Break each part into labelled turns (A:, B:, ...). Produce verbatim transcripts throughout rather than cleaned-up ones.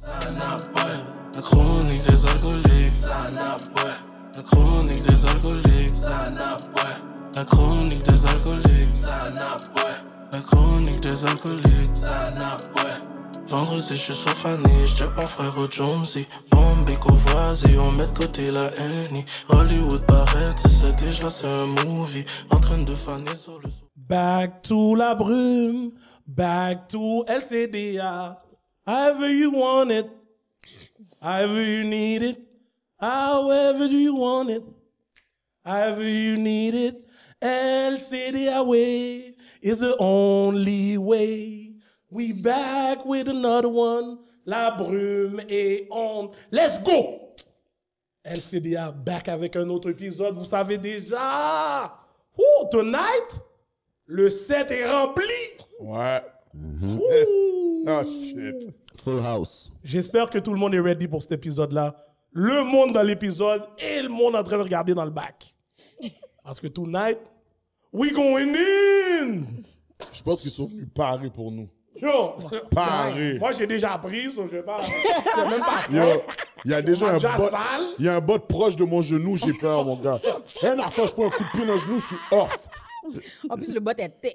A: La chronique des alcooliques. La chronique des alcooliques. La chronique des alcooliques. La chronique des alcooliques. Vendredi, je suis sur Fanny, j'check mon frère au Jonesy. Bombay, Courvoisier, on met de côté la Henny. Hollywood paraît, tu sais déjà c'est un movie. En train de faner sur le...
B: Back to la brume, back to L C D A. However you want it, however you need it, however do you want it, however you need it. L C D A way is the only way. We back with another one. La brume est on. Let's go! L C D A back avec un autre épisode. Vous savez déjà. Ooh, tonight, le set est rempli.
C: Ouais.
B: Mm-hmm.
C: Oh shit.
D: Full house.
B: J'espère que tout le monde est ready pour cet épisode-là. Le monde dans l'épisode et le monde en train de regarder dans le bac. Parce que tonight, we going in!
C: Je pense qu'ils sont venus parer pour nous.
B: Yo!
C: Parer.
B: Moi, j'ai déjà appris, so je vais pas... C'est même pas ça.
C: Yo, il y a déjà un
B: Déjà
C: bot.
B: sale.
C: Il y a un bot proche de mon genou, j'ai peur, mon gars. Un affaire, je prends un coup de pied dans le genou, je suis off.
E: En plus, le bot est thick.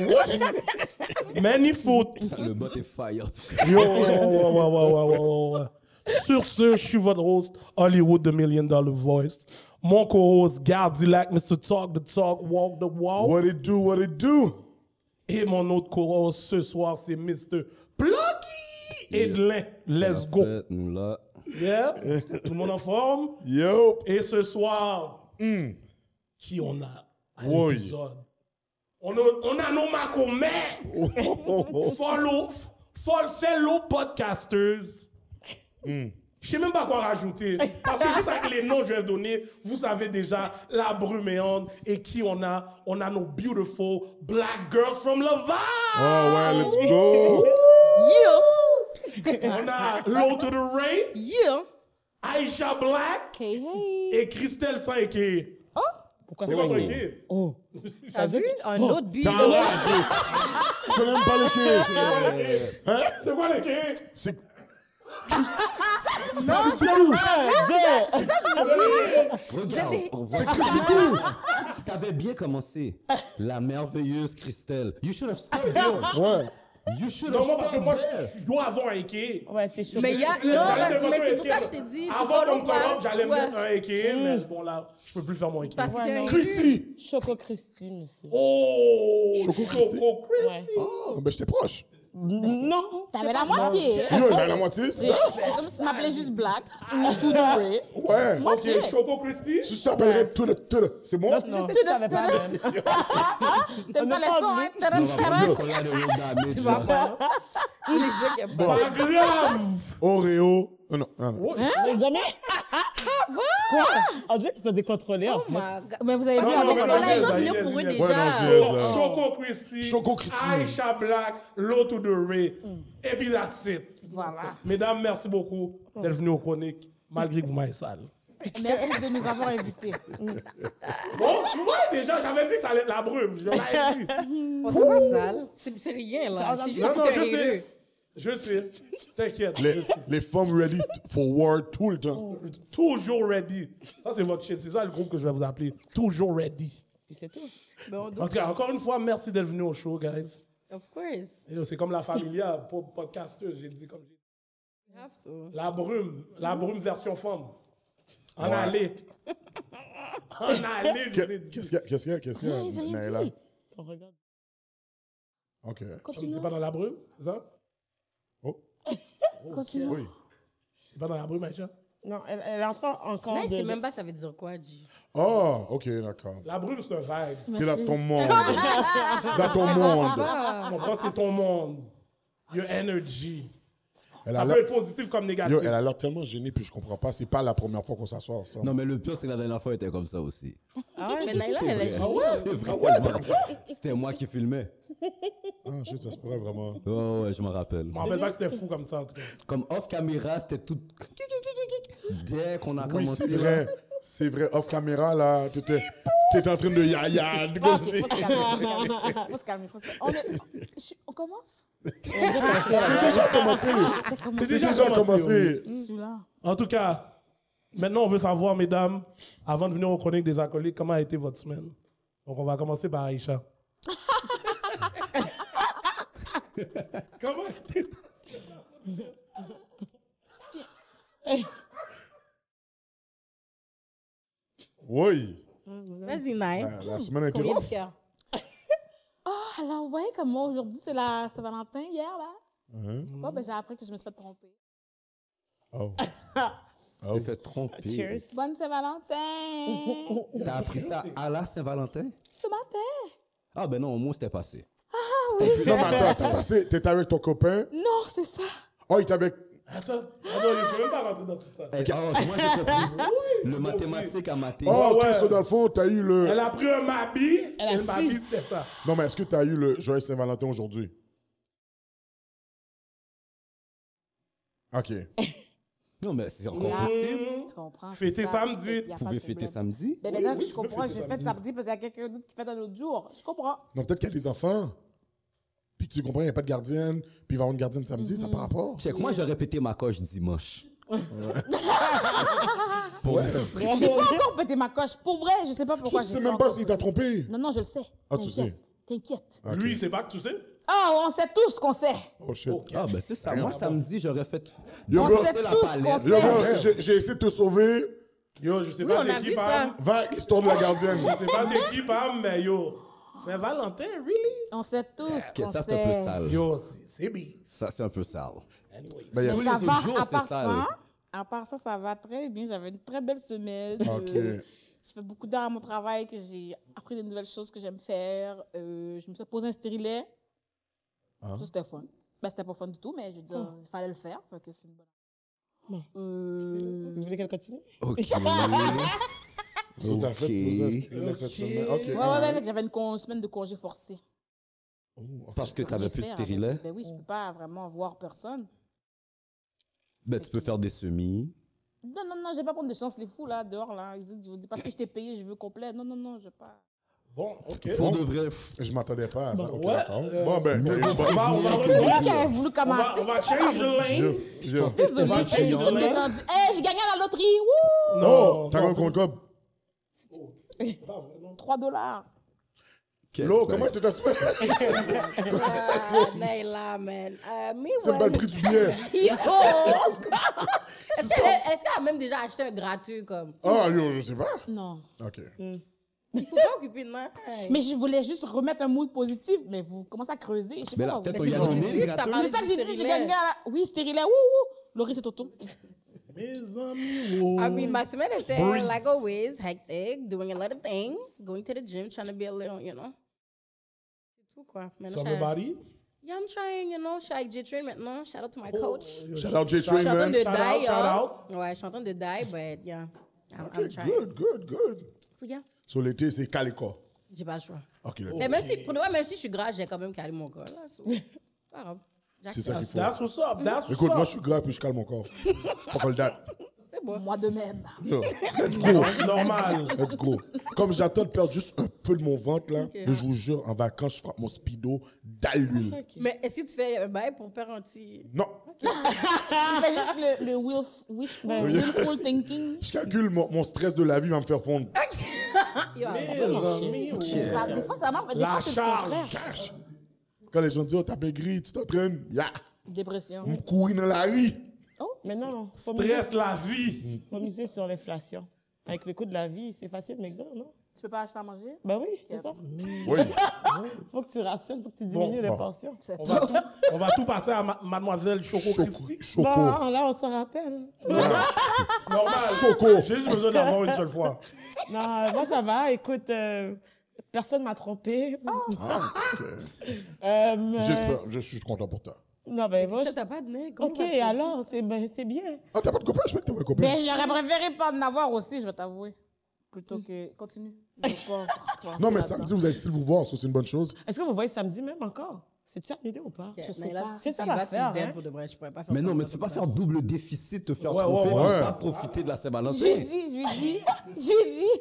B: Many foot.
D: Le bot est fire. En tout cas.
B: Yo! Ouais, ouais, ouais, ouais, ouais, ouais. Sur ce, je suis votre host, Hollywood, the Million Dollar Voice. Mon co-host, Gardilac, mister Talk the Talk, Walk the Walk.
C: What it do, what it do?
B: Et mon autre co-host ce soir, c'est mister Plucky Edlin. Let's go.
D: Fait, nous là.
B: Yeah? Tout le monde en forme?
C: Yo.
B: Et ce soir,
C: Mm.
B: qui on a à
C: Oui.
B: l'épisode? On a, on a nos macomais. Follow, follow, fellow podcasters.
C: Mm.
B: Je sais même pas quoi rajouter. Parce que juste avec les noms que je vais donner, vous savez déjà la bruméante et qui on a. On a nos beautiful black girls from Laval.
C: Oh ouais, let's go.
E: Yeah!
B: On a Low to the Ray,
E: Yeah!
B: Aisha Black
E: Hey, hey!
B: et Christelle Saint-Ké.
F: Pourquoi
B: C'est
F: c'est
B: votre
F: pas
B: équipe.
F: Oh.
E: T'as vu? Un autre but.
C: T'as enragé. Tu connais même pas l'équipe. Hein?
B: C'est quoi l'équipe?
C: C'est...
E: Non, c'est pas c'est ça que je veux dire.
D: Regarde,
E: des-
D: on voit. T'avais bien commencé. La merveilleuse Christelle. You should have stopped there.
C: Ouais.
D: You should
B: Non,
D: have
B: moi, parce que
D: stopped
B: moi,
D: there.
B: je dois avoir un équipe.
F: Ouais, c'est chaud.
E: Mais il y a. Non,
B: J'allais te
E: mais
B: faire
E: c'est
B: un
E: pour ça que
B: équipe.
E: je t'ai dit. Tu
B: Avant
E: follow
B: qu'on me
E: pas.
B: corrompe, j'allais
E: Ouais.
B: mettre un équipe, mais bon, là, je peux plus faire mon équipe.
E: Parce que
F: Ouais,
E: t'es
F: non.
E: un
C: Chrissy.
F: Choco Christy, monsieur.
B: Oh!
C: Choco
B: Choco
C: Christy.
B: Christy.
F: Ouais.
C: Oh, ben j'étais proche.
F: Non.
E: T'avais la moitié.
C: Yo, j'avais la moitié, c'est ça?
F: C'est comme si tu m'appelais juste Black. Tout de vrai.
C: Ouais.
B: Ok, Choco Christy.
C: Si je t'appellerais tout le, tout le, c'est bon?
F: Non, tu sais, tu savais pas. même.
E: T'aimes pas les sons, hein?
D: On va prendre le collant de Real Damage.
E: Tu vas
D: là.
E: pas. Les jeux qui aiment pas.
B: Pas grave.
C: Oreo. Non, non, non. non.
F: Les amis. Quoi? On dirait qu'ils sont décontrôlés, en
E: Oh
F: fait.
E: my God.
F: Mais vous avez
B: Non,
F: vu
B: non,
F: avec
B: mais
E: On
B: non,
E: a
B: mais
E: un autre
B: là,
E: lieu
B: il
E: pour eux
B: est-
E: déjà.
C: Ouais, non, je laisse, là.
B: Choco Christy.
C: Choco Christy.
B: Aisha Black, Low to the Ray. Et puis that's it.
F: Voilà.
B: Mesdames, merci beaucoup d'être venus aux chroniques, malgré que vous m'avez sale.
F: Merci de nous avoir invités.
B: Bon, tu vois, déjà, j'avais dit que ça allait être la brume. Je l'avais dit.
E: On est pas sale. C'est c'est rien, là. C'est juste
B: Non,
E: que
B: non,
E: t'es
B: je
E: réreux.
B: sais. Je sais. T'inquiète.
C: Les,
B: je sais.
C: les femmes ready for war tout le temps.
B: Toujours ready. Ça, c'est votre shit. C'est ça le groupe que je vais vous appeler. Toujours ready.
F: Puis c'est tout.
E: Mais on
B: En
E: doit-
B: tout cas, encore une fois, merci d'être venu au show, guys.
E: Of course.
B: Et C'est comme la familia, pas podcasteuse. J'ai dit comme j'ai-
E: You have to.
B: La brume. La brume version femme. En
C: Ouais.
B: allée. En allée, je vous ai dit.
C: Qu'est-ce qu'il y a? Qu'est-ce qu'il y a? Qu'est-ce qu'il y a?
F: Hey, j'ai rien
C: Naila?
F: dit. Ton regard.
C: Ok.
B: T'es pas dans la brume, c'est ça?
C: Oh,
F: Continue.
C: oui.
B: T'es pas dans la brume, Aïcha?
F: Non, elle, elle est en train encore
E: Là,
F: de...
E: il sait même pas ça veut dire quoi, G.
C: Oh, ok, d'accord.
B: La brume, c'est un vibe.
C: T'es dans ton monde. Dans ton monde.
B: Tu comprends? C'est ton monde. Your energy.
C: Elle
B: Ça
C: a
B: peut
C: l'air-
B: être positif comme négatif.
C: Yo, elle a l'air tellement gênée, puis je comprends pas. C'est pas la première fois qu'on s'assoit ensemble.
D: Non, mais le pire, c'est que la dernière fois, elle était comme ça aussi.
E: Mais Naila, elle est
D: C'est
E: génie.
D: C'est vrai. C'était moi qui filmais.
C: Ah, shit, ça se pourrait vraiment.
D: Oh, ouais, je me rappelle.
B: Je me rappelle pas que c'était fou comme ça, en tout cas.
D: Comme off caméra, c'était tout. Dès qu'on a
C: Oui,
D: commencé.
C: c'est
D: là,
C: vrai. C'est vrai. Off caméra, là, t'étais. T'étais en train de yaya, de
F: Faut
C: gosser.
F: se calmer. Faut se calmer. Faut se calmer. On, est... Je- on commence?
C: C'est déjà commencé.
F: C'est commencé.
C: C'est déjà commencé.
F: Celui-là.
B: En tout cas, maintenant, on veut savoir, mesdames, avant de venir aux chroniques des acolytes, comment a été votre semaine? Donc, on va commencer par Aïcha. Comment a été ta semaine?
C: Oui.
E: Vas-y, Naïm.
C: La, la semaine a été
E: Combien de
C: rough.
E: cœurs?
F: Oh, alors, vous voyez comme moi, aujourd'hui, c'est la Saint-Valentin, hier, là.
C: Hein?
F: Bon, ben, j'ai appris que je me suis fait tromper.
C: Oh.
D: Tu t'es fait tromper.
E: Cheers.
F: Bonne Saint-Valentin!
D: T'as appris ça à la Saint-Valentin?
F: Ce matin?
D: Ah ben non, au moins c'était passé.
C: Non, mais attends, t'as passé, t'étais avec ton copain.
F: Non, c'est ça.
C: Oh, il était avec.
B: Attends, ah non, je ne peux même pas rentrer dans tout ça.
D: Eh, ah, moi j'ai compris. Le mathématique à mathé.
C: Oh, ok,
B: ouais.
C: so dans le fond, t'as eu le.
B: Elle a pris un Mabi,
F: Elle a
B: et le
F: su.
B: Mabi, c'était ça.
C: Non, mais est-ce que t'as eu le Joyeux Saint-Valentin aujourd'hui? Ok.
D: Non, mais c'est encore
F: Ah,
D: possible.
F: Tu comprends?
B: Fêter
F: c'est ça.
B: samedi.
F: Y a
D: Vous
F: pas
D: pouvez
F: de
D: fêter
F: problème.
D: samedi?
F: Ben,
B: Oui,
F: maintenant
B: oui,
F: que
B: tu
F: je
B: peux
F: comprends,
B: fêter
F: je fête
B: samedi.
F: samedi parce qu'il y a quelqu'un d'autre qui fête un autre jour. Je comprends.
C: Non, peut-être qu'il y a des enfants. Puis tu comprends, il n'y a pas de gardienne. Puis il va y avoir une gardienne samedi, ça par rapport.
D: Check, moi j'aurais pété ma coche dimanche. Pour
C: Ouais.
F: J'ai pas encore pété ma coche. Pour vrai, je sais pas
C: Tu
F: pourquoi.
C: sais
F: j'ai
C: même
F: encore
C: pas s'il t'a trompé.
F: Non, non, je le sais.
C: Ah, tu
F: T'inquiète. T'inquiète.
C: Ok.
B: Lui, c'est pas que tu sais.
F: Ah, on sait tous qu'on sait.
C: Oh shit.
D: Ah ben c'est ça. Moi samedi j'aurais fait.
C: Yo,
F: On
C: bro,
F: sait
D: c'est la
F: tous
D: palette.
F: qu'on
C: Yo,
F: sait.
C: bro, j'ai j'ai essayé de te sauver.
B: Yo, je sais
E: Oui,
B: pas
E: on
B: t'es
E: a
B: qui,
E: vu
B: Pam.
E: ça.
C: Va, l'histoire de la gardienne.
B: Je sais pas t'es qui, Pam, mais yo, Saint-Valentin, really?
F: On sait tous
D: Ok,
F: qu'on
D: ça c'est un peu
F: sait.
D: sale.
B: Yo, c'est- c'est bis.
D: Ça c'est un peu sale.
B: Anyway.
C: Ben, y a-
D: Tous
F: Mais
D: les
F: ça
D: autres
F: va,
D: jours
F: à
D: c'est
F: part
D: sale.
F: ça, à part ça, ça va très bien. J'avais une très belle semaine.
C: Ok.
F: Euh, je fais beaucoup d'heures à mon travail, que j'ai appris des nouvelles choses que j'aime faire. Euh, je me suis posé un stérilet.
C: Ah.
F: Ça, c'était fun. Ben, c'était pas fun du tout, mais je veux dire, il fallait le faire. Fait que c'est une bonne...
E: Bon.
F: Euh...
E: Vous voulez qu'elle continue?
D: Ok.
C: So, t'as fait
D: Ok.
C: poser un stérilet cette semaine. Ok.
F: Ouais, ouais, ouais, mec, j'avais une con- semaine de congé forcé.
C: Oh,
D: Parce que
F: Je peux
D: t'avais
F: rien
D: plus de
F: faire
D: stérilet.
F: avec- Ben oui, je peux pas vraiment voir personne.
D: Ben tu peux faire des semis.
F: Non, non, non, je vais pas prendre de chance, les fous, là, dehors, là. Ils disent, parce que je t'ai payé, je veux complet. Non, non, non, je vais pas.
B: Bon, ok.
D: Pour
C: Bon.
D: de vrai.
C: Je m'attendais pas à ça. Ok,
B: ouais,
C: d'accord.
B: euh,
C: Bon, ben,
B: On va, on va,
F: C'est lui
B: on
F: qui a voulu
B: va,
F: commencer.
B: on va
F: c'est pas
B: change
F: grave.
B: the
C: je,
B: lane.
C: je,
F: Désolée,
B: On va
F: hey, j'ai
B: changer
F: tout
B: the lane.
F: descendu. Hey, j'ai gagné à la loterie. Wouh!
C: non, t'as
B: non.
C: un compte cob.
F: trois dollars.
C: L'eau, comment était ta semaine?
E: Ah, Naila, man. Euh, me,
C: C'est le bal prix du billet.
E: Yo! Est-ce qu'elle est-ce qu'elle a même déjà acheté un gratuit comme?
C: Ah, yo, je sais pas.
F: Non.
C: Ok.
E: Il faut pas occuper de main.
F: Mais je voulais juste remettre un mood positif, mais vous commencez à creuser. Je sais
D: Mais
F: pas.
D: là,
F: vous-
D: peut-être
F: Mais
D: on
F: c'est
D: y a
F: positif.
D: donné le
E: t'as
D: gratos.
E: parlé
F: C'est ça que
E: du
F: j'ai dit, j'ai
E: stérilet.
F: gagné à la... Oui, stérilet, wouh, wouh. Laurie, c'est Toto.
B: Mes amis, wow.
E: I mean, ma semaine était,
B: Breeze.
E: like always, hectic, doing a lot of things, going to the gym, trying to be a little, you know. C'est tout, quoi. Maintenant,
B: Summer
E: je-
B: body?
E: Yeah, I'm trying, you know. Je suis avec J-Train maintenant. Shout out to my coach.
C: Shout out J
E: Je suis en
C: Train,
E: train
C: man.
E: de
B: Shout out,
E: die,
B: shout
E: y'all. Ouais, je suis en train de die, but yeah, I'm, I'm
C: Ok,
E: trying.
C: good, good, good.
E: So, yeah,
C: Sur l'été, c'est calico.
E: j'ai pas le choix.
C: Ok, là.
E: Mais même si, pour le vrai, même si je suis grave, j'ai quand même calé mon corps, là. So, pas grave.
C: C'est ça qu'il
B: That's,
C: faut.
B: that's what's up. That's what's
C: Écoute,
B: up.
C: moi, je suis grave puis je calme mon corps. Faut qu'on le date.
E: C'est bon.
F: Moi de même.
C: Yo, let's go.
B: Normal.
C: Let's go. Comme j'attends de perdre juste un peu de mon ventre, là,
E: Ok.
C: et je vous jure, en vacances, je frappe mon speedo dans l'huile.
E: Mais est-ce que tu fais un bail pour faire un petit...
C: Non,
F: Je fais juste le, le will, wishful, willful thinking.
C: je calcule mon, mon stress de la vie va me faire fondre.
E: Yo,
B: Mes amis, wow.
F: Ça, des fois, ça marche, mais des
B: La
F: fois, c'est le
B: charge.
F: contraire.
C: Cash. Quand les gens disent, oh, t'as maigri, tu t'entraînes, ya,
F: Dépression.
C: on me courir dans la rue.
E: Mais non, faut
B: Stress la vie.
E: faut miser sur l'inflation. Avec le coût de la vie, c'est facile de maigrir, non?
F: Tu peux pas acheter à manger?
E: Ben oui, c'est ça.
C: Oui.
E: Faut que tu rationnes, faut que tu diminues les
C: bon.
E: portions.
F: C'est
B: On
F: tout.
B: va, tout, on va tout passer à ma- Mademoiselle Choco
C: Choco.
B: Christie.
C: Choco.
E: Bon, là, on s'en rappelle.
B: Normal.
C: Choco.
B: J'ai juste besoin d'avoir une seule fois.
E: Non, moi, ça va. Écoute, euh, personne m'a trompé.
C: Ah, ok.
E: Euh,
C: J'espère, je suis content pour toi.
E: Non, ben, moi,
F: Oh,
E: je-
F: bah,
E: t'as pas de nez. OK, alors, c'est ben, c'est bien.
C: Ah, t'as pas de copain? Je sais que t'as pas de copain.
F: Mais j'aurais préféré pas en avoir aussi, je vais t'avouer. Plutôt que. Continue. Je veux pas commencer
C: Non, mais
F: là-dedans.
C: samedi, vous allez essayer de vous voir, ça, c'est une bonne chose.
E: Est-ce que vous voyez samedi même encore? C'est-tu annulé ou pas?
F: Je sais
E: là,
F: pas.
E: C'est ça
F: Tu y vas,
E: l'affaire,
F: tu
E: hein?
F: pour de vrai, je pourrais pas faire
D: Mais
F: ça
D: non, mais
F: comme
D: tu peux pas
F: ça.
D: faire double déficit, te faire
B: Ouais,
D: tromper,
B: ouais,
D: et
C: ouais.
D: pas profiter de la
F: Je
D: Saint-Valentin.
F: lui dis, je lui dis, je lui dis,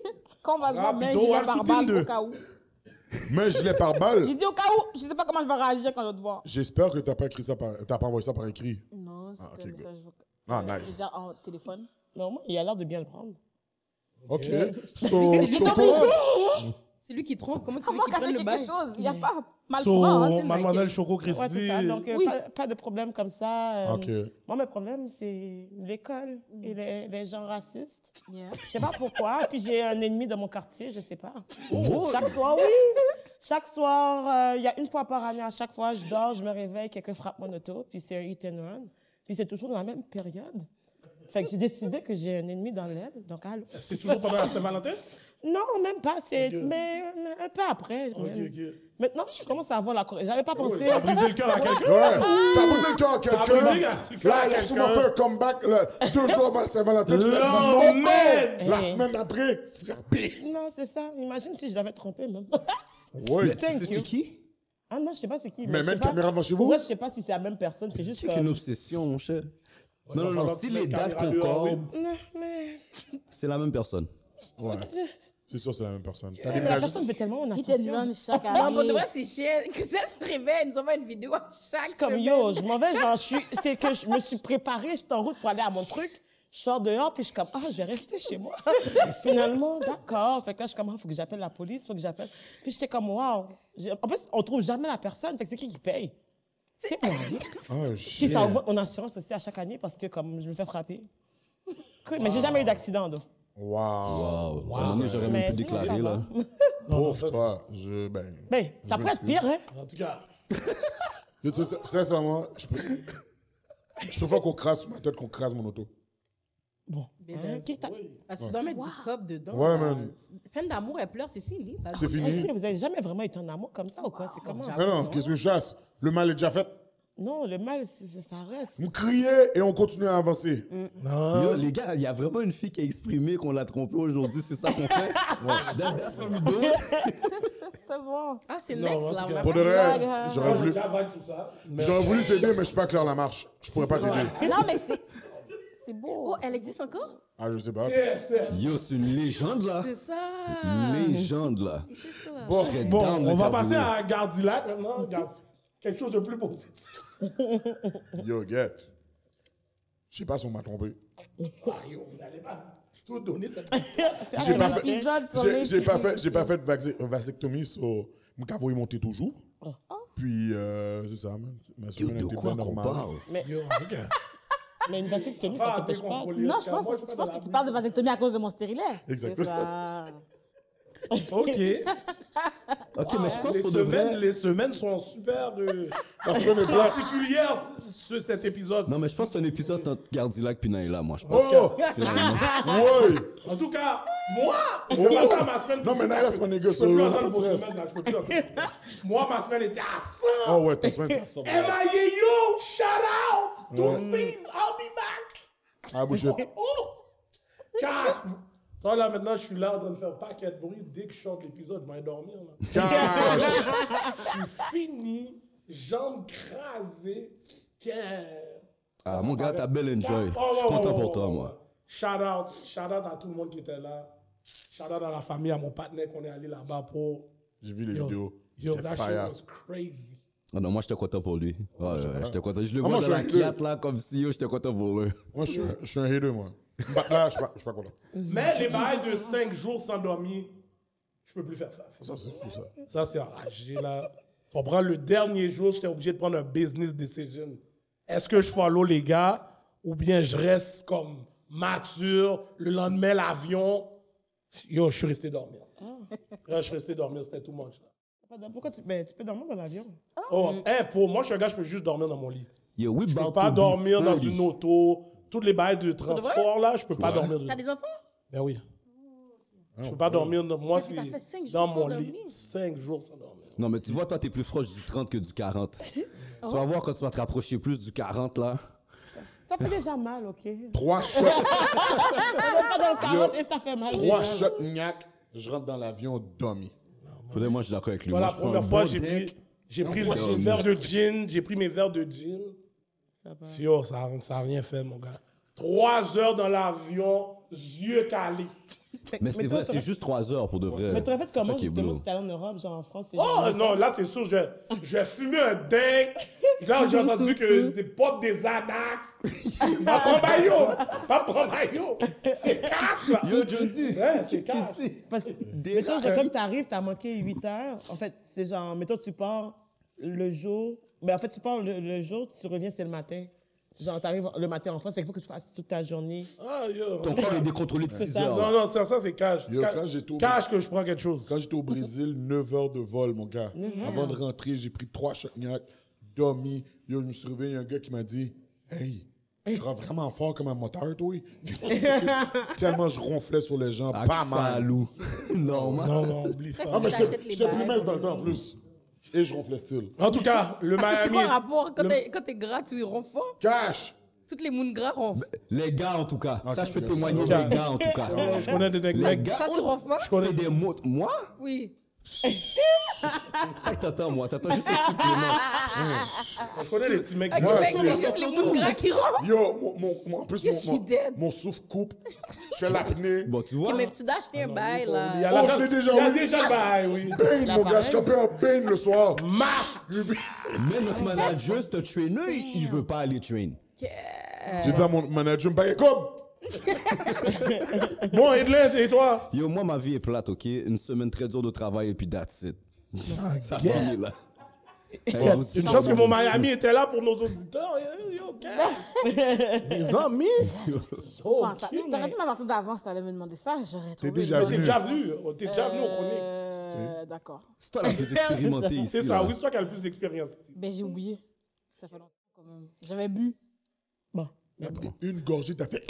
F: Quand on va se voir, mais
B: Rapido,
F: je vais
B: Al
F: par
B: Soutine
F: balle
B: deux.
F: au cas où.
C: Mais un gilet pare-balles.
F: J'ai dit au cas où, je sais pas comment je vais réagir quand je vais te voir.
C: J'espère que t'as pas écrit ça par... T'as pas envoyé ça par écrit.
F: Non, c'était
C: ok,
F: un
C: good.
F: message vocal.
C: Ah,
F: Euh,
C: nice.
F: déjà en téléphone. Mais au moins, il a l'air de bien le prendre.
C: OK. So,
E: C'est lui
C: Choco...
E: qui C'est lui qui trompe. Comment tu veux
F: Comment
E: qu'il
F: qu'elle
E: prenne
F: fait
E: le
F: quelque
E: bail?
F: chose? Il n'y a pas mal
B: So,
F: prendre. hein, c'est
B: Mademoiselle
F: le
B: Choco
F: Ouais, c'est
B: Christie.
F: ça. Donc, euh,
E: Oui.
F: pas, pas de problème comme ça. euh,
C: OK.
F: Moi, mes problèmes, c'est l'école et les, les gens racistes.
E: Yeah.
F: Je sais pas pourquoi. Puis j'ai un ennemi dans mon quartier, je sais pas.
C: Oh.
F: Chaque soir, oui. Chaque soir, euh, il y a une fois par année, à chaque fois, je dors, je me réveille, quelqu'un frappe mon auto, puis c'est un hit and run. Puis c'est toujours dans la même période. Fait que j'ai décidé que j'ai un ennemi dans l'aile. Donc, allô.
B: C'est toujours pendant la Saint-Valentin?
F: Non, même pas. C'est,
B: Ok.
F: mais euh, un peu après.
B: Ok,
F: même.
B: ok.
F: Maintenant, je commence à avoir la... J'avais pas pensé...
B: T'as brisé le cœur à quelqu'un?
C: Ouais. T'as posé le cœur à
B: T'as brisé
C: quelqu'un.
B: le cœur à
C: Là, il a sûrement
B: quelqu'un.
C: fait un comeback là, deux jours avant la Saint-Valentin. Tu l'as dit
B: Oh,
C: non,
B: man!
C: La
F: Hey.
C: semaine après, frappé.
F: Non, c'est ça. Imagine si je l'avais trompé, même.
C: Oui.
D: Tu sais c'est qui?
F: Ah non, je sais pas c'est qui.
C: Mais
F: je sais
C: même
F: pas.
C: caméra devant chez
F: Pour
C: vous?
F: vrai, je sais pas si c'est la même personne. C'est juste
D: C'est
F: que...
D: qu'une obsession, mon cher. Non, non,
B: va
D: non,
B: falloir
D: si
B: que tu
D: les
B: mettes
D: dates
B: caméra dehors, oui.
D: concordent,
F: Non, mais...
D: c'est la même personne.
C: Ouais. C'est sûr, c'est la même personne. T'as des
F: La
C: réagi-
F: personne veut tellement mon
E: Hit
F: attention.
E: and run chaque année. Non, pour de vrai, c'est chiant. Que ça se réveille, nous envoie une vidéo à chaque
F: Je suis comme,
E: semaine.
F: yo, je m'en vais, genre, je suis... C'est que je me suis préparée, je suis en route pour aller à mon truc. Je sors dehors, puis je suis comme, ah, je vais rester chez moi. Finalement, d'accord. Fait que là, je suis comme, il faut que j'appelle la police, faut que j'appelle. Puis j'étais comme, waouh. J'ai- En plus, on trouve jamais la personne. Fait que c'est qui qui paye? C'est moi.
C: Oh,
F: Puis
C: shit.
F: ça augmente mon assurance aussi à chaque année parce que, comme, je me fais frapper. Cool, mais j'ai jamais eu d'accident, donc.
C: Wow.
D: Wow. À un moment donné, j'aurais
F: Mais
D: même pu
F: sinon, ça
D: déclarer,
F: va.
D: là.
C: Pauvre toi. Je, ben...
F: Ben, ça
C: je
F: pourrait être
C: m'excuse.
F: pire, hein?
B: En tout cas,
C: Je te- Sincèrement, je peux... Je préfère qu'on crasse sur ma tête qu'on crase mon auto.
F: Bon. Hein, qui t'a-
E: Parce que tu dois mettre du cop dedans.
C: Ouais,
E: là.
C: man.
E: Peine d'amour, elle pleure, c'est fini. là.
C: C'est fini.
F: Ok, vous avez jamais vraiment été en amour comme ça ou quoi? C'est comment?
E: j'avoue.
C: Mais non, qu'est-ce que je chasse? Le mal est déjà fait.
F: Non, le mal, c'est- c'est- ça reste.
C: Vous criez et on continue à avancer.
B: non.
D: Yo, les gars, il y a vraiment une fille qui a exprimé qu'on l'a trompée aujourd'hui, c'est ça qu'on fait? That- that's what we do.
F: C'est bon.
E: Ah, c'est
B: Non,
E: next,
B: en
E: là.
B: tout
E: on
B: cas.
E: a
C: Pour
E: pas
C: de
E: de
C: vrai,
F: blague, hein.
C: j'aurais
B: Moi, j'ai
C: voulu,
B: déjà vague sur ça. mais-
C: j'aurais voulu t'aider, mais je suis pas Claire Lamarche. Je pourrais pas t'aider.
F: Non, mais c'est. C'est beau.
E: Oh, elle existe encore?
C: Ah, je sais pas.
B: Yes, yes.
D: Yo, c'est une légende, là.
E: C'est ça.
D: Légende, là.
E: C'est juste là.
B: Bon,
D: Je serais
B: bon,
D: down de
B: on va
D: t'avouer.
B: passer à Gardilac maintenant. Garde- Quelque chose de plus positif.
C: Yo, get. Je sais pas si on m'a trompé.
B: Ah, yo, vous n'allez pas tout donner cette
F: C'est
C: J'ai
F: un
C: pas fait,
F: épisode sur
C: j'ai-
F: les.
C: j'ai pas fait, j'ai pas fait de vaxi- vasectomie, so, mon cavou est monté toujours. Puis, euh, c'est ça, man. Ma
D: Yo,
C: semaine
D: de
C: était
D: quoi
C: bien
D: qu'on
C: normale.
D: parle?
B: Yo, regarde.
F: Mais une vasectomie,
B: Ah,
F: ça t'empêche pas.
B: décontrôlé.
F: Non, je pense,
B: Moi, je
F: je
B: fais
F: pense
B: de la
F: que tu parles de
B: pluie.
F: vasectomie à cause de mon stérilet. C'est
C: Exactement.
F: ça.
B: OK.
D: Ok, mais je pense
B: Les
D: qu'on devrait...
B: semaines, les semaines sont super euh,
C: La semaine est plate.
B: particulières ce, cet épisode.
D: Non, mais je pense que c'est un épisode entre Gardilac et Naïla, moi, je pense.
C: Oh!
D: Finalement.
C: Ouais!
B: En tout cas, moi, je vais passer à ma semaine.
C: Non, mais Naïla, c'est pas négo,
B: Je
C: so,
B: peux plus
C: on a
B: entendre
C: pas
B: vos
C: de
B: semaines,
C: stress.
B: là, je peux plus entendre. Moi, ma semaine était à cent.
C: Oh, ouais, ta semaine était à cent.
B: M I A yo, shout out. Two C's, I'll be back.
C: Ah, bullshit.
B: Oh! Calme. Toi, là, maintenant, je suis là en train de faire un paquet de bruit. Dès que je chante l'épisode, je vais dormir. Là.
C: Cash.
B: Je suis fini, jambes crasées, cœur.
D: Ah, mon gars, t'as bel enjoy.
B: Oh,
D: Je suis
B: oh,
D: content
B: oh,
D: pour
B: oh,
D: toi,
B: oh.
D: moi.
B: Shout out, shout out à tout le monde qui était là. Shout out à la famille, à mon partenaire qu'on est allé là-bas pour.
C: J'ai vu les
B: Yo,
C: vidéos.
B: yo,
C: J'étais
B: that shit
C: fire.
B: was crazy.
D: Ah non, moi, j'étais content pour lui. Ouais, ouais, j'étais content. Je le
C: Ah,
D: vois
C: moi,
D: dans
C: je
D: la
C: suis un
D: kiate, là, comme si yo, j'étais content pour eux.
C: Moi, je suis un- je suis un hater, moi. Bah, là, je suis pas- je suis pas content.
B: Mais les bails de cinq jours sans dormir, je peux plus faire ça.
C: Ça, c'est fou, ça.
B: Ça, c'est enragé, là. Pour prendre le dernier jour, j'étais obligé de prendre un business decision. Est-ce que je follow les gars ou bien je reste comme mature, le lendemain, l'avion? Yo, je suis resté dormir. Là, je suis resté dormir, c'était tout much. là.
F: Pourquoi tu, ben, tu peux dormir dans l'avion?
B: Oh, hein, pour moi, je suis un gars, je peux juste dormir dans mon lit.
D: Yo, we
B: Je peux
D: about
B: pas
D: to be
B: dormir dans
D: thirty.
B: une auto. Toutes les bails de transport, là, je peux pas dormir
E: T'as
B: dedans.
E: des enfants?
B: Ben oui. Je peux pas dormir. dans- Moi,
E: Mais t'as
B: c'est
E: fait cinq jours
B: dans
E: sans
B: mon
E: dormir.
B: lit. Cinq jours sans dormir.
D: Non, mais tu vois, toi, t'es plus proche du trente que du quarante. Tu vas voir quand tu vas te rapprocher plus du quarante, là.
F: Ça fait déjà mal, OK?
C: Trois shots,
F: On est pas dans le quarante et ça fait mal.
C: trois
F: déjà.
C: shots gnac. Je rentre dans l'avion, dummy.
D: Pour moi, je suis d'accord avec lui.
B: Moi,
D: Moi,
B: la
D: je prends
B: première
D: un
B: fois,
D: bon
B: j'ai
D: deck.
B: pris, j'ai pris
D: moi,
B: le
D: j'ai-
B: verre de gin. J'ai pris mes verres de gin. Yo, ça n'a ça a rien fait, mon gars. Trois heures dans l'avion. yeux calés.
F: Fait que-
D: Mais c'est
F: toi,
D: vrai, c'est
F: t'aurais-
D: juste trois heures pour de vrai.
F: Mais t'aurais fait
D: C'est ça
F: comment,
D: qui est
F: justement,
D: bleu.
F: si t'allais en Europe, genre en France? c'est
B: Oh
F: genre-
B: non, là c'est sûr, je, je vais fumer un dingue. Là j'ai entendu que des pop des Xanax. Pas prendre maillot. Pas prendre maillot. C'est quatre là.
D: Yo, Josie!
B: Ouais, c'est quatre.
F: Parce que, mettons, genre, comme t'arrives, t'as manqué huit heures. En fait, c'est genre, mettons, tu pars le jour. Ben, en fait, tu pars le, le jour, tu reviens, c'est le matin. Genre, t'arrives le matin en France, c'est qu'il faut que tu fasses toute ta journée.
B: Ah, yo.
D: Ton corps est décontrôlé de six
F: ça.
D: heures.
B: Non, non, ça, ça c'est cash.
C: Yo,
B: Ca-
C: quand j'étais au-
B: Cash que je prends quelque chose.
C: Quand j'étais au Brésil, neuf heures de vol, mon gars. Avant de rentrer, j'ai pris trois chocgnacs, dormi. Yo, je me suis réveillé, il y a un gars qui m'a dit Hey, tu seras vraiment fort comme un motard, toi. Tellement je ronflais sur les gens, pas mal.
D: Falou. Normal.
B: Non, non, oublie ça.
C: Ah, mais
E: T'achètes
C: j'étais
E: les
C: j'étais plus
E: bagues.
C: mince dans le temps en plus. Et je ronflais style.
B: En tout cas, le
E: Attends, c'est
B: Miami.
E: quoi le rapport? Quand
B: le-
E: t'es quand t'es gras, tu ronfles fort?
C: Cash!
E: Toutes les mounes gras ronflent.
D: Les gars, en tout cas.
C: Ah,
D: Ça,
C: tu
D: je peux
C: peux
D: témoigner
B: dire ça.
D: des gars, en tout cas.
B: Euh, je connais des
D: Les
B: mecs.
D: gars,
E: Ça, tu ronfles pas?
D: c'est des mots. Moi?
E: Oui.
D: C'est ça que t'attends, moi. T'attends juste un supplément.
B: Je connais les petits mecs.
E: Ok,
C: Moi,
E: mec,
C: c'est-
E: c'est juste les mounes gras qui ronflent.
C: Yo, mon, mon, mon- en plus,
E: Je
C: mon,
E: suis
C: mon,
E: dead.
C: mon souffle coupe. Je fais l'apnée.
D: Bon, tu
E: Ok,
D: vois.
E: mais tu dois acheter un bail,
B: Il y
E: là.
B: a la-
C: Oh, je l'ai déjà,
B: Il y a
C: oui.
B: déjà le bail, oui.
C: Bane, mon gars, je campais en Bane le soir.
B: Masque.
D: Mais notre manager, ce trainer, il il veut pas aller train.
C: J'ai dit à mon manager, me paye comme.
B: Bon, Edlin, et toi?
D: Yo, moi, ma vie est plate, OK? Une semaine très dure de travail et puis that's it. Ça finit, là. Hey, vous-
B: Une chance que mon Miami était là pour nos auditeurs. Yo, yo, ok. Mes amis. Oh,
G: Comment ça? Si t'aurais dit ma partie d'avance, t'allais me demander ça, j'aurais trouvé.
C: déjà
G: le-
B: t'es déjà vu. T'es déjà venu au chronique.
G: Euh, D'accord.
D: C'est toi la plus expérimentée ici.
B: C'est ça,
D: là.
B: oui, c'est toi qui as le plus d'expérience ici.
G: Ben, j'ai oublié. Ça fait longtemps quand même. J'avais bu.
F: Bon.
C: T'as pris une gorgée, t'as fait.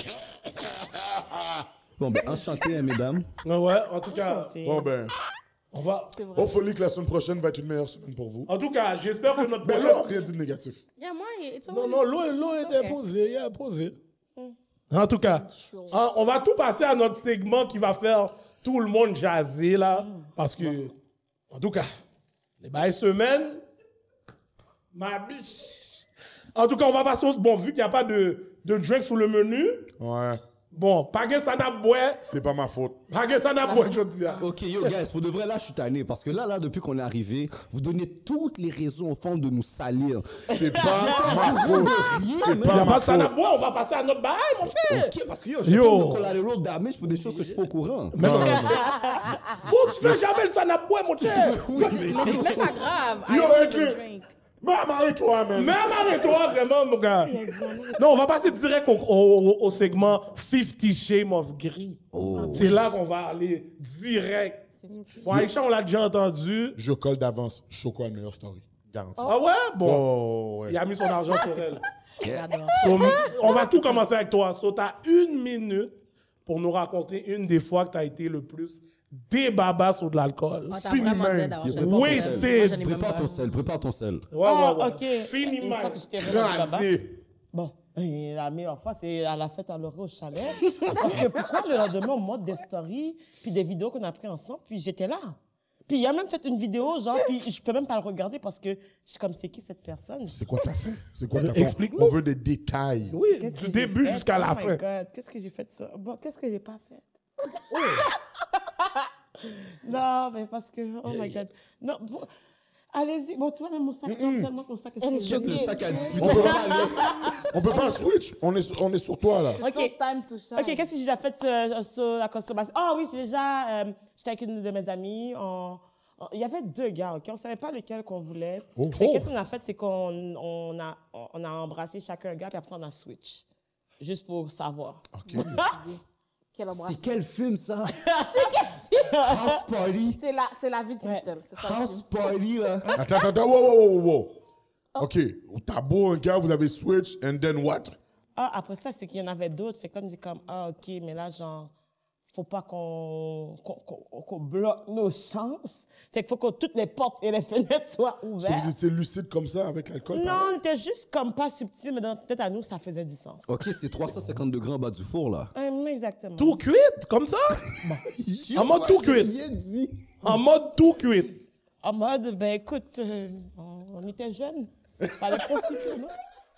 D: Bon, ben, enchanté, hein, mesdames.
B: Ouais, ouais, en tout cas,
C: Bon, ben,
B: on va.
C: hopefully que la semaine prochaine va être une meilleure semaine pour vous.
B: En tout cas, j'espère que notre
C: Mais là,
B: prochaine.
C: rien dit de négatif.
E: Yeah, moi, it's
B: Non,
E: always-
B: non, l'eau, l'eau
E: it's
B: était
E: okay.
B: posée, il a posé. En tout cas, hein, on va tout passer à notre segment qui va faire tout le monde jaser là. Parce que, en tout cas, les bails semaines, ma biche. En tout cas, on va passer au. Bon, vu qu'il n'y a pas de, de drink sous le menu,
C: Ouais,
B: bon, pas que ça n'a boire,
C: c'est pas ma faute.
B: pas que ça n'a boire, je dis.
D: Ok, yo, guys, pour de vrai, là, je suis tanné. Parce que là, là, depuis qu'on est arrivé, vous donnez toutes les raisons au fond de nous salir.
C: C'est pas ma faute. C'est
B: Il n'y
C: pas
B: a pas
C: ma
B: de ça n'a
C: faute.
B: boire, on va passer à notre bail, mon frère.
D: Ok, parce que yo, j'ai
B: Yo.
D: plein de collateral damage pour des choses que je suis pas au courant.
B: Mais non, Faut que tu fais jamais le ça n'a boire, mon cher.
D: Oui, mais
E: Mais c'est même pas grave.
C: Yo,
E: I don't
C: Edlin.
E: even drink.
C: Maman, arrête-toi, man.
B: Mais arrête-toi vraiment, mon gars. Non, on va passer direct au, au, au segment Fifty Shades of Grey. C'est là qu'on va aller direct. Bon, Aïcha, on l'a déjà entendu.
C: Je colle d'avance. Choco a le meilleur story. Garanti.
B: Ah ouais? Bon,
C: Oh, ouais.
B: il a mis son argent sur elle.
E: J'adore.
B: So, on va tout commencer avec toi. So, t'as une minute pour nous raconter une des fois que t'as été le plus débaba sur de l'alcool.
E: Oh, t'as
C: Fini,
E: vraiment
C: man.
E: dead d'avoir
D: Yo,
E: fait
D: prépare ton
B: Wasted.
D: sel.
E: Moi, j'en ai même
D: Prépare
E: pas.
D: ton sel, prépare ton sel.
B: Ouais, ouais,
F: Ah,
B: ouais.
F: ok.
B: Fini,
F: Une
B: man.
F: fois que j'étais vraiment là-bas.
C: Crasé.
F: Bon, et la meilleure fois, c'est à la fête à l'orée au chalet. Parce que pourquoi le lendemain, on monte des stories, puis des vidéos qu'on a prises ensemble, puis j'étais là. Puis il a même fait une vidéo, genre, puis je peux même pas le regarder parce que je suis comme, c'est qui cette personne?
C: C'est quoi t'as fait? C'est quoi t'as fait?
B: Explique-nous.
C: On veut des détails.
B: Oui,
F: Qu'est-ce
B: du
F: que j'ai
B: début
F: fait?
B: jusqu'à la
F: Oh
B: fin.
F: my God, qu'est-ce que j'ai fait de ça? Bon, qu'est-ce que j'ai pas fait? Non, mais parce que, oh my God. Non, vous- allez-y. Bon, tu vois, même mon sac, tellement que mon sac est
G: Elle est
F: sur-
D: Le sac à discuter.
C: On peut pas, on peut pas switch. On est, sur- on est sur toi, là.
G: Ton time to shine.
F: OK, qu'est-ce que j'ai déjà fait sur, sur la consommation? Ah oui, j'ai déjà... euh, j'étais avec une de mes amies. on- on- Il y avait deux gars, OK? On ne savait pas lequel qu'on voulait.
C: Oh.
F: Mais
C: Oh.
F: qu'est-ce qu'on a fait? C'est qu'on on a, on a embrassé chacun un gars, puis après ça, on a switch. Juste pour savoir.
C: OK.
G: Quel embrasse.
D: C'est quel film, ça? House Party.
G: C'est la, c'est la vie de Christelle. C'est ça. le
D: House
G: film.
D: Party, là.
C: Attends, attends, attends. Wow, wow, wow, wow. OK. T'as beau un gars, vous avez switch, and then what?
F: Ah, après ça, c'est qu'il y en avait d'autres. Fait qu'on dit comme, ah, OK, mais là, genre, faut pas qu'on qu'on qu'on- qu'on bloque nos chances. Fait qu'il faut que toutes les portes et les fenêtres soient
C: Si
F: ouvertes.
C: vous étiez lucide comme ça avec l'alcool?
F: Non, on était juste comme pas subtil, mais dans notre tête à nous, ça faisait du sens.
D: Ok, c'est trois cent cinquante degrés en bas du four, là.
F: Hum, exactement.
B: Tout cuite, comme ça? En mode tout cuite. En mode tout cuite.
F: En mode, ben écoute, euh, on, on était jeunes. Fallait profiter, non?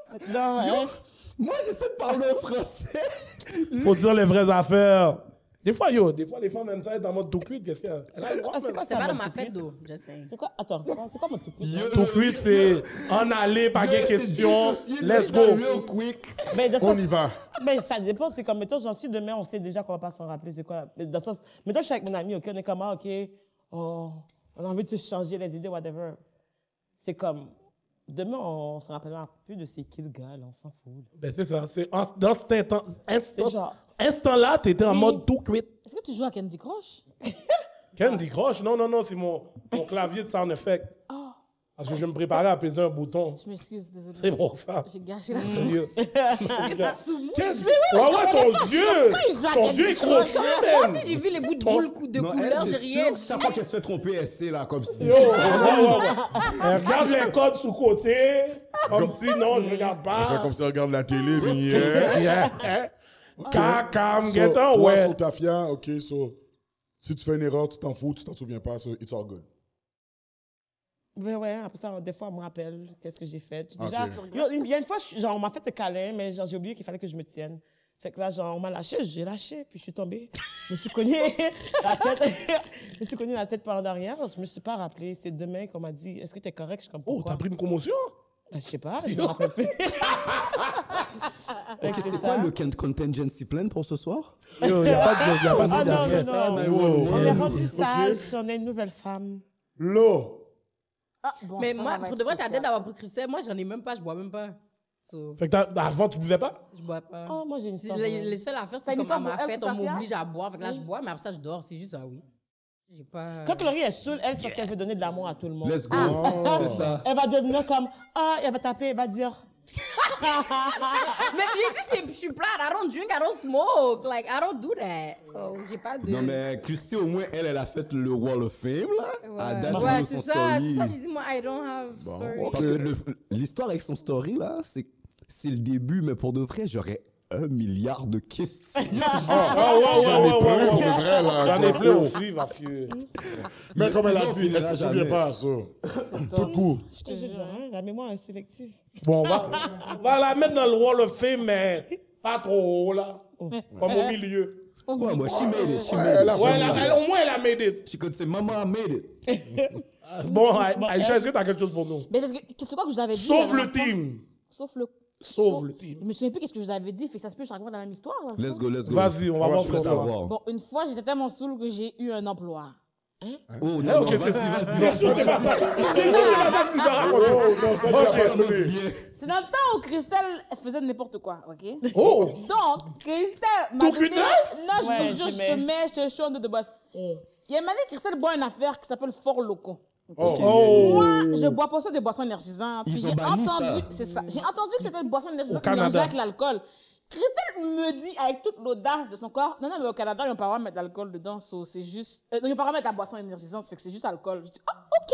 F: Non, hein?
D: Moi, j'essaie de parler français.
B: Faut dire les vraies affaires. Des fois, yo, des fois, les femmes aiment ça être en mode tout cuite. Qu'est-ce qu'il y a? Elle a le droit,
F: Ah, c'est
B: même.
F: quoi
E: C'est
F: ça,
E: pas dans
F: mon
E: ma
F: tout
E: fête,
F: cuit?
E: d'eau. Je sais.
F: C'est quoi? Attends, c'est quoi mon tout cuit?
B: Tout cuite, c'est en aller, pas de questions. Let's go.
D: Real quick.
F: Ben, dans le
C: On
F: sens-
C: y va.
F: Ben, ça dépend. C'est comme, mettons, genre, si demain, on sait déjà qu'on va pas s'en rappeler, c'est quoi? Mais dans le sens, mettons, je suis avec mon ami, OK, on est comme, ah, OK, oh, on a envie de se changer les idées, whatever. C'est comme, demain, on se rappellera plus de c'est qui le gars, là, on s'en fout. là.
B: Ben, c'est ça. C'est en- dans cet instant,
F: C'est
B: instant,
F: genre,
B: instant-là, t'étais en
F: Oui.
B: mode tout cuite.
G: Est-ce que tu joues à Candy Crush?
B: Candy Crush? Non, non, non, c'est mon, mon clavier de sound effect.
G: Oh,
B: Parce que je me préparais à peser un bouton.
G: je m'excuse, désolé.
B: C'est bon, ça.
G: J'ai gâché la
B: Sérieux.
E: Sous-
B: Qu'est-ce que... Ouais, ouais, ton yeux! Ton yeux est crochu,
E: Moi
B: man!
E: aussi, j'ai vu les bouts de
B: Ton-
E: boule cou- de
D: Non,
E: couleur,
D: elle,
E: j'ai
D: c'est
E: rien
D: sûr, chaque fois qu'elle se fait tromper, elle sait, là, comme si.
B: Yo, ouais, ouais, ouais. Elle regarde les codes sous côté, comme si non, je regarde
C: On fait
B: pas.
C: comme si on regarde la télé, mais yeah.
B: Yeah. Calm, calm,
C: So,
B: get on,
C: toi,
B: ouais.
C: sur ta fia, OK, so, si tu fais une erreur, tu t'en fous, tu t'en souviens pas, so it's all good.
F: ouais, ouais, après ça, des fois, on me rappelle qu'est-ce que j'ai fait.
C: Ok.
F: Déjà, yo, il y a une fois, je- genre, on m'a fait un câlin, mais genre, j'ai oublié qu'il fallait que je me tienne. Fait que là, genre, on m'a lâché, j'ai lâché, puis je suis tombée. Je me suis cogné la tête, je me suis cogné la tête par en arrière, je me suis pas rappelé. C'est demain qu'on m'a dit, est-ce que t'es correct? Je suis comme,
B: Oh,
F: pourquoi?
B: t'as pris une commotion?
F: Ben, je sais pas, je me rappelle plus.
D: Ok, c'est quoi le con- contingency plan pour ce soir?
B: Yo, y a pas de, y a pas de
F: Ah non,
B: derrière.
F: non, non.
C: Wow.
F: On est rendu sage, on est une nouvelle femme.
C: Là,
G: Ah, bon,
E: Mais
G: ça,
E: moi,
G: ça va
E: pour
G: être
E: de vrai, t'as
G: spécial.
E: tête d'avoir pris Christelle. Moi, j'en ai même pas, je bois même pas. So,
B: Fait que t'as- avant, tu buvais pas?
E: je bois pas.
F: Oh, moi, j'ai une soeur.
E: Les, les seules affaires,
G: T'as
E: c'est
G: une
E: comme à
G: histoire
E: ma
G: pour elle,
E: fête,
G: sur
E: on
G: ta fière?
E: m'oblige à boire. Fait que là, je bois, mais après ça, je dors. C'est juste ça, oui. J'ai pas.
F: Quand Laurie est saoule, elle, c'est parce qu'elle veut donner de l'amour à tout le monde.
D: Let's go. C'est ça.
F: Elle va devenir comme, ah, elle va taper, elle va dire,
E: Mais j'ai dit, c'est- je suis plate. I don't drink, I don't smoke. Like, I don't do that. So, j'ai pas de.
D: Non, mais Christy, au moins, elle, elle a fait le Wall of Fame, là. À date,
E: Ouais,
D: de
E: c'est
D: son
E: ça. C'est
D: story.
E: ça, j'ai dit, moi, I don't have story.
D: Parce que le- l'histoire avec son story, là, c'est c'est le début, mais pour de vrai, j'aurais un milliard de questions.
B: Ah, ouais, ouais,
C: j'en ai
B: ouais,
C: plein,
B: ouais,
C: pour
B: ouais.
C: de vrai, là.
B: J'en ai
C: Quoi.
B: plein aussi, parce que...
C: Mais comme elle a
D: sinon, on
C: dit, elle
D: finira
C: se souvient
D: jamais.
C: pas, ça. Tout coup.
F: je te jure, hein, la mémoire est sélective.
B: Bon, on va, on va la mettre dans le Wall of Fame, mais pas trop haut, là. Comme au milieu.
D: Ouais, moi, she made it, she
C: Ouais,
D: made
C: elle a
D: it.
B: Ouais,
C: fait
B: elle a- elle- au moins, elle a made it.
D: She could say, Mama, I made it.
B: Bon, Aïcha, est-ce que t'as quelque chose pour nous?
G: Mais parce que, c'est quoi que je vous avais dit?
B: Sauf
G: la
B: le
G: dernière fois?
B: team.
G: Sauf le.
B: Sauve le team.
G: Je me souviens plus qu'est-ce que je vous avais dit, fait que ça se peut que je raconte la même histoire. Là,
D: Let's go, let's go.
B: Vas-y, on va
C: Ah ouais,
B: voir
C: je
B: ce
C: veux
B: qu'on
D: Let's
B: va.
D: savoir.
G: Bon, une fois, j'étais tellement saoule que j'ai eu un emploi.
D: Oh,
B: Ah,
D: non,
B: ok,
D: non,
B: c'est
D: vas-y,
B: ça.
D: vas-y,
B: C'est sûr, c'est pas ça. C'est sûr, c'est pas ça que tu nous as raconté.
C: Oh, non, ça, tu
B: Ok.
C: l'as pas
D: Commence
C: donné.
D: bien.
G: C'est dans le temps où Christelle elle faisait n'importe quoi, OK?
B: Oh!
G: Donc, Christelle m'a
B: Tout
G: donné...
B: cul neuf?
G: Non, je
F: Ouais,
G: te jure,
F: je
G: je
F: mets.
G: te mets, je te show de boss. Il y a une année, Christelle boit une affaire qui s'appelle Fort Loco.
C: Oh.
G: Moi, je bois pas ça des boissons énergisantes.
D: Ils
G: Puis
D: ont
G: j'ai
D: banni
G: entendu,
D: ça.
G: c'est ça. J'ai entendu que c'était une boisson énergisante
B: Canada.
G: mélangée avec l'alcool. Christelle me dit avec toute l'audace de son corps, non, non, mais au Canada, ils n'ont pas le droit de mettre de l'alcool dedans, so c'est juste. Euh, non, ils n'ont pas le droit de mettre la boisson énergisante, fait que c'est juste alcool. Je dis, ah, ok.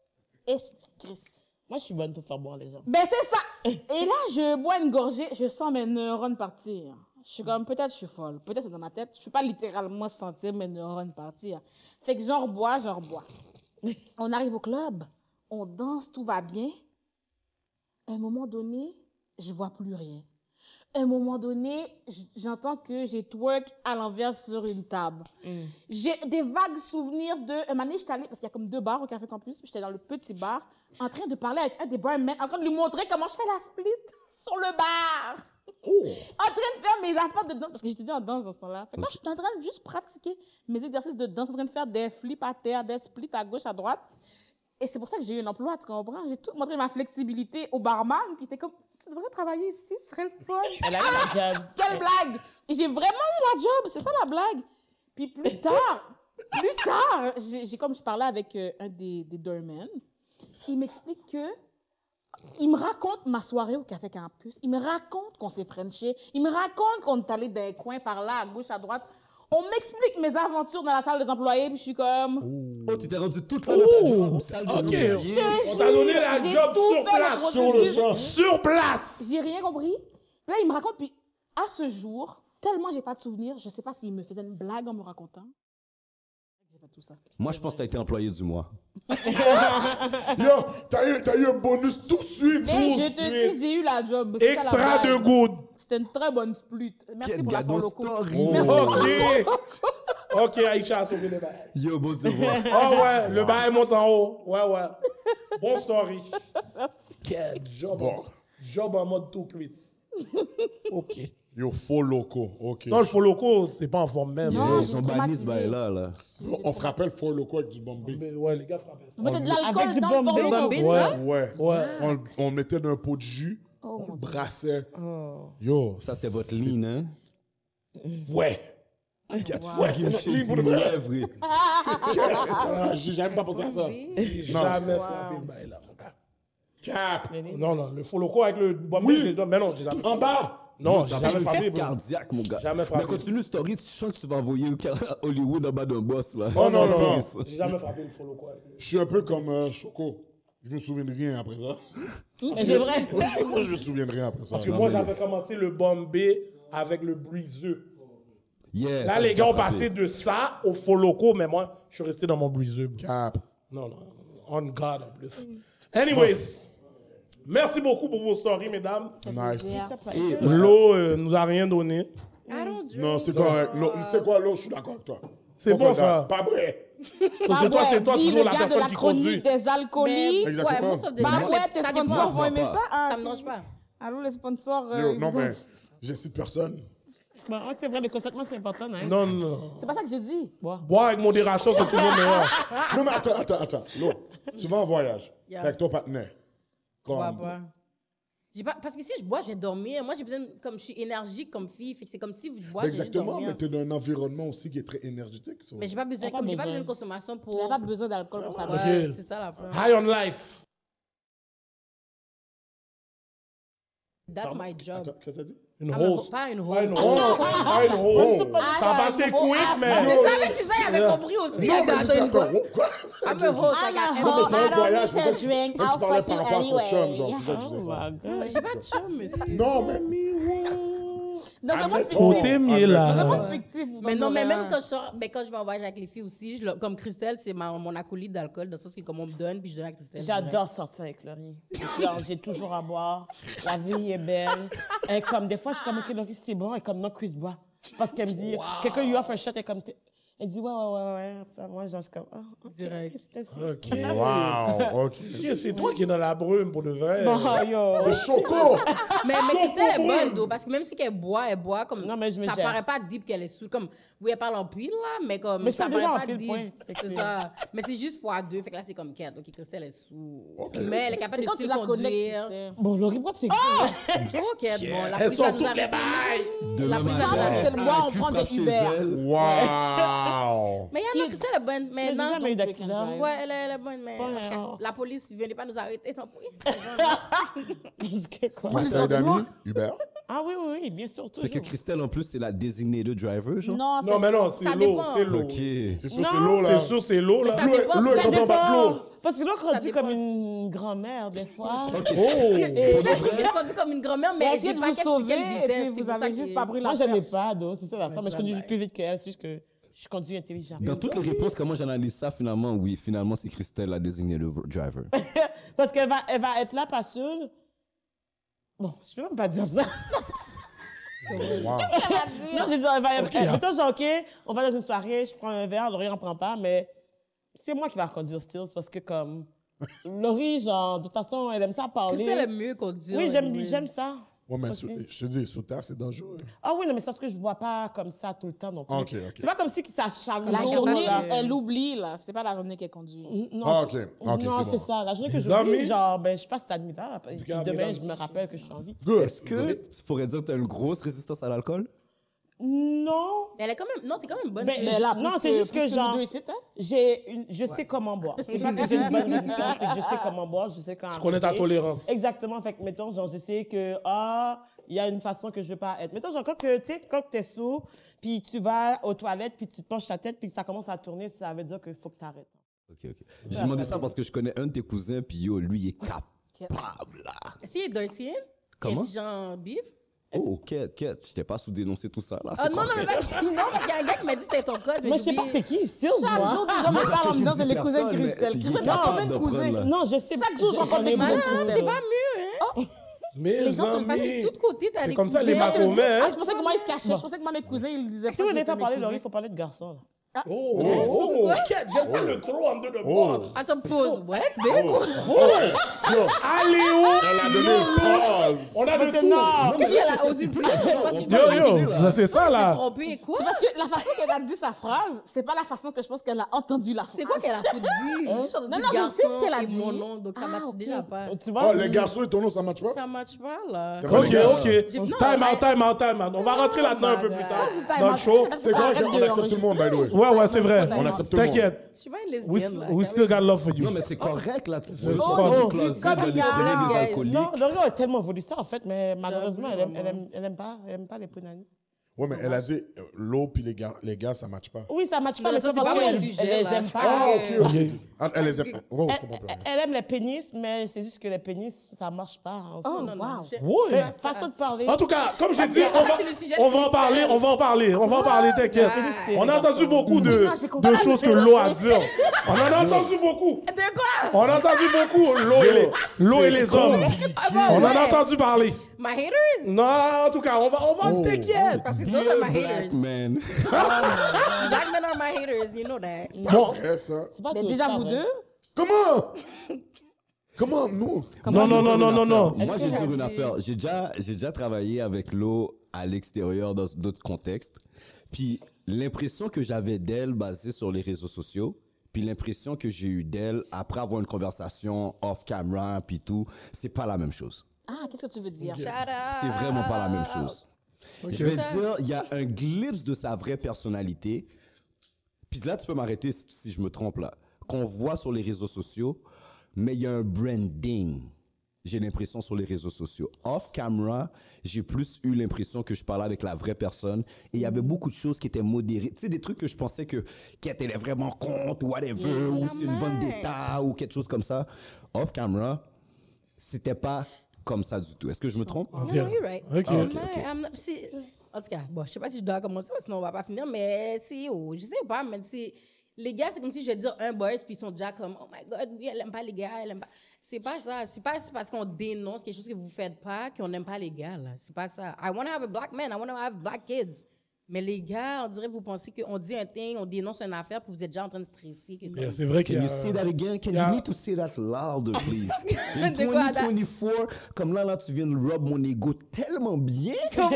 G: Est Chris.
F: Moi, je suis bonne pour faire boire les gens.
G: Ben, c'est ça. Et là, je bois une gorgée, je sens mes neurones partir. Je suis comme, peut-être je suis folle, peut-être c'est dans ma tête. Je ne peux pas littéralement sentir mes neurones partir. Fait que j'en rebois, j'en rebois. On arrive au club, on danse, tout va bien. À un moment donné, je vois plus rien. À un moment donné, j- j'entends que j'ai twerk à l'envers sur une table. J'ai des vagues souvenirs de... Un moment donné, j'étais allée, parce qu'il y a comme deux bars au Café Campus, j'étais dans le petit bar, en train de parler avec un des barmen, en train de lui montrer comment je fais la split sur le bar. En train de faire mes affaires de danse, parce que j'étais en danse dans ce temps-là. Fait que là, je suis en train de juste pratiquer mes exercices de danse, en train de faire des flips à terre, des splits à gauche, à droite. Et c'est pour ça que j'ai eu un emploi, tu comprends? J'ai tout montré ma flexibilité au barman, puis il était comme, tu devrais travailler ici, ce serait le fun.
F: Elle a eu la job.
G: Quelle blague! Et j'ai vraiment eu la job, c'est ça la blague. Puis plus tard, plus tard, j'ai j'ai- comme je parlais avec euh, un des, des doormen, il m'explique que, il me raconte ma soirée au Café Campus, il me raconte qu'on s'est frenché, il me raconte qu'on est allé dans les coins par là, à gauche, à droite. On m'explique mes aventures dans la salle des employés, puis je suis comme...
D: Oh, t'étais rendu toute là dans ta job, salle des
B: Ok.
D: employés.
B: On t'a donné la
G: J'ai
B: job
G: tout
B: sur
G: fait, le
B: place. Sur le
G: processus.
B: champ. Sur place.
G: J'ai rien compris. Puis là, il me raconte, puis à ce jour, tellement j'ai pas de souvenirs, je sais pas s'il me faisait une blague en me racontant. J'ai fait, tout ça.
D: Moi, je pense que t'as été employé du mois.
C: Yo, t'as eu, t'as eu un bonus tout de suite.
G: Mais
C: tout.
G: je te dis, j'ai eu la job. c'est ça, la
B: Extra de
G: vibe.
B: good.
G: C'était une très bonne split. Merci
D: Quel
G: pour la
D: gars de
G: loco.
D: story.
G: Merci.
B: Ok. Ok, Aïcha a sauvé le bail.
D: Yo, bon Dieu, voir.
B: Oh ouais, le bail monte en haut. Ouais, ouais. Bon story. Quel job.
C: Bon.
B: Job en mode tout cuit. Ok.
C: Yo, faux loco. OK.
B: Non, le faux loco, c'est pas en forme même.
G: Non.
D: Ils sont
G: j'ai
D: bannis ce
G: traumatisé.
D: bail-là, là.
C: On frappelle faux loco avec du Bombay.
B: Mais ouais, les gars frappaient ça.
G: Vous mettez de
F: Avec
G: l'alcool
F: du
G: dans le
F: Bombay.
G: Bombay.
E: Bombay,
B: Ouais.
E: ça?
C: Ouais.
B: Ouais.
C: On, on mettait dans un pot de jus, on brassait. Yo,
D: Ça, c'était votre ligne, hein?
B: Ouais.
C: Ouais, c'est notre ligne pour de vrai. Ah, J'ai jamais pas pensé à ça.
B: J'ai
C: Non.
B: jamais frappé ce bail-là, mon gars.
C: Cap.
B: Non, non, le faux loco avec le Bombay,
C: Oui.
B: j'ai- mais non, j'ai jamais
C: En bas.
B: Non,
D: Ça
B: j'ai
D: va
B: jamais
D: une
B: frappé.
D: crise
B: bro.
D: cardiaque, mon gars.
B: Jamais frappé.
D: Mais continue story, tu sens que tu vas envoyer au Hollywood en bas d'un boss, là.
C: Oh non, non,
D: C'est
C: non.
D: ça.
B: J'ai jamais frappé le faux loco avec lui.
C: Je suis un peu comme euh, Choco. Je me souviens de rien après ça.
F: Mais c'est vrai.
C: Moi, je me souviens de rien après ça.
B: Parce que moi, j'avais commencé le Bombay avec le briseux.
D: Yeah,
B: Là,
D: ça,
B: les
D: j'ai
B: gars ont
D: frappé.
B: passé de ça au faux loco, mais moi, je suis resté dans mon briseux. bro.
C: Cap.
B: Non, non, on God en plus. Anyways, merci beaucoup pour vos stories, mesdames.
C: Nice.
B: L'eau euh, nous a rien donné.
E: I don't drink.
C: Non, c'est correct. L'eau- Tu sais quoi, l'eau, je suis d'accord avec toi.
B: C'est
C: Faut
B: bon,
C: qu'on
B: ça.
C: dise, Pas vrai.
B: So, c'est toi, c'est toi
G: Dis
B: toujours
G: le
B: la
G: gars de
B: personne
G: la
B: qui conduit.
G: chronique des alcooliques.
E: Mais,
C: Exactement.
E: ouais, most of the
G: Bah
E: time,
G: ouais, tes
E: ça dépend.
G: sponsors vont aimer ça. Ah,
E: Ça me dérange pas.
G: Allô, les sponsors. euh,
C: Yo,
G: ils
C: non,
G: vous
C: mais
G: ont-
C: j'incite personne.
F: Bon, ouais, c'est vrai, le consentement, c'est important, hein?
B: Non, non, non.
G: C'est pas ça que j'ai dit.
B: Boire avec modération, c'est toujours meilleur.
C: Non, mais attends, attends, attends. L'eau, tu vas en voyage.
E: Yeah.
C: T'es avec ton partenaire. Comme-
E: Bois, bois. J'ai pas, parce que si je bois, je vais dormir. Moi, j'ai besoin, de- comme je suis énergique comme fille, fait que c'est comme si je bois, je vais juste
C: Exactement,
E: dormir.
C: mais t'es dans un environnement aussi qui est très énergétique. so.
E: Mais j'ai pas besoin,
F: pas
E: comme j'ai pas
F: besoin.
E: besoin de consommation pour.
G: Il n'y a pas besoin d'alcool pour ça.
E: Ouais,
B: Ok.
E: c'est ça la fin.
B: High on life.
E: That's my job.
C: Attends, qu'est-ce que ça dit?
B: Une
E: I'm a ho-
B: rose.
E: pas une
B: Pas une
E: rose.
B: rose. Pas une rose. Ça a passé quick, mais.
E: C'est ça que tu sais, il avait compris aussi.
C: Non,
E: Attends,
C: mais
E: attends, une
C: attends,
E: fois.
C: oh, quoi?
E: I'm a host,
G: I'm
E: like,
G: a
E: I-
G: host.
C: C'était un
G: I don't
C: voyage,
G: need
C: c'est
G: to
C: ça que-
G: drink,
C: Là, tu
G: I'll
C: parlais
G: fuck
C: par
G: you
C: rapport à ton chum,
G: anyway.
C: genre, c'est ça que je
F: Oh
C: disais ça.
F: my God.
E: J'ai pas de chum, monsieur.
C: Non, mais...
G: Dans un monde
C: Admettons-
B: Côté
G: fictif.
B: mieux
G: Dans un
B: là.
G: monde fictif. vous
E: Mais non, mais
G: Montréal.
E: même quand je, sors, mais quand je vais en voyage avec les filles aussi, je, le- comme Christelle, c'est ma, mon acolyte d'alcool, dans le sens que comme on me donne, puis je donne à Christelle.
F: J'adore sortir avec Laurie. Genre, j'ai toujours à boire. La vie est belle. Et comme des fois, je suis comme, OK, Laurie, c'est bon. Et comme, non, Chris boit. Parce qu'elle me dit, quelqu'un lui offre un shot et comme, t'es- elle dit, ouais, ouais, ouais, ouais. Ça, moi, genre, je suis comme, ah, OK,
E: Direct.
F: Christelle, c'est-
B: Ok.
C: Wow, OK.
B: Ok, c'est toi qui es dans la brume pour de vrai.
F: Bon, yo.
C: C'est Choco!
E: Mais, mais Christelle est bonne, d'eau, parce que même si qu'elle boit, elle boit comme.
F: Non, mais je me
E: ça
F: gère.
E: paraît pas deep qu'elle est sous. Comme, oui, elle parle en pile, là, mais comme.
F: Mais je
E: ça
F: parle déjà
E: paraît
F: en
E: pas
F: pile,
E: deep.
F: point. C'est que
E: C'est
F: c'est-
E: ça. Mais c'est juste fois deux, fait que là, c'est comme quatre. Ok, Christelle est sous. Mais elle est capable
G: C'est
E: de
G: quand tu
E: still
G: la connais que tu
E: conduire.
G: sais.
F: Bon, Laurie, pourquoi tu sais
E: Ok, bon, la
B: Elles
E: police va
B: sont
E: nous
B: toutes les
E: arrêter.
B: bails.
D: Demain
E: La police va nous
D: matin,
E: arrêter.
G: c'est le bois, on
D: cul
G: prend des
D: frappe chez
G: Uber.
D: elle.
C: Wow!
E: Mais Yann, Christelle est bonne. Mais
F: Mais j'ai
E: non.
F: jamais eu d'accident.
E: Ouais, elle est, elle est bonne, mais
F: Pas
E: en tout cas,
F: rien.
E: la police, venez pas nous arrêter, tant pis.
F: Parce que quoi?
C: Ma sœur d'amis, Hubert.
F: Ah oui, oui, oui, bien sûr,
D: Fait que
F: toujours.
D: Christelle, en plus, c'est la designated driver, genre?
G: Non,
B: Non, mais non, c'est
E: Ça
B: l'eau.
E: dépend.
B: C'est l'eau.
D: Ok.
C: C'est sûr,
F: Non,
C: c'est l'eau, là.
B: C'est sûr, c'est l'eau, là.
E: ça
C: L'eau,
E: dépend,
C: l'eau,
E: ça
C: elle comprend pas de l'eau.
F: Parce que l'autre rendu
E: dépend.
F: comme une grand-mère, des fois.
B: Oh!
E: Je conduis comme une grand-mère, mais
G: Mais
E: j'ai
G: essayez de
E: pas
G: vous
E: quelle
G: sauver
E: quelle
G: et
E: vitesse.
G: puis
E: c'est
G: vous
E: pour ça
G: avez
E: que-
G: juste pas pris la
F: Moi, j'en ai
G: perche.
F: pas d'eau, c'est ça l'affaire. Mais je conduis
E: ça
F: plus vite qu'elle, c'est juste que je conduis intelligent.
D: Dans toutes les réponses, comment j'analyse ça, finalement, oui, finalement, c'est Christelle, la designated driver.
F: Parce qu'elle va, elle va être là, pas seule. Bon, je peux même pas dire ça.
C: Wow.
F: Non, je veux dire, elle va. elle- mettons, genre, OK, on va dans une soirée, je prends un verre, Laurie n'en prend pas, mais c'est moi qui vais conduire Stills parce que, comme. Laurie, genre, de toute façon, elle aime ça parler.
E: Christelle aime mieux conduire.
F: Oui, j'aime,
E: anyways.
F: j'aime ça.
C: Ouais, mais
F: Aussi.
C: sous- je te dis, sous terre, c'est dangereux.
F: Ah oui, non, mais c'est parce que je bois pas comme ça tout le temps non plus.
C: Ok, ok.
F: C'est pas comme si ça chaque
G: La
F: jour.
G: journée,
F: là.
G: elle oublie, là. C'est pas la journée qu'elle conduit.
F: Non,
C: Ah,
F: c'est-
C: ok, ok,
F: non,
C: c'est
F: c'est
C: bon.
F: ça. La journée que
B: Les
F: je
B: amis.
F: genre, ben, je passe cette nuit-là. Puis
B: cas,
F: demain,
B: mesdames,
F: je me rappelle que je suis en vie.
C: Good.
D: Est-ce que tu pourrais dire que tu as une grosse résistance à l'alcool?
F: Non.
E: Mais elle est quand même. Non, t'es quand même bonne.
F: Ben,
E: Mais
F: je-
E: là,
F: non,
G: Plus
F: c'est juste
G: plus
F: que,
G: nous
F: genre,
G: deux ici, hein?
F: j'ai une, je sais comment boire. C'est pas que j'ai une bonne résistance, c'est que je sais comment boire, je sais quand.
B: Tu connais ta
F: arrêter.
B: tolérance.
F: Exactement. Fait que, mettons, genre, je sais que, ah, il y a une façon que je veux pas être. Mettons, genre, quand que, tu sais, quand t'es sous, puis tu vas aux toilettes, puis tu penches ta tête, puis que ça commence à tourner, ça veut dire qu'il faut que t'arrêtes.
D: Ok, ok. J'ai demandé ça parce que je connais un de tes cousins, puis yo, lui, il est capable, là.
E: Est-ce qu'il est dark skin?
D: Comment?
E: Est-ce genre bif?
D: Oh, Kate, Kate, je t'ai pas sous-dénoncé tout ça, là.
E: Ah non, non, mais parce que non, parce qu'il y a un gars qui m'a dit que c'était ton code.
F: Moi, je sais pas c'est qui, still,
G: Chaque
F: moi.
G: jour, des gens me parlent en me disant c'est les
D: personne,
G: cousins de
D: mais
G: Christelle.
D: il est
G: Christelle,
D: pas
G: t'as combien de
D: capable de
G: cousins?
D: prendre, là.
F: Non, je sais.
G: Chaque jour, j'en
F: j'en ai
G: compte
F: besoin de
G: malade,
F: Christelle.
E: T'es pas mieux, hein?
B: Mais
E: Les gens, parce que
B: amis,
E: de tous côtés, t'as
B: c'est
E: des
B: comme ça, les
E: cousins.
B: Macomais,
G: Ah,
B: hein?
G: je pensais que moi, ils se cachaient. Je pensais que moi, mes cousins, ils disaient
F: Si vous
G: pas
F: voulez
G: que
F: faire
G: j'étais
F: parler
G: mes
F: de Laurie, il
G: cousins.
F: faut parler de garçon, là.
B: Oh, oh, oh, Kate, j'aime pas le trop under the boss.
E: Attends, pause. What, bitch?
C: Yo,
B: Allez, oh!
C: elle a donné une pause.
B: On a de
F: C'est
B: tout.
F: non.
E: Qu'est-ce qu'elle a osé dire? Parce que je
B: Yo,
E: pense que
B: yo, là, c'est ça,
E: c'est
B: là.
E: trompé, quoi?
G: C'est parce que la façon qu'elle a dit sa phrase, c'est pas la façon que je pense qu'elle a entendu la phrase.
E: C'est quoi qu'elle a foutu? Juste entendu
G: Non, non, je
E: garçon
G: sais ce qu'elle a
E: et
G: dit.
E: mon nom, donc ça
G: Ah,
E: matche
G: ok.
E: déjà pas.
F: Tu vois?
C: Oh, les garçons et ton nom, ça match pas?
E: Ça matche pas, là.
B: Ok, ok.
E: J'ai-
B: Time
E: non,
B: out,
E: I-
B: time out, time out. On va rentrer là-dedans un peu plus tard.
G: Time
B: Dans le
G: out.
B: show.
C: C'est quoi qu'on accepte tout le monde, by the way?
B: Ouais, ouais, c'est vrai.
C: On accepte tout le monde.
B: T'inquiète.
E: Je suis pas une
B: We,
E: lesbienne, là.
B: we still got love for you.
D: Non, mais c'est correct, là. Tu
B: C'est
D: peux
B: pas
D: pas
B: du
D: du closet
G: comme
D: de
G: il y a-
D: les
E: guys.
D: alcooliques.
F: Non, Laurie a tellement voulu ça, en fait, mais malheureusement, elle aime,
E: vraiment.
F: elle aime, elle aime pas, elle aime pas les punani.
C: Ouais, mais elle a dit euh, l'eau puis les gars, les gars, ça match pas.
F: Oui, ça matche pas,
E: Non,
F: mais
E: ça,
F: c'est
E: c'est
F: parce
E: pas
F: qu'elle
E: mon sujet,
F: elle les
E: là.
F: aime
E: Je
F: pas.
C: Ah,
E: Euh,
C: ok, ok. Ah, elle les aime. Oh, je
F: Elle,
C: comprends plus rien.
F: elle aime les pénis, mais c'est juste que les pénis, ça marche pas ensemble.
E: Oh, non, non.
G: wow.
E: je-
B: Ouais.
E: ça, ça-
F: Façon de parler.
B: En tout cas, comme j'ai
E: Parce
B: dit,
E: que-
B: on va,
E: c'est le sujet de
B: on va en
E: Christelle.
B: parler, on va en parler, on va en parler, t'inquiète.
E: Ouais.
B: On a entendu beaucoup de,
G: Non, j'ai compris.
B: de choses que l'eau a dit. On en a entendu beaucoup.
E: De quoi?
B: On a entendu beaucoup l'eau et les, l'eau et les hommes.
E: Ah, bon,
B: On en
E: ouais.
B: a entendu parler.
E: My haters?
B: Non, en tout cas, on va, on va, t'inquiète.
E: Parce que those are my
D: Black
E: haters.
D: man.
E: Black men are my haters, you know that.
B: Bon,
C: Vrai, ça.
F: C'est pas
G: Mais
F: tout,
G: déjà,
F: c'est pas
G: vous
F: vrai.
G: deux,
C: Comment? Comment nous?
B: non, non, non, non, non, non.
D: Moi, je vais
E: que
D: dire
E: j'ai
D: une
E: dit-
D: affaire. J'ai déjà, j'ai déjà travaillé avec l'eau à l'extérieur dans d'autres contextes. Puis l'impression que j'avais d'elle basée sur les réseaux sociaux, puis l'impression que j'ai eue d'elle après avoir une conversation off camera, puis tout, c'est pas la même chose.
G: ah, qu'est-ce que tu veux dire?
E: Shout out.
D: C'est vraiment pas la même chose. Je vais
E: Ça-
D: dire, il y a un glimpse de sa vraie personnalité. Puis là, tu peux m'arrêter si, si je me trompe là. Qu'on voit sur les réseaux sociaux, mais il y a un branding. J'ai l'impression sur les réseaux sociaux. Off camera, j'ai plus eu l'impression que je parlais avec la vraie personne et il y avait beaucoup de choses qui étaient modérées. Tu sais, des trucs que je pensais que qu'elle était vraiment contre ou whatever, ou c'est une vente d'État ou quelque chose comme ça. Off camera, c'était pas comme ça du tout. Est-ce que je me trompe?
E: No, you're right.
B: Ok.
E: I'm
B: Ok,
E: not-
D: ok.
E: I'm not- si- en tout cas, bon, je sais pas si je dois commencer, parce que sinon on va pas finir, mais c'est, oh, je sais pas, mais c'est, les gars, c'est comme si je vais dire un boys, puis ils sont déjà comme, oh my god, oui, elle aime pas les gars, elle aime pas. C'est pas ça. C'est pas c'est parce qu'on dénonce quelque chose que vous faites pas qu'on n'aime pas les gars, là. C'est pas ça. I want to have a black man, I want to have black kids. Mais les gars, on dirait, vous pensez qu'on dit un thing, on dénonce une affaire, puis vous êtes déjà en train de stresser. que
B: Yeah,
E: comme-
B: c'est vrai qu'il y
D: Can
B: a...
D: you say that again? Can
B: Yeah.
D: you need to say that louder, please? In
E: De quoi, that-
D: twenty twenty-four, comme là, là, tu viens de rub mon ego tellement bien.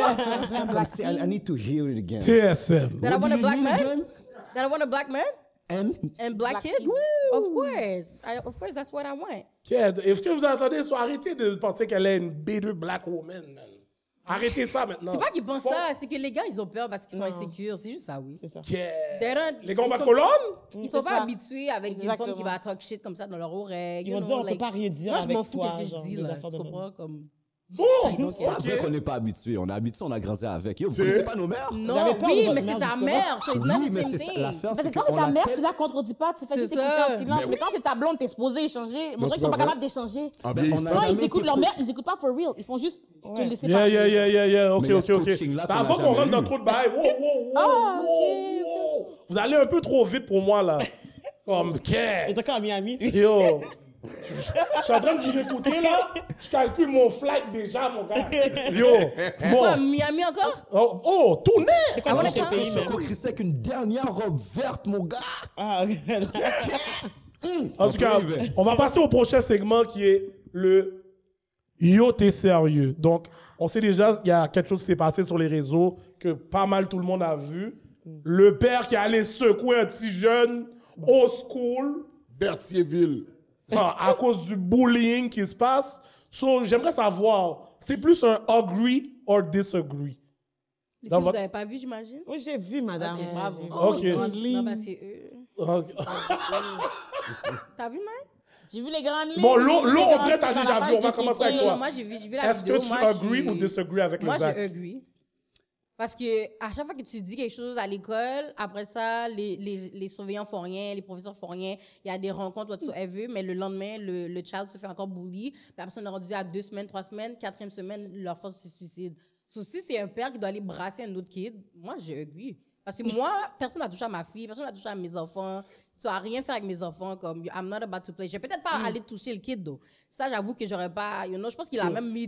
D: Comme si, I, I need to hear it again.
B: T S M.
E: That I
D: What
E: want
D: do
E: a
D: you
E: black
D: mean
E: man?
D: again?
E: That I want a black man?
D: And
E: And black,
G: Black
E: kids?
G: kids.
E: Of course. I, of course, that's what I want.
B: Kid, est-ce que vous entendez ça? Arrêtez de penser qu'elle est une bitter black woman, man. Arrêtez ça maintenant.
E: C'est pas qu'ils pensent
B: Faut-
E: ça, c'est que les gars, ils ont peur parce qu'ils sont
F: Non.
E: insécures. C'est juste ça, oui.
F: C'est ça.
B: Kid.
E: They don't-
B: Les combats
E: ils
B: de
E: sont-
B: colonne?
E: Ils sont
G: C'est
E: pas
G: ça.
E: habitués avec une
G: Exactement.
E: femme qui va talk shit comme ça dans leur oreille.
F: Ils
E: you
F: vont
E: know,
F: dire, on
E: like-
F: peut pas rien dire
E: Moi, je m'en
F: avec
E: fous
F: toi,
E: qu'est-ce que je
F: genre,
E: dis,
F: des
E: là.
F: affaires
E: Tu
F: de
E: comprends? Comme...
B: Bon!
E: Donc,
D: c'est pas vrai qu'on n'est pas habitué. On est habitué, on a grandi avec. Yo, vous
C: C'est-
D: connaissez pas nos mères?
E: Non,
F: avez peur de
E: oui,
F: votre
E: mais
F: mère,
E: c'est ta
F: justement?
E: mère. So it's not
D: Oui,
E: the
D: mais
E: same
D: c'est ça.
E: thing.
D: L'affaire,
G: Parce
D: c'est
G: que quand
D: qu'on
G: c'est ta
D: a
G: mère,
D: tel-
G: tu la contredis pas, tu fais
E: C'est
G: juste
E: ça.
G: écouter en silence.
C: Mais
G: Mais
C: oui.
G: quand c'est ta blonde, t'es exposé, échanger. Montrer
C: c'est
G: qu'ils sont
C: pas
G: pas
C: vrai.
G: capables d'échanger.
C: En
D: on
C: vieillissant.
D: a
G: Non,
D: jamais
G: ils écoutent
D: été
G: leur
D: co-
G: mère, ils écoutent pas for real. Ils font juste te laisser
B: Yeah,
G: parler.
B: yeah, yeah, yeah, yeah. Ok,
D: Mais il y a
B: ok,
D: ce
B: ok.
D: coaching-là qu'on
B: Avant
D: a
B: qu'on
D: jamais
B: rentre dans
D: eu.
B: trop de bail, wow, wow, wow,
G: Ah,
B: wow,
G: ok,
B: wow. Vous allez un peu trop vite pour moi, là. Comme,
F: Et
B: qu'est-ce?
F: toi, quand à Miami,
B: Yo! Je suis en train de vous écouter, là. Je calcule mon flight déjà, mon gars. Yo!
E: Quoi,
B: Bon.
E: Miami encore?
B: Oh, oh, tournez!
F: c'est quoi
E: Ah,
F: dans
E: on est
F: tes
E: quand-
F: pays,
D: Je
F: même?
D: suis avec une dernière robe verte, mon gars.
F: Ah, ok.
B: En tout cas,
D: Après, il va.
B: on va passer au prochain segment qui est le Yo, t'es sérieux. Donc, on sait déjà qu'il y a quelque chose qui s'est passé sur les réseaux que pas mal tout le monde a vu. Le père qui est allé secouer un petit jeune au school
C: Berthierville.
B: ah, à cause du bullying qui se passe. So, j'aimerais savoir, c'est plus un agree or disagree?
E: Les
B: Dans
E: filles, vous
B: votre-
E: n'avez pas vu, j'imagine?
F: Oui, j'ai vu, madame.
E: Ok, bravo.
F: J'ai vu.
B: Ok.
F: Les grandes
E: Non,
F: lignes.
E: parce que eux...
B: Ok.
E: T'as vu, man?
G: J'ai vu les grandes lignes.
B: Bon, l'eau,
G: j'ai vu
B: l'eau,
G: les
B: on
G: grandes
B: dirait que t'as
G: lignes
B: déjà
G: dans la
B: vu. On va
G: page de
B: commencer avec
G: Kéké.
B: toi.
E: Moi, j'ai vu, j'ai vu la
B: Est-ce
E: vidéo.
B: que tu
E: Moi,
B: agree
E: je
B: ou
E: suis-
B: disagree avec
E: Moi,
B: le
E: j'ai
B: Zach?
E: agree. Parce que à chaque fois que tu dis quelque chose à l'école, après ça, les, les, les surveillants font rien, les professeurs font rien, il y a des rencontres whatsoever, mais le lendemain, le, le child se fait encore bully. Puis après ça, on est rendu à deux semaines, trois semaines, quatrième semaine, leur force se suicide. So, si c'est un père qui doit aller brasser un autre kid, moi, j'ai agree. Parce que moi, personne n'a touché à ma fille, personne n'a touché à mes enfants. Tu vas rien faire avec mes enfants comme I'm not about to play. Je vais peut-être pas mm. aller toucher le kid, though. Ça, j'avoue que j'aurais pas. You know, je pense qu'il a même mis.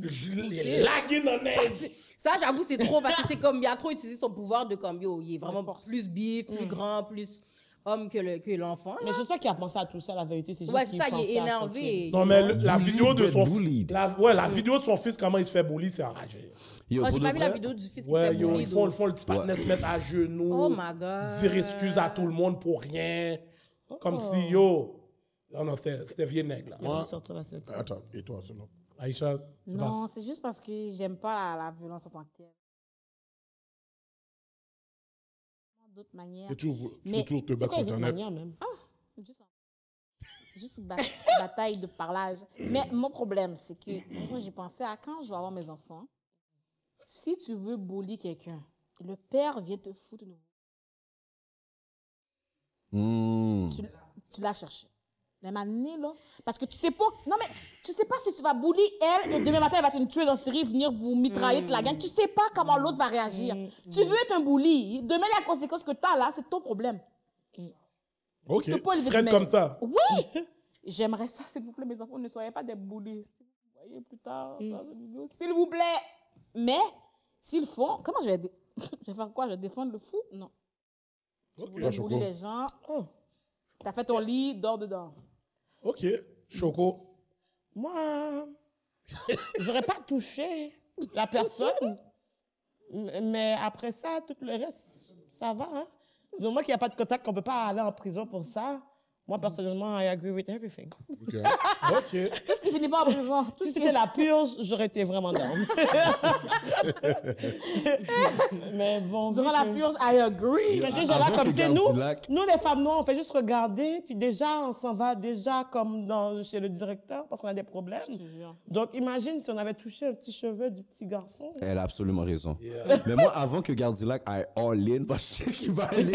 E: Ça, j'avoue, c'est trop parce que c'est comme il a trop utilisé son pouvoir de comme yo, il est vraiment plus bif, plus mm. grand, plus homme que, le, que l'enfant.
F: Mais je sais pas qu'il a pensé à tout ça, la vérité. C'est juste
E: ouais,
F: qu'il
E: ça, il est énervé.
B: Non, mais le, la vidéo de son fils. Ouais, la mm. vidéo de son fils, comment il se fait bully, c'est enragé.
E: Yo, oh, j'ai pas vu la vidéo du fils qui
B: ouais,
E: se fait bully.
B: Ils font, ils font le petit patinet ouais. se mettre à genoux.
E: Oh my God.
B: Dire excuse à tout le monde pour rien. Comme oh. si, yo... Non, non, c'était, c'était vieux nègre, là.
C: Moi, attends, et toi, sinon?
B: Aïcha?
G: Non, c'est juste parce que j'aime pas la, la violence en tant que telle. D'autres manières.
C: Et tu, tu mais, veux toujours te battre sur Internet?
G: Même? Ah, juste, juste une bataille de parlage. Mais mon problème, c'est que moi, j'ai pensé à quand je vais avoir mes enfants, si tu veux bully quelqu'un, le père vient te foutre une...
D: Mmh.
G: Tu, tu l'as cherché. La manée, là. Parce que tu sais pas. Non, mais tu sais pas si tu vas bully elle et demain matin, elle va être une tueuse en série, venir vous mitrailler toute la gang. Tu sais pas comment l'autre va réagir. Mm. Tu veux être un bully. Demain, la conséquence que tu as là, c'est ton problème.
B: Mm. Ok. Fred comme ça.
G: Oui. J'aimerais ça, s'il vous plaît, mes enfants, ne soyez pas des bullies. Vous voyez plus tard. Mm. S'il vous plaît. Mais, s'ils font. Comment je vais. Dé... je vais faire quoi? Je vais défendre le fou? Non. Tu okay. voulais bully les gens. Oh. T'as fait ton lit, dors dedans.
B: OK. Choco.
F: Moi, j'aurais pas touché la personne. Mais après ça, tout le reste, ça va. Hein? Disons moi qu'il n'y a pas de contact, qu'on ne peut pas aller en prison pour ça. Moi, personnellement, I agree with everything.
B: OK. OK.
G: Tout ce qui finit pas en prison.
F: Tout si c'était qui... la purge, j'aurais été vraiment down. Mais bon.
G: Durant la purge, I agree.
F: Mais déjà là, comme tu nous, nous, les femmes noires, on fait juste regarder, puis déjà, on s'en va déjà comme dans, chez le directeur parce qu'on a des problèmes. Donc, imagine si on avait touché un petit cheveu du petit garçon.
D: Elle a absolument raison. Yeah. Mais moi, avant que Gardilac aille all-in, parce que je sais qu'il va aller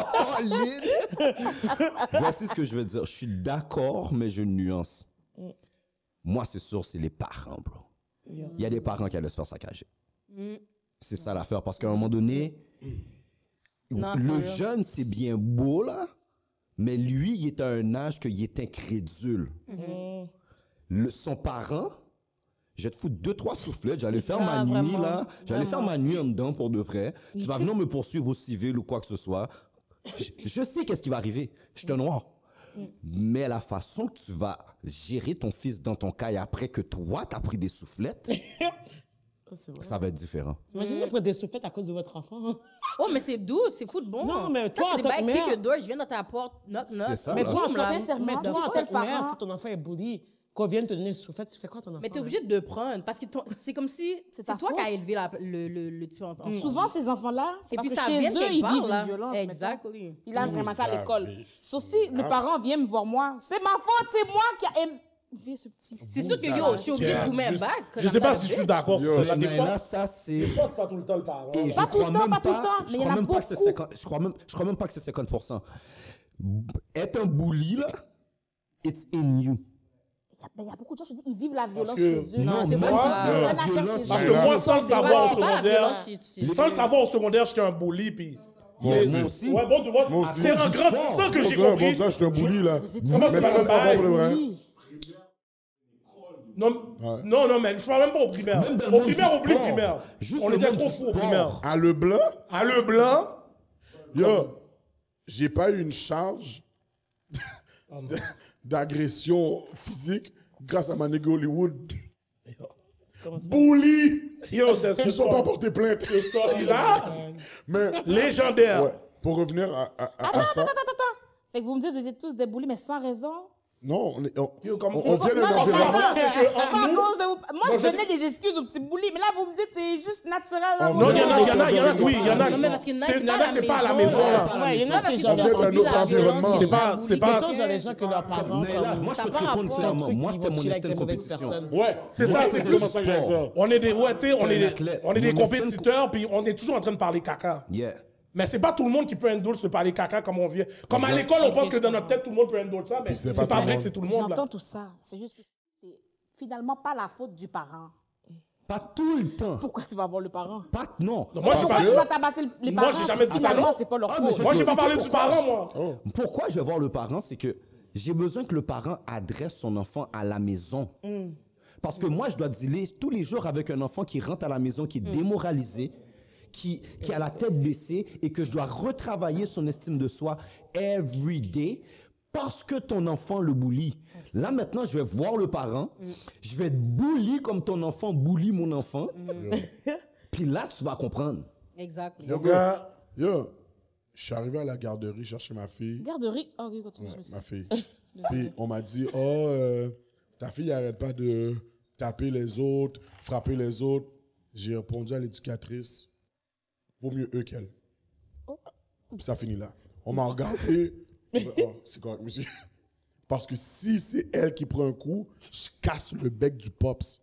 D: all-in, voici ce que je veux dire. Je suis d'accord, mais je nuance. Mm. Moi, c'est sûr, c'est les parents, bro. Yeah. Il y a des parents qui allaient se faire saccager. Mm. C'est ça l'affaire. Parce qu'à un moment donné, mm. non, le jeune, c'est bien beau, là, mais lui, il est à un âge qu'il est incrédule. Mm-hmm. Le, son parent, je vais te foutre deux, trois soufflettes, j'allais faire ah, ma nuit, vraiment, là. J'allais vraiment. faire ma nuit en dedans pour de vrai. Tu vas venir me poursuivre au civil ou quoi que ce soit. Je, je sais qu'est-ce qui va arriver. Je suis un noir. Mais la façon que tu vas gérer ton fils dans ton cas et après que toi, t'as pris des soufflettes, ça va être différent.
F: Imaginez mmh. prendre des soufflettes à cause de votre enfant.
E: Oh, mais c'est doux, c'est fou de bon.
F: Non, mais toi,
E: ça, c'est des bails que door, je viens dans ta porte, knock, knock.
D: C'est ça.
F: Mais toi,
G: sincèrement,
F: toi, en tant que mère, si ton enfant est bully, qu'on vienne te donner une soufflette, tu fais quoi ton enfant?
E: Mais t'es obligé de prendre, parce que ton, c'est comme si c'est, c'est toi qui as élevé la, le, le, le petit enfant.
G: Mm. Souvent, ces enfants-là, c'est
E: et
G: parce
E: puis
G: que
E: ça
G: chez
E: vient
G: eux, ils
E: part,
G: vivent
E: là.
G: une violence.
E: Exactement.
G: Il a vraiment ça à l'école. Sauf si le parent vient me voir moi, c'est ma faute, c'est moi qui a élevé ce petit.
E: C'est sûr que yo, je suis obligée de vous mettre back.
B: Je sais pas si je suis d'accord.
D: Mais là, ça, c'est...
B: Pas tout le temps le parent.
G: Pas tout le temps, pas tout le temps, mais il y en a beaucoup.
D: Je crois même pas que c'est cinquante pour cent. Être un bully, là, it's in you.
G: Il y a beaucoup de gens, je dis, ils vivent la violence
B: que,
G: chez eux.
E: Non, c'est pas ça.
B: Parce que moi, sans le savoir au secondaire, sans le savoir au secondaire, j'étais un bully, puis...
D: Moi aussi.
B: Ouais, bon, tu vois, c'est en grandissant que j'ai compris.
C: Bon, ça, j'étais un bully, là.
B: Comment c'est pas ça? Non, non, non, mais je parle même pas au primaire. Au primaire, oublie primaire. On était trop fous au primaire.
C: À Leblanc?
B: À Leblanc?
C: Yo, j'ai pas eu une charge d'agression physique grâce à ma nègre Hollywood. Bully! Yo, c'est Ils sont pas portés plainte. Mais
B: légendaire.
C: Ouais, pour revenir à, à, à,
G: attends,
C: à ça.
G: Attends, attends, attends. Fait que vous me dites que vous êtes tous des bullies, mais sans raison.
C: Non, on, est, on,
B: Yo, comme
C: on,
B: on
C: on vient de
G: non, c'est pas ça. C'est
B: que,
G: pas à cause de vous. Moi, je donnais des excuses aux petits bullies, mais là, vous me dites que c'est juste naturel.
B: Non, il y en a, il y en a, il y en a, oui, il y en a.
E: Non, mais parce qu'il y en a,
B: c'est pas, c'est pas à la maison, là.
F: Il y en a, c'est genre
C: environnement.
B: C'est pas, c'est pas.
F: Plutôt, j'ai les gens que leurs parents.
D: Mais là, moi, je peux te répondre clairement. Moi, c'était mon instinct de compétition.
B: Ouais, c'est ça, c'est comment ça que j'allais dire. On est des, ouais, tu sais, on est des, on est des compétiteurs, puis on est toujours en train de parler caca.
D: Yeah.
B: Mais c'est pas tout le monde qui peut handle se parler caca comme on vient. Comme à l'école, on pense que dans notre tête, tout le monde peut handle ça, mais c'est pas vrai que c'est tout le monde.
G: J'entends tout ça. C'est juste que c'est finalement pas la faute du parent.
D: Pas tout le temps.
G: Pourquoi tu vas voir le parent?
D: Pas, non.
B: Non, moi, j'ai
G: Pourquoi
B: pas
G: tu vas tabasser les
B: Moi,
G: parents?
B: j'ai jamais dit ça,
G: Finalement,
B: non.
G: c'est pas leur
D: Ah, mais
G: faute.
D: je-
B: Moi, j'ai pas parlé du
D: Pourquoi?
B: parent, moi.
C: Oh.
D: Pourquoi je vais voir le parent, c'est que j'ai besoin que le parent adresse son enfant à la maison. Parce que moi, je dois dealer tous les jours avec un enfant qui rentre à la maison, qui est démoralisé, qui, qui a la tête baissée et que je dois retravailler son estime de soi every day parce que ton enfant le bully. Là, maintenant, je vais voir le parent. Je vais te bully comme ton enfant bully mon enfant. Puis là, tu vas comprendre.
E: Exactement.
C: Yo, gars, yo, je suis arrivé à la garderie chercher ma fille.
G: Garderie. Ah, ok, continue.
C: Ouais,
G: je me suis-
C: ma fille. Puis on m'a dit, oh, euh, ta fille arrête pas de taper les autres, frapper les autres. J'ai répondu à l'éducatrice, vaut mieux eux qu'elle. Puis ça finit là. On m'a regardé. Oh, c'est correct, monsieur. Parce que si c'est elle qui prend un coup, je casse le bec du pops.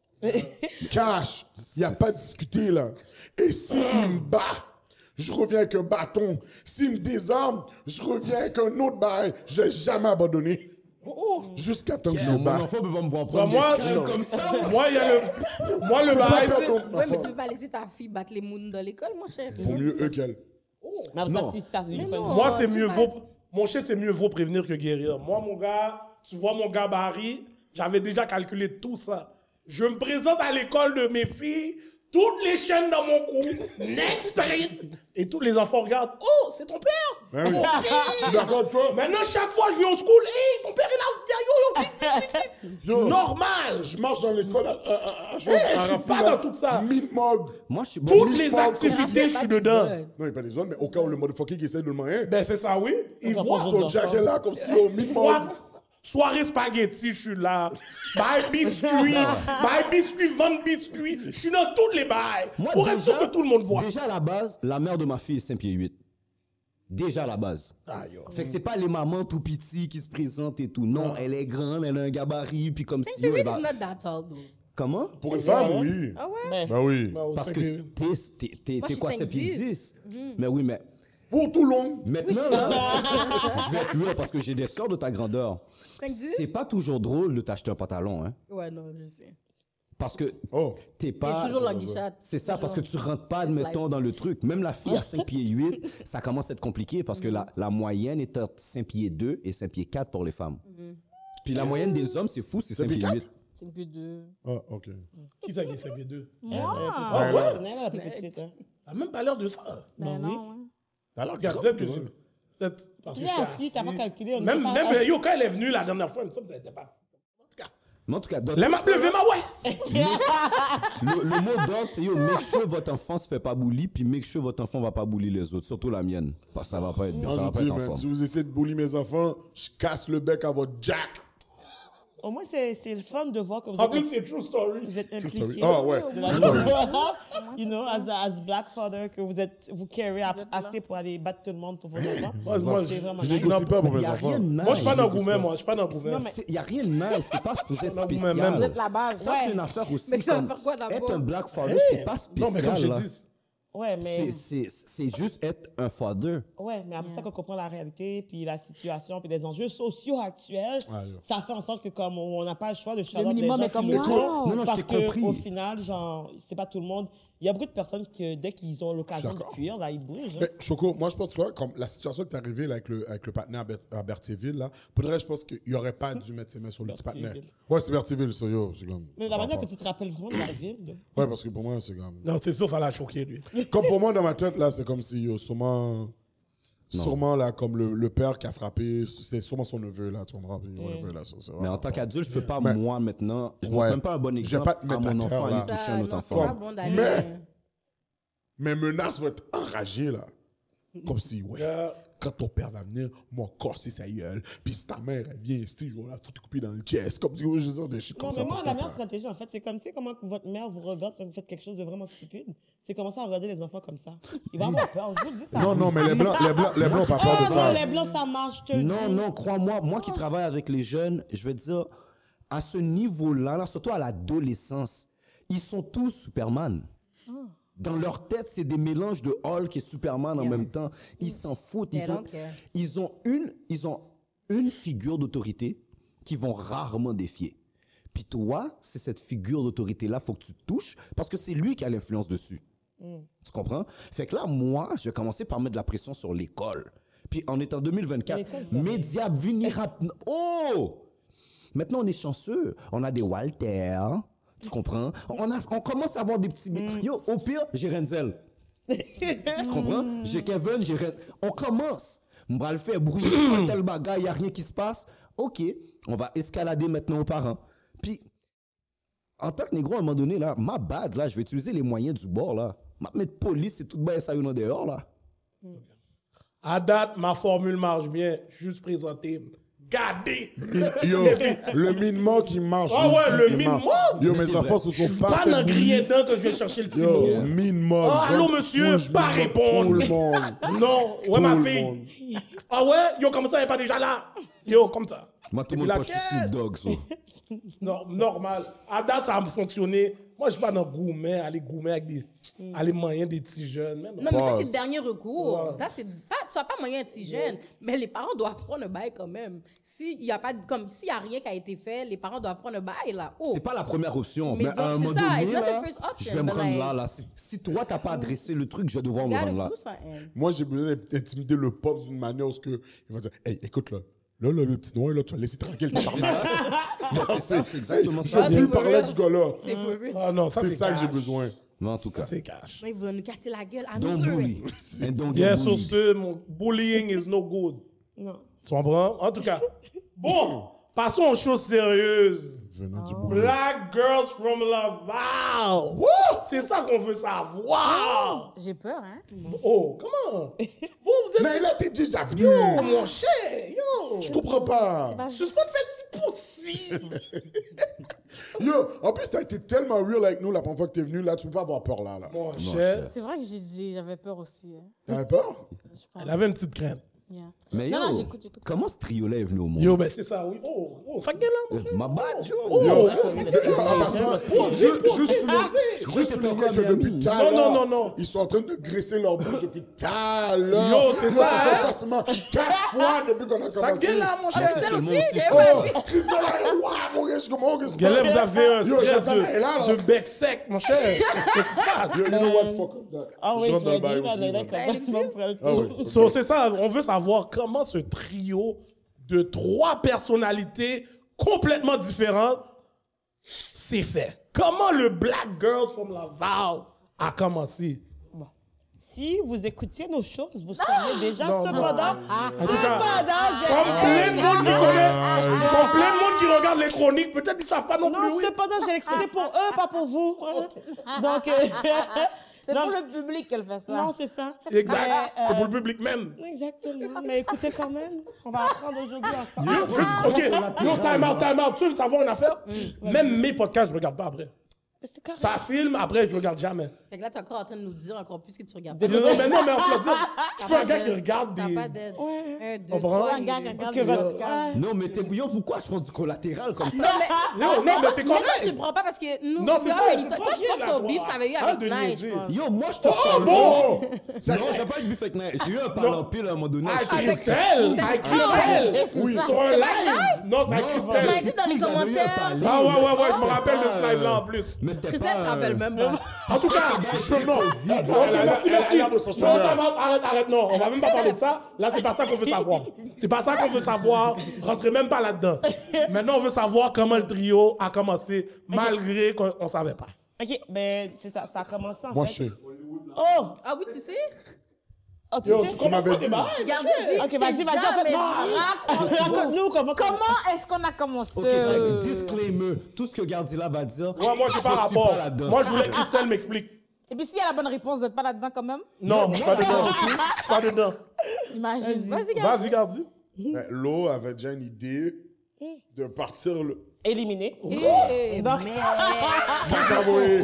C: Cash. Il n'y a pas de discuter là. Et si il me bat, je reviens avec un bâton. S'il me désarme, je reviens avec un autre bail. Je vais jamais abandonner. Jusqu'à temps que je le
D: Non, mon
C: bats.
D: enfant peut pas me voir
B: Bah,
D: prendre
B: moi,
D: des câlins comme ça.
B: moi, il y a le, moi, le
C: Pas
B: bail,
C: faire
B: c'est,
C: ton
E: Ouais, mais
C: enfant.
E: tu veux pas laisser ta fille battre les mounes dans l'école, mon cher?
C: Vaut mieux eux qu'elle.
F: Mais après ça,
D: Non.
F: si ça, c'est
E: Mais
F: du point de
E: non.
F: vue.
B: moi, c'est
E: tu
B: mieux
E: vas-
B: vaut, mon chien, c'est mieux vaut prévenir que guérir. Moi, mon gars, tu vois mon gabarit, j'avais déjà calculé tout ça. Je me présente à l'école de mes filles, toutes les chaînes dans mon cou, next street, et tous les enfants regardent, oh, c'est ton père.
C: Ben oui. Je suis d'accord avec toi.
B: Maintenant, chaque fois, je vais au school, hey, ton père est là, yo, yo, vite, vite, vite, vite.
C: Yo,
B: Normal.
C: Je marche dans l'école à, à, à, à, chose-
B: Hey,
C: à
B: je suis
C: remplir
B: pas
C: la
B: dans tout ça.
C: mid-mog.
D: Moi, je suis bon.
B: Toutes les
C: Pas encore.
B: activités, je suis
E: Pas
B: dedans.
E: besoin.
C: Non, il n'y a pas des zones, mais au cas où le motherfucker qui essaie de le moyen,
B: Ben, c'est ça, oui. Ils
F: va
B: voient.
F: pas
C: son jack est là comme si au mid-mog.
B: Soir- Soirée spaghetti, je suis là. Bail biscuit, bail biscuit, vente biscuit. Je suis dans toutes les bails.
D: Moi,
B: Pour être
D: déjà-
B: sûr que tout le monde voit.
D: Déjà, à la base, la mère de ma fille est cinq pieds huit. Déjà à la base. Fait que c'est pas les mamans tout petits qui se présentent et tout. Non, elle est grande, elle a un gabarit, puis comme si... yo,
E: Maybe
D: elle
E: it's
D: va-
E: not that tall, though.
D: Comment?
C: Pour une femme, oui.
E: Ah ouais?
F: Mais
C: Ben oui.
B: Ben, au
D: Parce
B: cinq
D: que
B: et-
D: t'es, t'es, t'es,
E: Moi,
D: t'es
E: je suis
D: quoi,
E: cinq
D: sept pieds
E: dix.
D: dix? Mais oui, mais
C: Pour Toulon.
D: maintenant, là, je vais être real parce que j'ai des sœurs de ta grandeur.
E: cinq dix?
D: C'est pas toujours drôle de t'acheter un pantalon, hein.
E: Ouais, non, je sais.
D: Parce que
C: Oh.
D: t'es
E: C'est
D: pas...
E: toujours l'anguichette.
D: C'est ça, parce que tu rentres pas,
E: It's
D: admettons,
E: like-
D: dans le truc. Même la fille à cinq pieds huit, ça commence à être compliqué parce que la, la moyenne est entre cinq pieds deux et cinq pieds quatre pour les femmes. Puis la moyenne des hommes, c'est fou, c'est cinq
C: pieds
D: pieds
C: quatre?
D: huit.
G: C'est plus deux.
C: Ah, ok.
B: Qui c'est qui est cinq pieds deux?
G: Moi?
B: Ah ouais?
F: c'est elle, la plus petite. Hein.
B: Elle a même pas l'air de ça.
G: Ben
F: oui.
G: non. hein.
B: T'as l'air de peut-être que je... peut-être parce que
F: Tu es
B: je suis
F: assis, t'as pas calculé. On
B: Même,
F: était
B: même,
F: pas-
B: yo, quand elle est venue la dernière fois, elle me semble que t'étais pas...
D: Mais en tout cas, dans
B: Elle m'a
D: tout ça,
B: levé ma ouais.
D: le, le mot d'ordre, c'est yo, make sure votre enfant se fait pas bully, puis make sure votre enfant va pas bully les autres, surtout la mienne. Parce que ça va pas être bien, ça
C: Moi,
D: va
C: je
D: pas
C: dis,
D: être en
C: man,
D: forme.
C: si vous essayez de bully mes enfants, je casse le bec à votre jack.
F: Au moins, c'est c'est le fun de voir que vous
B: En
F: êtes,
B: plus, c'est true story.
F: vous êtes
C: story.
F: impliqué.
C: Ah, ouais.
F: De la- you know, as, a- as black father, que vous êtes, vous carry a- assez pour aller battre tout le monde pour vos enfants.
B: Moi, moi,
F: C'est
B: je-
F: vraiment
C: Je
F: nice.
C: négocie pas pour
D: Il
C: mes
D: y a
C: enfants.
D: rien de nice.
B: Moi, je suis pas dans Goumen, moi. Je suis pas dans Goumen.
D: C'est- Il y a rien de nice, c'est pas supposé être
B: Non, vous-même,
D: spécial.
B: même.
G: Vous êtes la base.
D: Ça,
G: ouais.
D: c'est une affaire aussi.
E: Mais ça va
D: comme
E: faire quoi d'abord?
D: être un black father, c'est pas
B: Non, mais comme
D: spécial.
B: j'ai
D: là.
B: dit,
F: Ouais, mais,
D: C'est- C'est c'est juste être un father.
F: ouais, mais après ça, qu'on comprend la réalité, puis la situation, puis les enjeux sociaux actuels,
C: Ah, yo.
F: ça fait en sorte que comme on n'a pas le choix de shout-out les
G: minimum
F: gens
G: est comme
F: qui le
G: wow.
F: font,
D: Non, non, je
F: parce
D: t'ai compris.
F: que au final, genre, c'est pas tout le monde. Il y a beaucoup de personnes que dès qu'ils ont l'occasion de
C: d'accord.
F: fuir, là, ils bougent. hein.
C: Ben, Choco, moi, je pense, tu vois, comme la situation qui est arrivée là, avec, le, avec le partenaire à, Ber- à Berthierville, là, pour le reste, je pense qu'il n'aurait pas dû mettre ses mains sur le petit partenaire.
F: Berthierville.
C: Ouais, c'est Berthierville, ça, yo. C'est comme.
F: Mais la manière que tu te rappelles vraiment de la ville, là.
C: Ouais, parce que pour moi, c'est comme.
B: non, c'est sûr, ça l'a choqué, lui.
C: Comme pour moi, dans ma tête, là, c'est comme si, yo, sûrement. Sûrement, là, comme le, le père qui a frappé, c'est sûrement son neveu, là, tu comprends? Puis, whatever, là, ça, c'est
D: Mais
C: vraiment
D: en tant
C: pas-
D: qu'adulte, je peux pas,
C: Mais-
D: moi, maintenant, je ne
C: Ouais.
D: même pas un bon
C: Je vais
D: exemple
C: pas te mettre
D: à mon
C: à terre,
D: enfant
C: là.
D: aller toucher un
E: Ça,
D: autre
E: non,
D: enfant.
E: c'est pas bon d'aller...
C: Mais- Mes menaces vont être enragées, là. Comme si, ouais,
B: Euh,
C: quand ton père va venir, moi, corser sa gueule. Puis si ta mère, elle vient ici, je vais la foutre couper dans le chest. Comme si, oh, je veux dire, des shit comme
F: Non,
C: ça.
F: mais moi,
C: faut
F: la
C: pas
F: meilleure
C: faire.
F: stratégie, en fait, c'est comme, tu sais, comment que votre mère vous regarde quand vous faites quelque chose de vraiment stupide. C'est commencer à regarder les enfants comme ça. Il va avoir peur, je vous le dis ça.
C: Non, non, mais les blancs, les blancs, les blancs ont pas peur de
F: Oh
C: ça.
F: non, les blancs, ça marche, je te le dis.
D: Non, non, crois-moi, moi qui travaille avec les jeunes, je veux dire, à ce niveau-là, là, surtout à l'adolescence, ils sont tous Superman. Dans leur tête, c'est des mélanges de Hulk et Superman en même temps. Ils s'en foutent.
E: They
D: Ils ont,
E: don't care.
D: ils ont une, ils ont une figure d'autorité qu'ils vont rarement défier. Puis toi, c'est cette figure d'autorité-là, faut que tu te touches parce que c'est lui qui a l'influence dessus. Mm. Tu comprends? Fait que là, moi, je vais commencer par mettre de la pression sur l'école. Puis on est en deux mille vingt-quatre. Média venir à... Oh! Maintenant, on est chanceux. On a des Walter. Tu comprends? On, a, on commence à avoir des petits... Mm. Yo, au pire, j'ai Renzel. Tu comprends? J'ai Kevin, j'ai Renzel. On commence. On va le faire brouiller tel bagage, il n'y a rien qui se passe. OK, on va escalader maintenant aux parents. Puis, en tant que négro, à un moment donné, là, ma bad, là, je vais utiliser les moyens du bord, là. Ma mettre police et tout le ça y est dehors, là.
B: À date, ma formule marche bien. Juste présenter. Gardez.
C: Yo, le minement qui marche.
B: Ah ouais, le minement.
C: Yo, mes enfants se sont pas
B: Pas
C: fait
B: dans
C: bouillir.
B: griller dedans que je vais chercher le petit
C: Yo,
B: mot.
C: minement.
B: Ah, allô, monsieur, pas répondre.
C: Tout le monde.
B: Non, ouais,
C: Tout
B: ma
C: le
B: fille.
C: monde.
B: Ah ouais? Yo, comme ça, elle n'est pas déjà là. Yo, comme ça.
D: Moi, tout
B: Et
D: le
B: puis
D: monde
B: la
D: pense que je suis Snoop Dogg, ça.
B: Non, normal. À date, ça a fonctionné. Moi, je ne suis pas dans gourmet, aller gourmet avec des... aller moyen des petits jeunes. Mais non.
E: Non, mais ça,
C: Pause.
E: c'est le dernier recours.
B: Ouais.
E: Ça, c'est pas, tu n'as pas moyen un petit jeune, mais les parents doivent prendre un bail quand même. S'il n'y a, pas de- comme, s'il y a rien qui a été fait, les parents doivent prendre un bail, là. Oh.
D: C'est pas la première option.
E: Mais
D: Mais,
E: c'est-
D: à un
E: c'est
D: moment
E: ça,
D: donné,
E: it's not
D: là,
E: the first option,
D: je vais me
E: but
D: rendre
E: like-
D: là, là. Si, si toi, t'as pas adressé le truc, je vais devoir me
E: Gotta
D: rendre là.
E: do something.
C: Moi, j'ai besoin d'intimider le pop d'une manière où ce que il va dire, hey, écoute là, là, là, le petit noir, là, tu vas laisser tranquille.
D: C'est ça. Mais c'est ça, c'est exactement
C: Je
D: ça.
C: veux
E: c'est
C: plus
E: for
C: parler
E: real.
C: du gars-là.
E: C'est for real.
B: Ah non, ça,
C: C'est
B: c'est
C: ça que j'ai
B: cash.
C: besoin.
D: Mais en tout cas,
B: C'est cash.
E: Ils vont nous casser la gueule. I
D: don't
E: know
D: bully. And don't
B: Bien
D: get
B: sur
D: bullied.
B: ce, mon bullying is no good.
F: Non.
B: Tu comprends? En tout cas, bon, passons aux choses sérieuses.
C: Venant du bout.
B: Black girls from Laval. C'est ça qu'on veut savoir.
G: J'ai peur, hein?
B: Oh, comment? Bon, vous êtes...
C: Mais là, t'es déjà venu.
B: Yo, mon cher, yo.
C: Je comprends pas.
B: Suce-moi de faire si possible.
C: Yo, en plus, t'as été tellement real avec nous la première fois que t'es venu. Là, tu peux pas avoir peur là. là.
B: Mon cher.
G: C'est vrai que j'ai dit, j'avais peur aussi. Hein.
C: T'avais peur?
G: Je pense.
B: Elle avait une petite crainte.
G: Yeah.
D: Mais yo,
G: Non, non, j'écoute, j'écoute.
D: comment ce trio-là est venu au monde?
B: Yo, ben c'est ça, oui. Oh, oh, fait que là.
D: Euh, Ma bad, yo.
B: Oh,
C: Yo,
B: oh,
C: en passant, ju- juste souligner- juste souligner que depuis tout à
B: Non, non,
C: l'heure,
B: non, non.
C: ils sont en train de graisser leur bouche depuis tout à l'heure.
B: Yo, c'est ça,
C: Ça
B: hein?
C: fait facilement quatre fois depuis qu'on a
B: Ça
C: commencé.
B: gueule là, mon cher.
D: c'est
E: Celle
D: le
E: aussi,
D: monde,
E: j'ai
D: c'est
E: pas
C: Oh,
E: vu.
C: Christelle, waouh, mon gars, je comprends ce qui se
B: Gala,
C: passe.
B: vous avez un
C: Yo,
B: stress
C: Jasmine est là, là.
B: de, de bec sec, mon cher. Qu'est-ce qui se passe?
C: Yo, you know what, fuck that.
F: Ah oui,
C: Je
F: je
C: rentre dans
F: vais
C: le bail
F: dire,
C: aussi,
F: là,
C: man.
F: là, comment on pourrait le
C: Ah oui.
F: trouver.
B: So, c'est ça, on veut savoir comment ce trio de trois personnalités complètement différentes s'est fait. Comment le Black Girls from Laval a commencé?
F: Si vous écoutiez nos choses, vous sauriez déjà. Cependant,
B: En tout cas,
F: cependant, j'ai...
B: comme plein de monde qui connaît, comme plein de monde qui regarde les chroniques, peut-être ils savent pas non,
F: Non,
B: plus, oui.
F: cependant, j'ai expliqué pour eux, pas pour vous. Voilà. Donc, euh,
G: C'est
F: non,
G: pour le public qu'elle fait ça.
F: non, c'est ça.
B: Exact.
F: Mais, euh,
B: C'est pour le public même.
F: Exactement. Mais écoutez quand même, on va apprendre aujourd'hui ensemble.
B: Yo, je- ok, non, time out, time out. Tu veux savoir une affaire? Même mes podcasts, je regarde pas après.
F: Mais c'est correct.
B: Ça filme, après, je regarde jamais.
E: Fait que là, t'es encore en train de nous dire encore plus que tu regardes
B: Non,
E: pas.
B: non, mais non, mais on peut le dire. Je suis pas un
E: T'as
B: gars
E: pas
B: qui
E: de-
B: regarde
E: T'as
B: des...
E: pas d'aide. Un, deux,
B: Comprends?
E: trois,
G: Un gars qui
E: et-
G: regarde
F: Que
G: le
F: votre-
G: podcast.
D: Non, mais t'es yo, pourquoi je prends du collatéral comme ça?
E: Non, mais,
B: Non, non,
E: mais,
B: mais
E: toi,
B: c'est
E: mais toi,
B: correct.
E: je te prends pas parce que nous,
B: Non, c'est
E: we
B: ça,
E: already-
B: c'est
E: toi,
B: pas
E: toi, je pense
B: bien,
E: que ton
B: là,
E: beef,
B: toi.
E: t'avais eu
B: Arrête
E: avec
B: de
E: Nige, je
B: niaiser.
E: pense.
D: Yo, moi, je te
B: Oh,
D: follow.
B: bon!
D: Non, j'ai pas eu de beef avec Nash. J'ai eu un parlant pile à un moment donné.
B: Ah,
D: Je-
B: Christelle! Ah, Christelle!
G: Oui.
B: Sur un live! Non, c'est à
E: Tu m'as
B: Christelle.
E: dit dans les commentaires.
B: Ah ouais, ouais, ouais, je me rappelle de ce live-là en plus.
D: Mais c'était
E: Christelle
D: pas...
E: se rappelle
D: euh,
E: même pas.
B: En tout cas, je non.
C: Elle a-
B: Ok,
C: elle a-
B: merci,
C: elle a
B: merci.
C: l'air de s'en
B: Non,
C: souvenir.
B: time out, arrête, arrête, non. On va même pas parler de ça. Là, c'est pas ça qu'on veut savoir. C'est pas ça qu'on veut savoir. Rentrez même pas là-dedans. Maintenant, on veut savoir comment le trio a commencé, malgré qu'on on savait pas.
F: OK, ben c'est ça, ça a commencé en
C: Moi,
F: fait.
C: je sais.
F: Oh!
E: Ah oui, tu sais?
F: Oh, tu
C: Yo,
F: sais?
C: tu m'avais dit.
E: Gardien dit,
F: OK,
E: je
F: vas-y,
E: t'ai
F: vas-y, en fait,
E: jamais
F: non,
E: dit.
F: arrête! Raconte-nous comment...
G: Comment est-ce qu'on a commencé?
D: Ok, check. Disclaimer. Tout ce que Gardila va dire.
B: Ouais, moi, j'ai pas
D: je suis
B: rapport.
D: pas là-dedans.
B: Moi, je voulais que Christelle m'explique.
G: Et puis s'il y a la bonne réponse, vous n'êtes pas là-dedans quand même?
B: Non, je suis pas dedans. Je suis pas dedans.
G: Imagine.
E: Vas-y, Gardien.
B: Vas-y, Gardi.
C: Ben, Lo avait déjà une idée de partir le.
F: Éliminé.
E: Eh,
F: Donc-
E: merde.
C: Cowboy!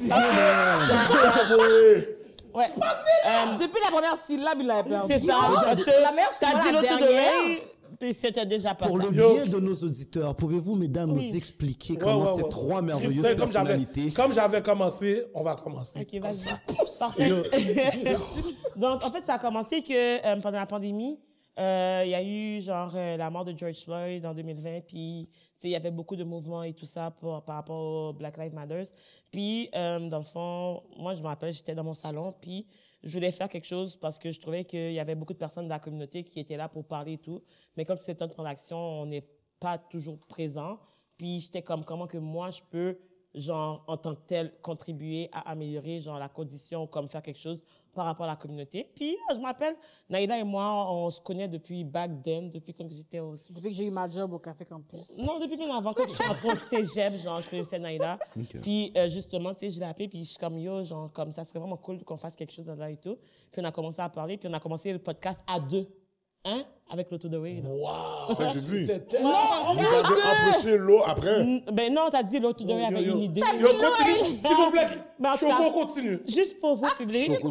F: Ouais. Euh,
G: Depuis la première syllabe, il a perdu.
F: c'est ça. Parce que
E: La mère, c'est
F: t'as
E: moi
F: dit
E: la
F: l'autre
E: dernière.
F: de puis c'était déjà passé.
D: Pour le
B: Yo.
D: bien de nos auditeurs, pouvez-vous, mesdames, nous expliquer
B: Ouais,
D: comment
B: ouais,
D: ces
B: ouais.
D: trois merveilleuses
B: Christelle, comme j'avais-
D: personnalités...
B: Comme j'avais commencé, on va commencer.
F: OK, vas-y. Parfait. Donc, en fait, ça a commencé que euh, pendant la pandémie, Euh, Il y a eu, genre, euh, la mort de George Floyd en deux mille vingt, puis, tu sais, il y avait beaucoup de mouvements et tout ça pour, par rapport au Black Lives Matter. Puis, euh, dans le fond, moi, je me rappelle, j'étais dans mon salon, puis je voulais faire quelque chose parce que je trouvais qu'il y avait beaucoup de personnes de la communauté qui étaient là pour parler et tout. Mais quand c'est un temps d'action, on n'est pas toujours présent. Puis j'étais comme, comment que moi, je peux, genre, en tant que tel, contribuer à améliorer, genre, la condition, comme faire quelque chose par rapport à la communauté. Puis, je me rappelle, Naïda et moi, on se connaît depuis back then, depuis quand j'étais au...
G: Depuis que j'ai eu ma job au Café Campus.
F: Non, depuis bien avant, quand je suis entrée au cégep, genre, je connaissais Naïda. Okay. Puis, euh, justement, tu sais, je l'ai appelé, puis je suis comme, yo, genre, comme ça serait vraiment cool qu'on fasse quelque chose là et tout. Puis, on a commencé à parler, puis on a commencé le podcast à deux. Hein? Avec l'Auto de Way.
C: Wow! C'est ça que j'ai dit.
F: Non, on
C: vous avez empêché l'eau après.
F: Mm, ben non, t'as dit l'Auto de Way avait une idée.
B: Yo, continue, s'il vous plaît. Choco, continue.
F: Juste pour vous, public.
C: Choco,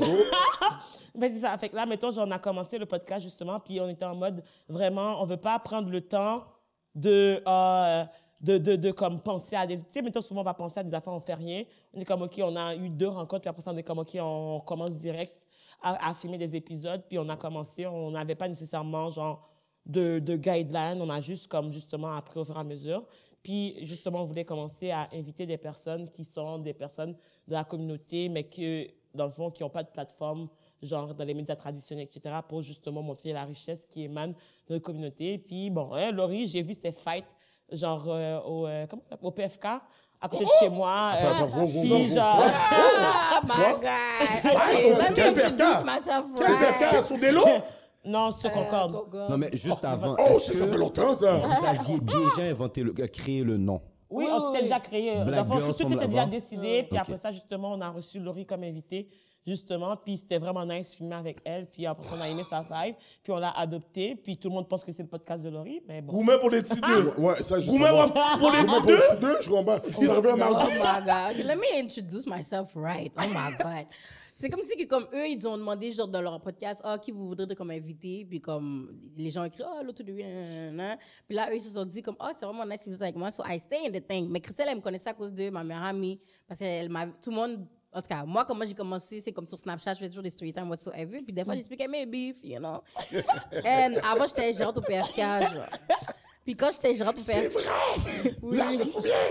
F: ben c'est ça. Fait que là, mettons, genre, on a commencé le podcast, justement, puis on était en mode, vraiment, on veut pas prendre le temps de... Euh, De, de, de comme penser à des... Tu sais, mettons, souvent, on va penser à des affaires, on fait rien. On est comme, OK, on a eu deux rencontres, puis après ça, on est comme, OK, on commence direct à, à filmer des épisodes, puis on a commencé, on n'avait pas nécessairement, genre, de, de guidelines, on a juste, comme, justement, appris au fur et à mesure. Puis, justement, on voulait commencer à inviter des personnes qui sont des personnes de la communauté, mais que, dans le fond, qui n'ont pas de plateforme, genre, dans les médias traditionnels, et cetera, pour, justement, montrer la richesse qui émane de notre communauté. Puis, bon, hein, Laurie, j'ai vu ses fights genre euh, au, euh, comment, au P F K, à côté de chez moi. Euh,
C: attends, attends,
F: puis genre...
E: Oh my God! Let me introduce myself,
B: Quel P F K? Sur des lots?
F: Non, sur Concorde.
D: Non, mais juste avant,
C: Oh,
D: est-ce
C: ça
D: que
C: fait longtemps, ça!
D: vous aviez déjà inventé, le, euh, créé le nom?
F: Oui, on s'était déjà créé.
D: Black
F: Enfin,
D: Girls
F: tout
D: from
F: était déjà
D: Lava.
F: décidé. Puis
D: Ok.
F: après ça, justement, on a reçu Laurie comme invitée, justement. Puis c'était vraiment nice de filmer avec elle. Puis après ça, on a aimé sa vibe. Puis on l'a adoptée. Puis tout le monde pense que c'est le podcast de Laurie. Mais bon.
B: Gourmet pour les petits deux.
C: Ouais, ça, je
B: Gourmet pour les petits
C: Pour
B: deux.
C: les petits deux, je comprends. Ça revient un
E: Oh
C: mardi.
E: my God. Let me introduce myself right. Oh my God. C'est comme si que, comme eux, ils ont demandé genre dans leur podcast, ah, qui vous voudrez comme invité, puis comme les gens écrivent, ah, l'autre de lui, nanana. Puis là, eux, ils se sont dit comme, ah, c'est vraiment nice si vous êtes avec moi. So I stay in the thing. Mais Christelle, elle me connaissait à cause de ma meilleure amie, parce qu'elle m'a, tout le monde, en tout cas, moi, comment j'ai commencé, c'est comme sur Snapchat, je fais toujours des story time whatsoever, puis des fois, j'expliquais mes beef, you know. And avant, j'étais gérante au P F K, genre. Puis quand j'étais gérante au P F K...
C: C'est vrai!
E: Oui.
C: Là, je me souviens!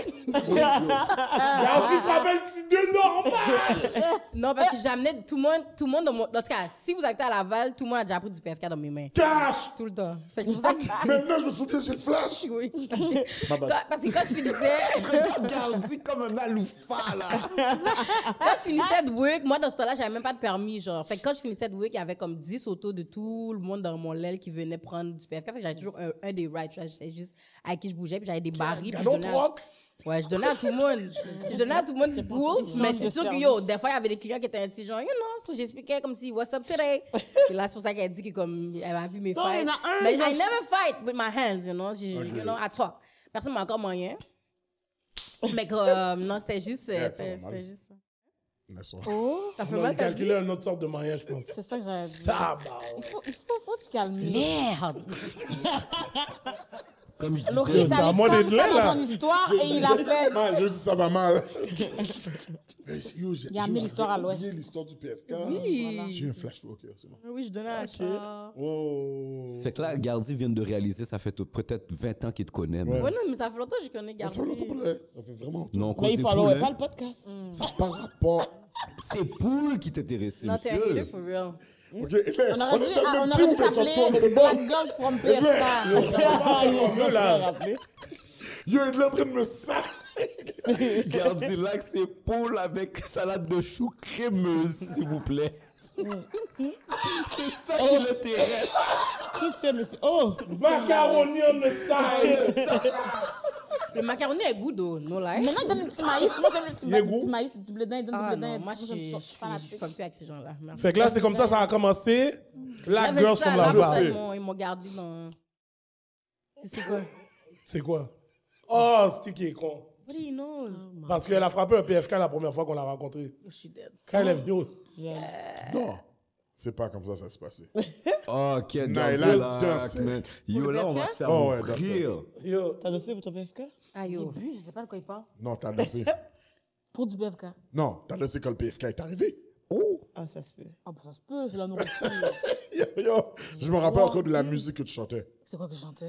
B: Garci s'appelle petit deux normal.
E: Non, parce que j'amenais tout le monde, tout le monde dans mon... En tout cas, si vous habitez à Laval, tout le monde a déjà pris du P F K dans mes mains.
C: Cash!
E: Tout le temps. Fait que c'est pour ça que...
C: Maintenant, je me souviens, j'ai le flash!
E: Oui. Quand- parce que quand je finissais...
D: Gardi comme un aloufa, là.
E: quand je finissais de work, moi, dans ce temps-là, j'avais même pas de permis, genre. Fait que quand je finissais de work, il y avait comme dix autos de tout le monde dans mon l'aile qui venait prendre du P F K. Fait que j'avais toujours un, un des rides. J'étais juste à qui je bougeais, puis j'avais des barils, puis je donnais... à- Ouais, je donnais à tout le monde. Je donnais à tout le monde du pool, mais c'est sûr que, yo, des fois, il y avait des clients qui étaient un petit genre, you know, so j'expliquais comme si, what's up today? Puis là, c'est pour ça qu'elle dit que, comme, elle a vu mes
F: Non, il y
E: fights.
F: en a un,
E: Mais
F: genre,
E: I never fight with my hands, you know, J'ai- you know, I talk. Personne m'a encore moyen. Mais comme, non, c'était juste,
C: Yeah,
E: c'était
C: c'est normal.
E: c'était juste ça.
C: Laisse-moi.
G: Oh,
E: Ça fait
B: On a
E: mal, t'as dit?
B: calculé une autre sorte de mariage, je pense.
G: c'est ça que j'avais dit.
B: Ah, bah,
G: Il faut, il faut, faut se calmer.
E: Merde!
D: Comme je
G: Laurie
D: disais,
G: est
B: Dans
G: allé
B: moi, des
G: sans ça
B: deux, là.
G: dans son histoire et il a fait...
C: Ah, je dis ça va mal. Mais yo, j'ai-
G: Il a amené
C: yo,
G: l'histoire à
C: j'avais
G: l'ouest.
C: oublié l'histoire du P F K.
E: Oui.
C: J'ai eu un flash au cœur, c'est bon.
E: Oui, je donnais à ça.
B: Oh.
D: fait que là, Gardi vient de réaliser, ça fait tout- peut-être vingt ans qu'il te connaît. mais-
E: Ouais, non, mais ça fait longtemps que je connais
C: Ça fait
E: Gardi.
C: longtemps pour vrai. Ça fait vraiment longtemps.
D: Non,
F: Mais il
D: cause
F: faut
D: des
F: alors
D: poules,
F: pas
D: hein.
F: le podcast.
C: Ça par rapport.
D: C'est Poule qui t'intéressait,
E: Non, t'es un
D: monsieur.
E: hater for real.
C: Ok, là,
G: On aurait dû,
C: est dans le
G: ah, on
C: même
G: aurait
C: team,
G: dû
C: mais tu vas
G: s'appeler
C: tourner le
G: Black
C: boss.
G: Girls from P F K.
B: Eux, là.
C: Yo, il est en train de me saler.
D: Gardi là que c'est Poule avec salade de choux crémeuse, s'il vous plaît. C'est ça qui l'intéresse.
F: Qui c'est, monsieur? Oh!
B: Macaroni on the side.
E: Le macaroni est good, though, no lie.
G: Maintenant, il donne le petit maïs. Moi, j'aime le petit,
B: Il est
G: le
B: goût?
G: petit maïs, le petit blé d'Inde, il donne
E: Ah
G: du blé
E: non,
G: d'Inde.
E: moi, je
G: j'aime
E: suis-
G: ça,
E: je
G: je suis pas
E: suis- je
G: là-dessus.
E: fuck plus avec ces gens-là. Merci.
B: Fait que là, c'est comme ça, ça a commencé. Black
E: Là,
B: Girls
E: ça,
B: from
E: là,
B: Lava.
E: ça, ils m'ont- ils m'ont gardé dans... Tu sais quoi?
B: C'est quoi? Oh, Sticky est con.
E: What do you know?
B: Parce qu'elle a frappé un P F K la première fois qu'on l'a rencontré.
E: Je suis dead.
B: Quand elle est venue. au-
C: Non, c'est pas comme ça ça s'est passé.
D: Oh, quel
C: Naila
D: Gardi là,
C: dansait.
D: man. Yo, là, on va se faire
C: Oh, ouais,
D: ouvrir.
B: Yo.
F: T'as dansé pour ton P F K?
E: Ah,
G: J'ai
E: yo.
G: bu, je sais pas de quoi il parle.
C: Non, t'as dansé.
G: Pour du B F K.
C: Non, t'as dansé quand le P F K est arrivé.
D: Oh,
F: Ah, ça se peut.
G: Ah, bah, ça se peut, c'est la nourriture.
C: Yo, yo, je me rappelle encore de la musique que tu chantais.
G: C'est quoi que je chantais?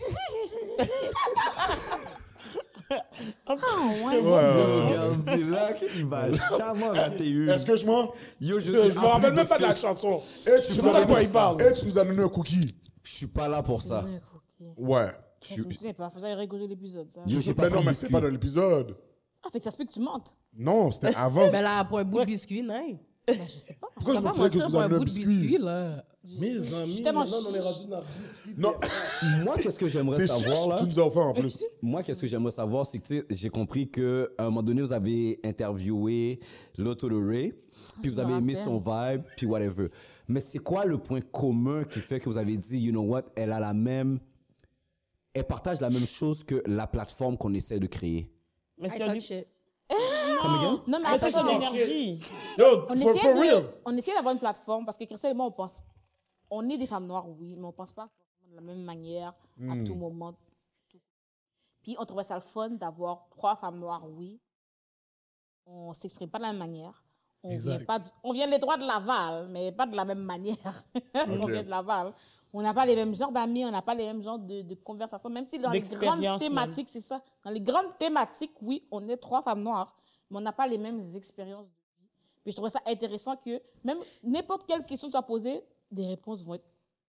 F: Ah,
G: ouais.
D: Regarde, c'est là qu'il va jamais rater une.
C: Est-ce que je m'en...
D: Yo, je,
B: Je me rappelle même pas de la chanson.
C: Et
B: Je
C: tu
B: sais
C: nous
B: pas
C: as
B: de quoi
C: donné-
B: il parle.
C: et tu nous as donné un cookie.
D: Je suis pas là pour ça.
C: Ouais.
G: Je ne sais pas, faisait rigoler l'épisode, ça.
D: Yo, j'ai
C: Mais
D: pas
C: non,
D: pris
C: mais
D: de
C: c'est
D: biscuit.
C: pas dans l'épisode.
G: Ah, fait que ça se peut que tu mentes.
C: Non, c'était avant.
E: Ben là, pour un bout de biscuit, non.
G: Ben, je sais pas.
C: Pourquoi je
E: T'as
C: me
E: pas
C: dirais que
E: mentir
C: tu
E: pour
C: as
E: un
C: donné un
E: bout de
C: biscuit?
E: biscuit, là.
B: Mes amis,
G: tellement
B: maintenant, on est
G: ch-
B: rendu dans le
C: Non,
D: Moi, qu'est-ce que j'aimerais
C: t'es
D: savoir
C: chiche,
D: là?
C: tu nous as offert en plus.
D: Moi, qu'est-ce que j'aimerais savoir, c'est que tu sais, j'ai compris qu'à un moment donné, vous avez interviewé Lotto de Ray, puis vous
G: je me
D: avez aimé
G: rappelle.
D: son vibe, puis whatever. Mais c'est quoi le point commun qui fait que vous avez dit, you know what, elle a la même, elle partage la même chose que la plateforme qu'on essaie de créer?
F: Mais
E: I
F: c'est un
E: talk
F: livre-
E: shit.
D: Come again?
G: Non, mais
F: Mais ça, c'est
G: attends,
F: l'énergie.
B: Yo,
G: on
B: for,
G: essayait,
B: for real.
G: de, on essayait d'avoir une plateforme parce que Christelle et moi, on pense. On est des femmes noires, oui, mais on pense pas forcément de la même manière à tout moment. tout. Puis on trouvait ça le fun d'avoir trois femmes noires, oui. On s'exprime pas de la même manière. On
B: Exact.
G: vient, pas du- on vient les trois de Laval, mais pas de la même manière. on
C: Ok.
G: vient de Laval. On n'a pas les mêmes genres d'amis, on n'a pas les mêmes genres de, de conversations, même si dans les
F: D'expérience
G: grandes
F: même.
G: thématiques, c'est ça. Dans les grandes thématiques, oui, on est trois femmes noires, mais on n'a pas les mêmes expériences de vie. Puis je trouvais ça intéressant que même n'importe quelle question soit posée, des réponses vont être.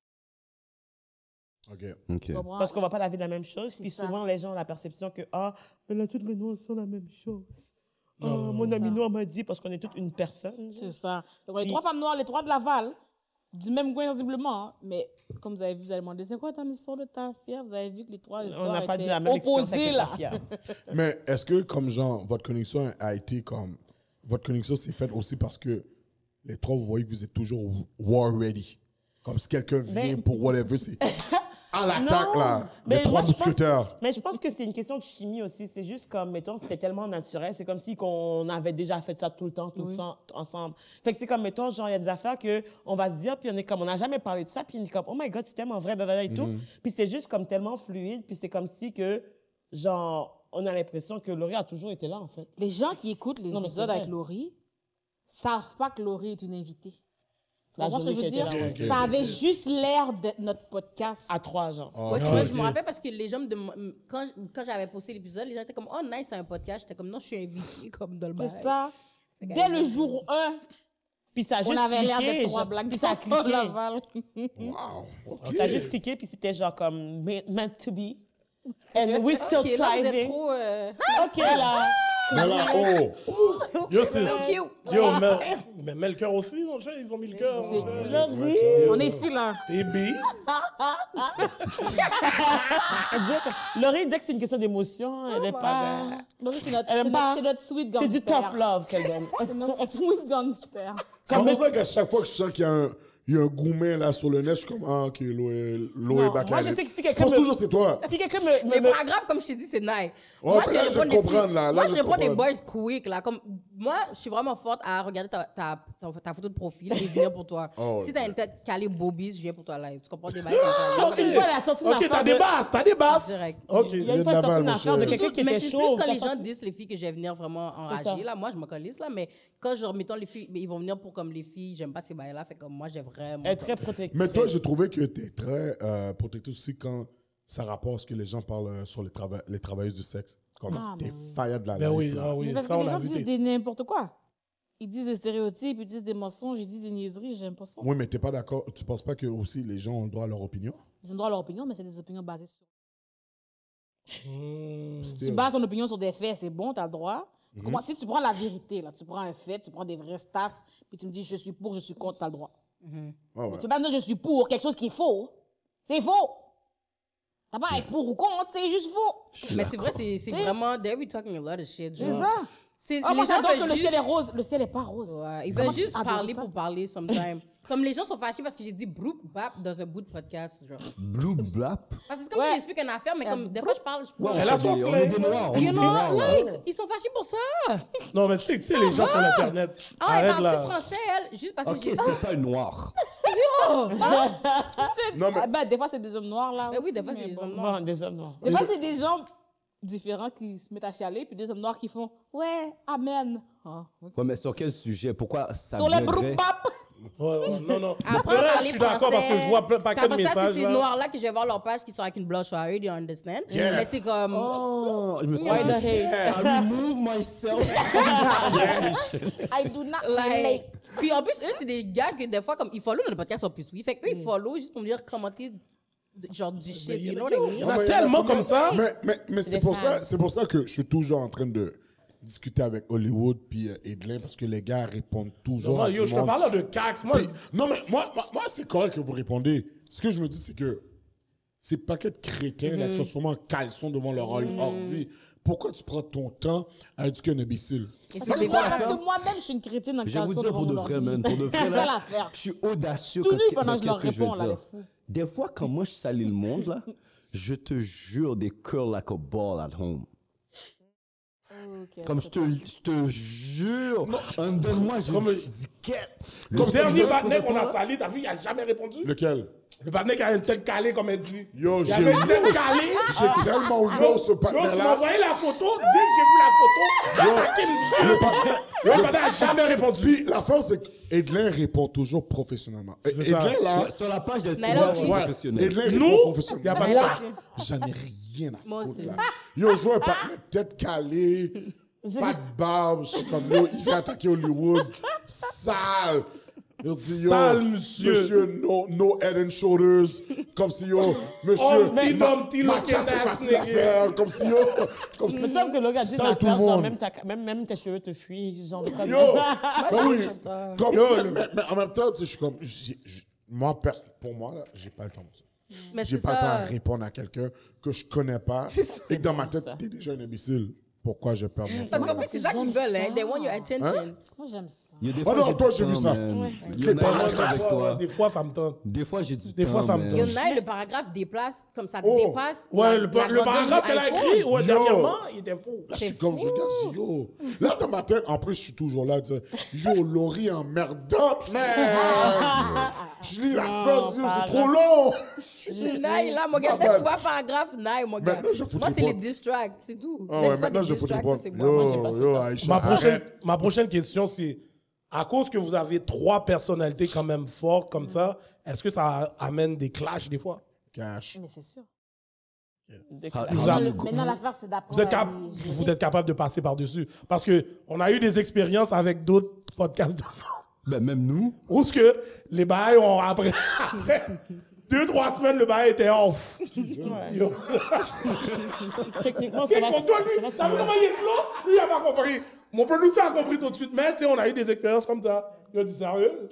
C: OK.
D: Ok.
G: Tu comprends?
F: Parce qu'on va pas la vie de la même chose.
G: C'est
F: Puis
G: ça.
F: souvent, les gens ont la perception que, ah, mais là, toutes les noirs sont la même chose. Ah,
B: Non,
F: mon
G: c'est
F: ami
G: ça.
F: noir m'a dit, parce qu'on est toutes une personne.
G: C'est ça. Donc, les
F: Puis-
G: trois femmes noires, les trois de Laval, du même coin sensiblement, hein, mais comme vous avez vu, vous allez demander, c'est quoi ta histoire de ta fière? Vous avez vu que les trois
F: On
G: histoires
F: n'a pas dit
G: étaient
F: la même expérience
G: opposées,
F: avec
G: là.
F: la fière.
C: Mais est-ce que, comme genre, votre connexion a été comme... Votre connexion s'est faite aussi parce que les trois, vous voyez que vous êtes toujours war ready. Comme si quelqu'un vient
F: Mais-
C: pour whatever, c'est... À l'attaque,
F: Non,
C: là.
F: mais
C: Les trois
F: moi, je pense-
C: mousquetaires.
F: Mais je pense que c'est une question de chimie aussi. C'est juste comme, mettons, c'était tellement naturel. C'est comme si qu'on avait déjà fait ça tout le temps, tout le temps, ensemble. Fait que c'est comme, mettons, genre, il y a des affaires que on va se dire, puis on est comme, on n'a jamais parlé de ça, puis on est comme, oh my God, c'est tellement vrai, da, da, da, et tout. Puis c'est juste comme tellement fluide, puis c'est comme si que, genre, on a l'impression que Laurie a toujours été là, en fait.
G: Les gens qui écoutent
F: Non, mais
G: l'épisode
F: c'est vrai.
G: avec Laurie savent pas que Laurie est une invitée. Tu
F: La
G: comprends ce que je veux
F: journée
G: dire?
F: qu'elle était là,
C: ouais.
G: Ça avait juste l'air d'être notre podcast.
F: À trois, genre.
C: Oh,
E: Ouais, tu
C: non,
E: vois,
C: ok.
E: je me rappelle parce que les gens me demandent. Quand, quand j'avais posté l'épisode, les gens étaient comme, oh nice, t'as un podcast. J'étais comme, non, je suis invitée, comme dans le
G: C'est
E: bail.
G: ça.
E: Fait qu'elle
G: Dès le
E: dit,
G: jour un,
F: Puis ça a
G: on
F: juste
G: avait l'air
F: cliqué,
G: d'être trois
F: genre,
G: blagues
F: puis
G: qui
F: ça a
G: sont sur
F: cliqué.
G: Laval.
C: Wow.
F: Ça a juste cliqué, puis c'était genre comme me- meant to be. And we're still
E: Ok, là, vous êtes
F: thriving.
E: trop. euh,
F: OK, là.
C: Mais là, oh!
B: Yo, c'est.
E: cute.
B: Yo, mais, mais mets le cœur aussi, mon cher. Ils ont mis le cœur.
G: C'est
B: mon cher.
F: Laurie.
G: On est ici, là.
B: T'es bi.
F: Elle disait que- Laurie, dès que c'est une question d'émotion, elle est pas...
G: Laurie, c'est notre,
F: Elle aime
G: c'est
F: pas-
G: notre, c'est notre sweet
F: C'est
G: gangster.
F: du tough love qu'elle donne.
G: C'est notre sweet gangster.
C: C'est pour ça qu'à chaque fois que je sens qu'il y a un, il y a un gourmet là sur le net, je suis comme, ah, ok, Loé, Loé
F: Non,
C: Bacalé.
F: moi, je sais que si
C: Je
F: quelqu'un
C: pense
F: me-
C: toujours c'est toi.
F: Si quelqu'un me...
E: Mais
F: me-
E: pas grave, comme je t'ai dit, c'est nice.
C: Ouais,
E: moi,
C: là, je
E: réponds des
C: comprends,
E: petits-
C: là. Là,
E: moi,
C: je
E: je réponds des
C: comprends.
E: boys quick, là. Comme, moi, je suis vraiment forte à regarder ta, ta, ta, ta photo de profil et venir pour toi.
C: Oh,
E: si t'as une tête calée bobis, je viens pour toi live. Tu comprends des bails comme ça.
F: Une fois, elle a sorti une
B: Ok,
F: affaire
B: t'as
F: de-
B: des basses, t'as des basses.
E: Direct.
B: Ok.
F: Il y a
C: de
F: une fois
C: Laval,
F: sorti une
C: mon
F: affaire de
C: cher.
F: quelqu'un qui
E: mais
F: était
E: c'est
F: chaud.
E: plus quand
F: t'as
E: les gens
F: sorti-
E: disent les filles que je vais venir vraiment
F: C'est
E: enragée,
F: ça.
E: là. Moi, je me calisse, là. Mais quand, genre, mettons les filles, mais ils vont venir pour comme les filles, j'aime pas ces bails-là. Fait comme moi, j'ai vraiment.
F: Elle est très protectrice.
C: Mais toi, j'ai trouvé que tu es très euh, protecteur aussi quand ça rapporte ce que les gens parlent euh, sur les, trava les travailleuses du sexe. Comme
G: Ah,
C: t'es
G: ben
C: faillade de la
B: Ben
C: life,
B: oui,
C: là.
B: ah oui,
G: C'est parce
B: ça
G: que
B: on
G: les
B: l'a
G: gens disent
B: vu.
G: des n'importe quoi. Ils disent des stéréotypes, ils disent des mensonges, ils disent des niaiseries, j'aime pas ça.
C: Oui, mais t'es pas d'accord. Tu penses pas que aussi les gens ont le droit à leur opinion?
G: Ils ont droit à leur opinion, mais c'est des opinions basées sur.
B: Hmm.
G: Tu
C: Still.
G: bases ton opinion sur des faits, c'est bon, t'as le droit. Comment, si tu prends la vérité, là, tu prends un fait, tu prends des vrais stats, puis tu me dis je suis pour, je suis contre, t'as le droit.
C: Ouais, ouais.
G: Tu peux pas me dire je suis pour quelque chose qui est faux. C'est faux. T'as pas à être pour ou contre, c'est juste faux.
E: Mais c'est vrai, c'est c'est vraiment. They be talking a lot of shit.
G: C'est
E: genre.
G: ça.
E: C'est-
G: Ah, moi,
E: les gens
G: j'adore que
E: veulent
G: le
E: juste.
G: ciel est rose. Le ciel est pas rose.
E: Ouais, ils
G: Comment
E: veulent
G: tu
E: juste
G: adores
E: parler
G: ça?
E: pour parler, sometimes. Comme les gens sont fâchés parce que j'ai dit broup bap dans un bout de podcast. Genre.
D: Blue blap.
E: Parce que c'est comme
G: Ouais.
E: si j'explique une affaire, mais
G: Elle
E: comme
G: dit
E: des fois je parle, je
D: Ouais,
E: parle.
B: Elle a
D: on
B: son
D: est des- on est des
B: slang.
D: noirs. on est
E: You
D: des
E: know,
D: noirs, ouais.
E: like, ils sont fâchés pour ça.
B: Non, mais tu sais, tu sais, les gens sur Internet.
E: Ah, elle
B: Arrête
E: parle
B: là.
E: français, elle, juste parce
D: Ok,
E: que j'ai.
D: c'est pas une noire.
C: Non, mais
G: Ah, ben, des fois, c'est des hommes noirs, là.
E: Mais oui,
G: aussi,
E: des fois, c'est des
G: bon.
E: hommes noirs.
F: Bon, des hommes noirs.
G: Des fois, c'est des gens différents qui se mettent à chialer, puis des hommes noirs qui font « Ouais, amen. Ah, ok. »
D: Ouais, mais sur quel sujet? Pourquoi ça
G: Sur les
D: viendrait-
G: broupap.
B: Ouais, ouais, non, non.
E: Après,
B: Le reste,
E: parler
B: je suis d'accord parce que je vois plein paquet de
E: Après ça,
B: messages.
E: c'est ces
B: là.
E: noirs-là que je vais voir leur page qui sont avec une blush, I already understand.
C: Yeah.
E: Mais c'est comme...
D: Oh, je me suis
G: Why the
D: dit,
G: hate?
D: I remove myself.
G: I do not
E: Like,
G: relate.
E: puis en plus, eux, c'est des gars que des fois, comme ils follow dans le podcast en plus, oui. Fait qu'eux,
G: Mm.
E: ils follow juste pour me dire commenter genre du shit.
B: Il y
E: You
B: en
E: know
B: a-
E: what I
B: il y
E: mean?
B: en a
C: mais
B: tellement
C: combien-
B: comme ça.
C: Mais, mais, mais c'est
G: des
C: pour,
G: fans.
C: ça- c'est pour ça que je suis toujours en train de discuter avec Hollywood puis euh, Edlin parce que les gars répondent toujours
B: Non,
C: à
B: yo,
C: du
B: je te
C: monde.
B: parle de Cax. Moi,
C: Puis- non, mais moi, moi, moi, c'est correct que vous répondez. Ce que je me dis, c'est que ces paquets de crétins là, qui sont sûrement en caleçon devant leur ordi, pourquoi tu prends ton temps à éduquer un imbécile?
E: Et
G: Parce
E: c'est
G: que,
E: quoi
G: parce
E: l'affaire?
G: que moi-même, je suis une chrétienne en
D: Je vais vous
G: caleçon
D: dire
G: devant
D: pour de
G: mon
D: vrai,
G: ordi.
D: man. Pour de vrai,
G: C'est ça
D: là,
G: l'affaire.
D: je suis audacieux.
G: Tout
D: quand-
G: nu pendant que je
D: qu'est-ce
G: leur
D: que je veux
G: réponds, là,
D: dire.
G: les fous.
D: Des fois, quand moi je salis le monde, là, je te jure des curls like a ball at home. Comme je te, je te jure, un de moi, je
B: Comme-
D: me dis, quête.
B: le dernier
D: silence
B: partenaire
D: faisait
B: qu'on a
D: pas-
B: sali, t'as vu, il a jamais répondu.
C: Lequel?
B: Le partenaire qui a une tête calée, comme elle dit.
C: Yo,
B: il
C: j'ai
B: avait une tête calée.
C: j'ai tellement lourd ce
B: Yo, tu m'as
C: partenaire-là.
B: envoyé la photo. Dès que j'ai vu la photo, j'ai attaqué le
C: Le partenaire-
B: Yo, le partenaire a jamais répondu.
C: Puis l'affaire, c'est qu'Edlin répond toujours professionnellement. Et-
B: C'est ça.
C: Edlin, là,
D: Ouais, sur la page des
E: Mais là aussi.
D: signaux professionnels.
C: Edlin répond
B: Nous, y a
C: professionnellement.
B: pas
E: Mais
B: de
E: là
B: ça.
E: aussi.
C: J'en ai rien à
E: Moi
C: foutre,
E: aussi.
C: là. Yo, je vois un partenaire tête calée, pas de barbe, je suis comme yo, il fait attaquer Hollywood, sale. Il dit, yo,
B: Sale, monsieur.
C: Monsieur, no, no head and shoulders. Comme si, yo, monsieur,
B: Oh, petit
C: ma,
B: homme, petit
C: ma
B: look
C: chasse
B: and
C: est
B: ass,
C: facile à
B: nigga.
C: faire. Comme si, yo, comme
G: Il
C: si,
G: me semble que le gars dit
C: sale
G: la
C: tout le
G: faire, genre,
C: monde.
G: même, ta- même, même tes cheveux te fuient, genre, comme...
C: Yo, ben oui, comme,
B: Yo,
C: mais,
B: le-
C: mais- mais en même temps, tu sais, je suis comme, j'ai- j'ai- moi, perso- pour moi, là, j'ai pas le temps pour ça.
E: Mais
C: J'ai
E: c'est
C: pas le temps à
E: ça.
C: répondre à quelqu'un que je connais pas et que dans ma tête, t'es déjà un imbécile. Pourquoi je perds mon
E: Parce
C: temps?
E: qu'en plus, c'est ça qu'ils veulent, hein. They want your attention.
G: Moi, j'aime ça.
D: Il y a des
C: Oh
D: fois,
C: non,
D: j'ai
C: toi,
D: du
C: j'ai vu
D: temps,
C: ça.
D: man. Il y
C: Les
D: en a
C: paragraphes,
D: qui avec
B: Ouais,
D: toi.
B: ouais, des fois, ça me tente.
D: Des fois, j'ai du
B: Des
D: temps,
B: fois, ça me
D: man.
B: tente.
E: Il y en a, le paragraphe déplace, comme ça
C: Oh.
E: dépasse.
B: Ouais,
E: la-
B: le,
E: la
B: le
E: grandeur
B: paragraphe
E: du
B: qu'elle a
E: iPhone.
B: écrit, ouais,
C: Yo.
B: dernièrement, il était fou.
C: Là, je suis
E: C'est
C: comme, je regarde, je dis, yo. Là, dans ma tête, en plus, je suis toujours là, à dire, yo, Laurie emmerdante, man. Je lis la phrase, yo, c'est trop long.
E: Naï, là, mon gars,
C: Ah,
E: dès que
C: ben.
E: tu vois paragraphe, naï, mon gars.
C: Maintenant, je foutrais
E: Moi, c'est
C: pas.
E: les diss tracks, c'est tout.
C: Ah
E: Dès que
C: ouais,
E: tu vois
C: maintenant,
E: des
C: je
E: diss
C: fous des
E: tracks,
C: points.
E: ça, c'est moi.
G: j'ai pas ce
C: Yo, yo,
G: temps.
C: Aïcha,
B: Ma prochaine,
C: arrête.
B: ma prochaine question, c'est à cause que vous avez trois personnalités quand même fortes comme ça, est-ce que ça amène des clashs des fois?
C: Cash.
G: Mais c'est sûr.
D: Ah,
B: Vous
D: ah,
B: avez-
D: le-
G: Maintenant, l'affaire, c'est d'apprendre
B: Vous êtes, cap-
G: à les gérer.
B: vous êtes capable de passer par-dessus. Parce que on a eu des expériences avec d'autres podcasts de
D: Ben, même nous.
B: où ce que les bails ont après, après deux, trois semaines, le bail était off. Yo.
G: Techniquement,
B: C'est
G: ça va...
B: pour toi, lui,
G: ça va
B: t'as vu
G: se-
B: comment il est slow? Lui, il a pas compris. Mon producer a compris tout de suite, mais tu sais, on a eu des expériences comme ça. Il a dit sérieux?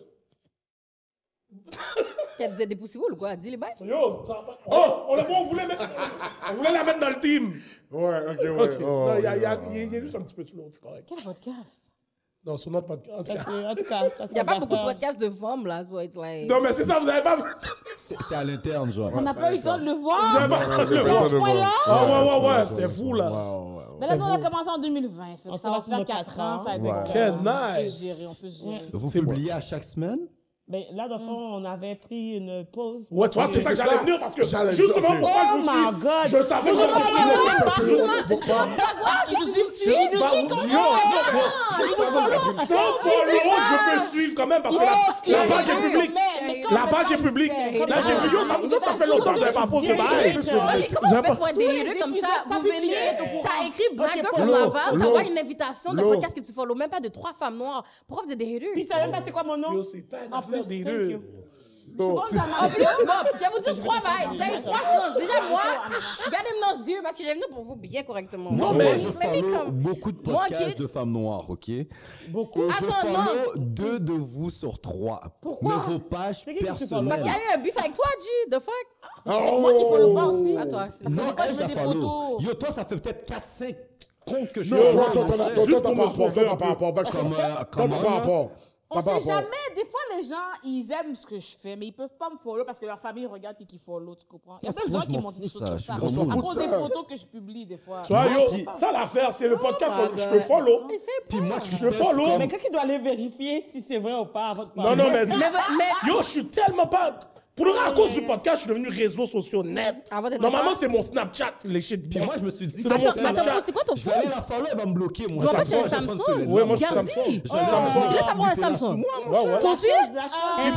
E: Vous êtes des poussivoules ou quoi? Dis les bails.
B: Yo, ça va pas. Oh, on, on, voulait mettre, on voulait la mettre dans le team.
C: Ouais, ok, ouais.
B: Ok.
C: oh,
B: Non, il y a-
C: ok,
B: il y a-
C: ouais.
B: il y a- il y a juste un petit peu slow, c'est correct.
G: Quel podcast?
B: Non, sur notre podcast.
G: Ça, c'est- En tout cas, ça,
E: Il n'y a
G: ça
E: pas
G: va
E: beaucoup de
G: faire-
E: podcasts de femmes, là. So it's like...
B: Non, mais c'est ça, vous avez pas vu.
D: C'est c'est à l'interne, genre.
G: On n'a pas eu le temps de le
B: Vous
G: voir.
B: avez pas
C: Ouais,
B: vu
C: c'est
B: le
C: pas
B: voir.
C: de voir.
G: point-là?
B: Ah, ouais, ouais, ouais,
C: Ouais,
B: c'était
C: ouais,
B: fou,
C: ouais,
B: là.
C: ouais, ouais, ouais.
G: Mais là, nous, on a commencé en deux mille vingt. Fait que
F: On
G: ça va
F: s'en va
G: faire
F: sur
G: quatre
F: nos
G: ans.
F: quatre
G: Ça va
C: Ouais.
G: être
B: Quel
G: On peut
B: nice.
G: gérer, on peut gérer.
D: Vous
B: C'est
D: publiez à chaque semaine?
F: Ben, là, dans le fond, on avait pris une pause.
B: Ouais, tu vois, c'est ça que
C: c'est
B: j'allais
C: ça.
B: venir parce que
C: J'allais
B: justement,
C: dire, ok.
B: pourquoi
F: Oh
B: je vous
F: my
B: suis-
F: God.
B: Je savais
G: Non,
B: que
G: non, non, non, non,
C: Ça fait longtemps. Pourquoi?
G: Il nous suit, il nous
B: Bah,
G: suit
B: yo,
G: comme
B: non, mais- Sans follow, je peux suivre quand même parce que la, la page est publique. La page est publique. Là, j'ai vu, yo, ça me dit que ça fait longtemps que j'avais pas posté de bail.
G: C'est
E: Ouais, mais comment
B: J'ai
E: vous
B: pas-
E: faites pour être des haters comme ça? Vous venez, t'as écrit Black Girl from
C: Lo,
E: Laval,
C: Lo,
E: t'envoies une invitation de
C: Lo.
E: podcast que tu follow, même pas de trois femmes noires. Pourquoi vous êtes des haters?
F: Puis, ça même pas c'est quoi mon nom?
B: Yo, c'est pas une
F: En
B: affaire
F: plus,
B: des
F: thank
B: deux.
F: you.
C: Non.
E: En plus, bon, je vais vous dire trois vibes. Vous avez trois chances. Déjà, moi, regardez-moi dans les yeux parce que j'ai venu pour vous bien correctement.
D: Moi,
B: mais-
D: moi, je
E: Let me
D: follow
E: come.
D: beaucoup de
E: Moi,
D: podcasts
E: qui-
D: de femmes noires, OK?
F: Beaucoup.
D: Et je
E: Attends,
D: follow deux de vous sur trois.
E: Pourquoi?
D: Mais vos pages
F: C'est qui que tu follow?
D: personnelles.
E: Parce qu'il y a eu un bif avec toi, G. The fuck?
C: Oh!
G: Moi qui follow pas aussi.
E: À toi. c'est-
D: Non,
G: Parce que
D: elle,
G: je mets
D: je
G: des
D: la follow.
G: photos.
D: Yo, toi, ça fait peut-être quatre cinq comptes que je
C: Non,
D: suis
C: toi,
D: en
C: toi,
D: train de
C: toi,
D: faire.
C: toi,
B: Juste
C: toi,
B: pour
C: t'as
B: me
C: pas rapport, toi, t'as pas rapport. Va,
D: Comme, euh,
C: Toi,
D: comme
C: t'as
D: moi,
C: pas
D: là.
C: rapport.
G: On
C: T'as pas
G: sait
C: rapport.
G: jamais. Des fois, les gens, ils aiment ce que je fais, mais ils peuvent pas me follow parce que leur famille regarde et qu'ils follow, tu comprends? Il y a
D: Ah,
G: plein de
D: moi,
G: gens
D: je
G: qui
D: m'en
G: m'ont
D: fous,
G: dit des
D: ça.
G: choses comme
D: Je
G: ça.
D: suis
C: On s'en
G: À
C: fout
G: cause
C: de
G: des
C: ça.
G: photos que je publie, des fois.
B: Tu vois,
D: Moi,
B: yo,
D: qui-
B: ça l'affaire, c'est le podcast,
E: my
B: je
E: God.
B: te follow.
E: Mais c'est
D: Puis moi,
E: pas.
D: qui
B: Je le
D: fais, c'est
B: follow.
D: comme-
F: Mais quand il doit aller vérifier si c'est vrai ou pas avant de
B: Non,
F: parler.
B: non, mais,
E: Mais, mais,
B: yo, je suis tellement pas. Pour le vrai, à cause du podcast, je suis devenu réseaux sociaux net.
E: Avant d'être
B: Normalement,
E: papa.
B: c'est mon Snapchat, les shit.
D: Puis moi, je me suis dit,
B: C'est
D: que
B: dans mon
D: je
E: Attends,
B: Snapchat.
E: attends, c'est quoi ton
D: vais aller
E: phone?
D: la follow, elle va me bloquer. Moi,
E: Tu vois pas,
D: Chaque
E: c'est un
D: fois, je vais prendre
E: Samsung?
D: ce-
B: Ouais, moi, je suis
E: Gardi.
B: Samsung.
D: J'ai
B: J'ai
D: un
B: Samsung.
E: Tu laisses avoir un Samsung?
B: Ouais, ouais.
E: Toi aussi?
B: Team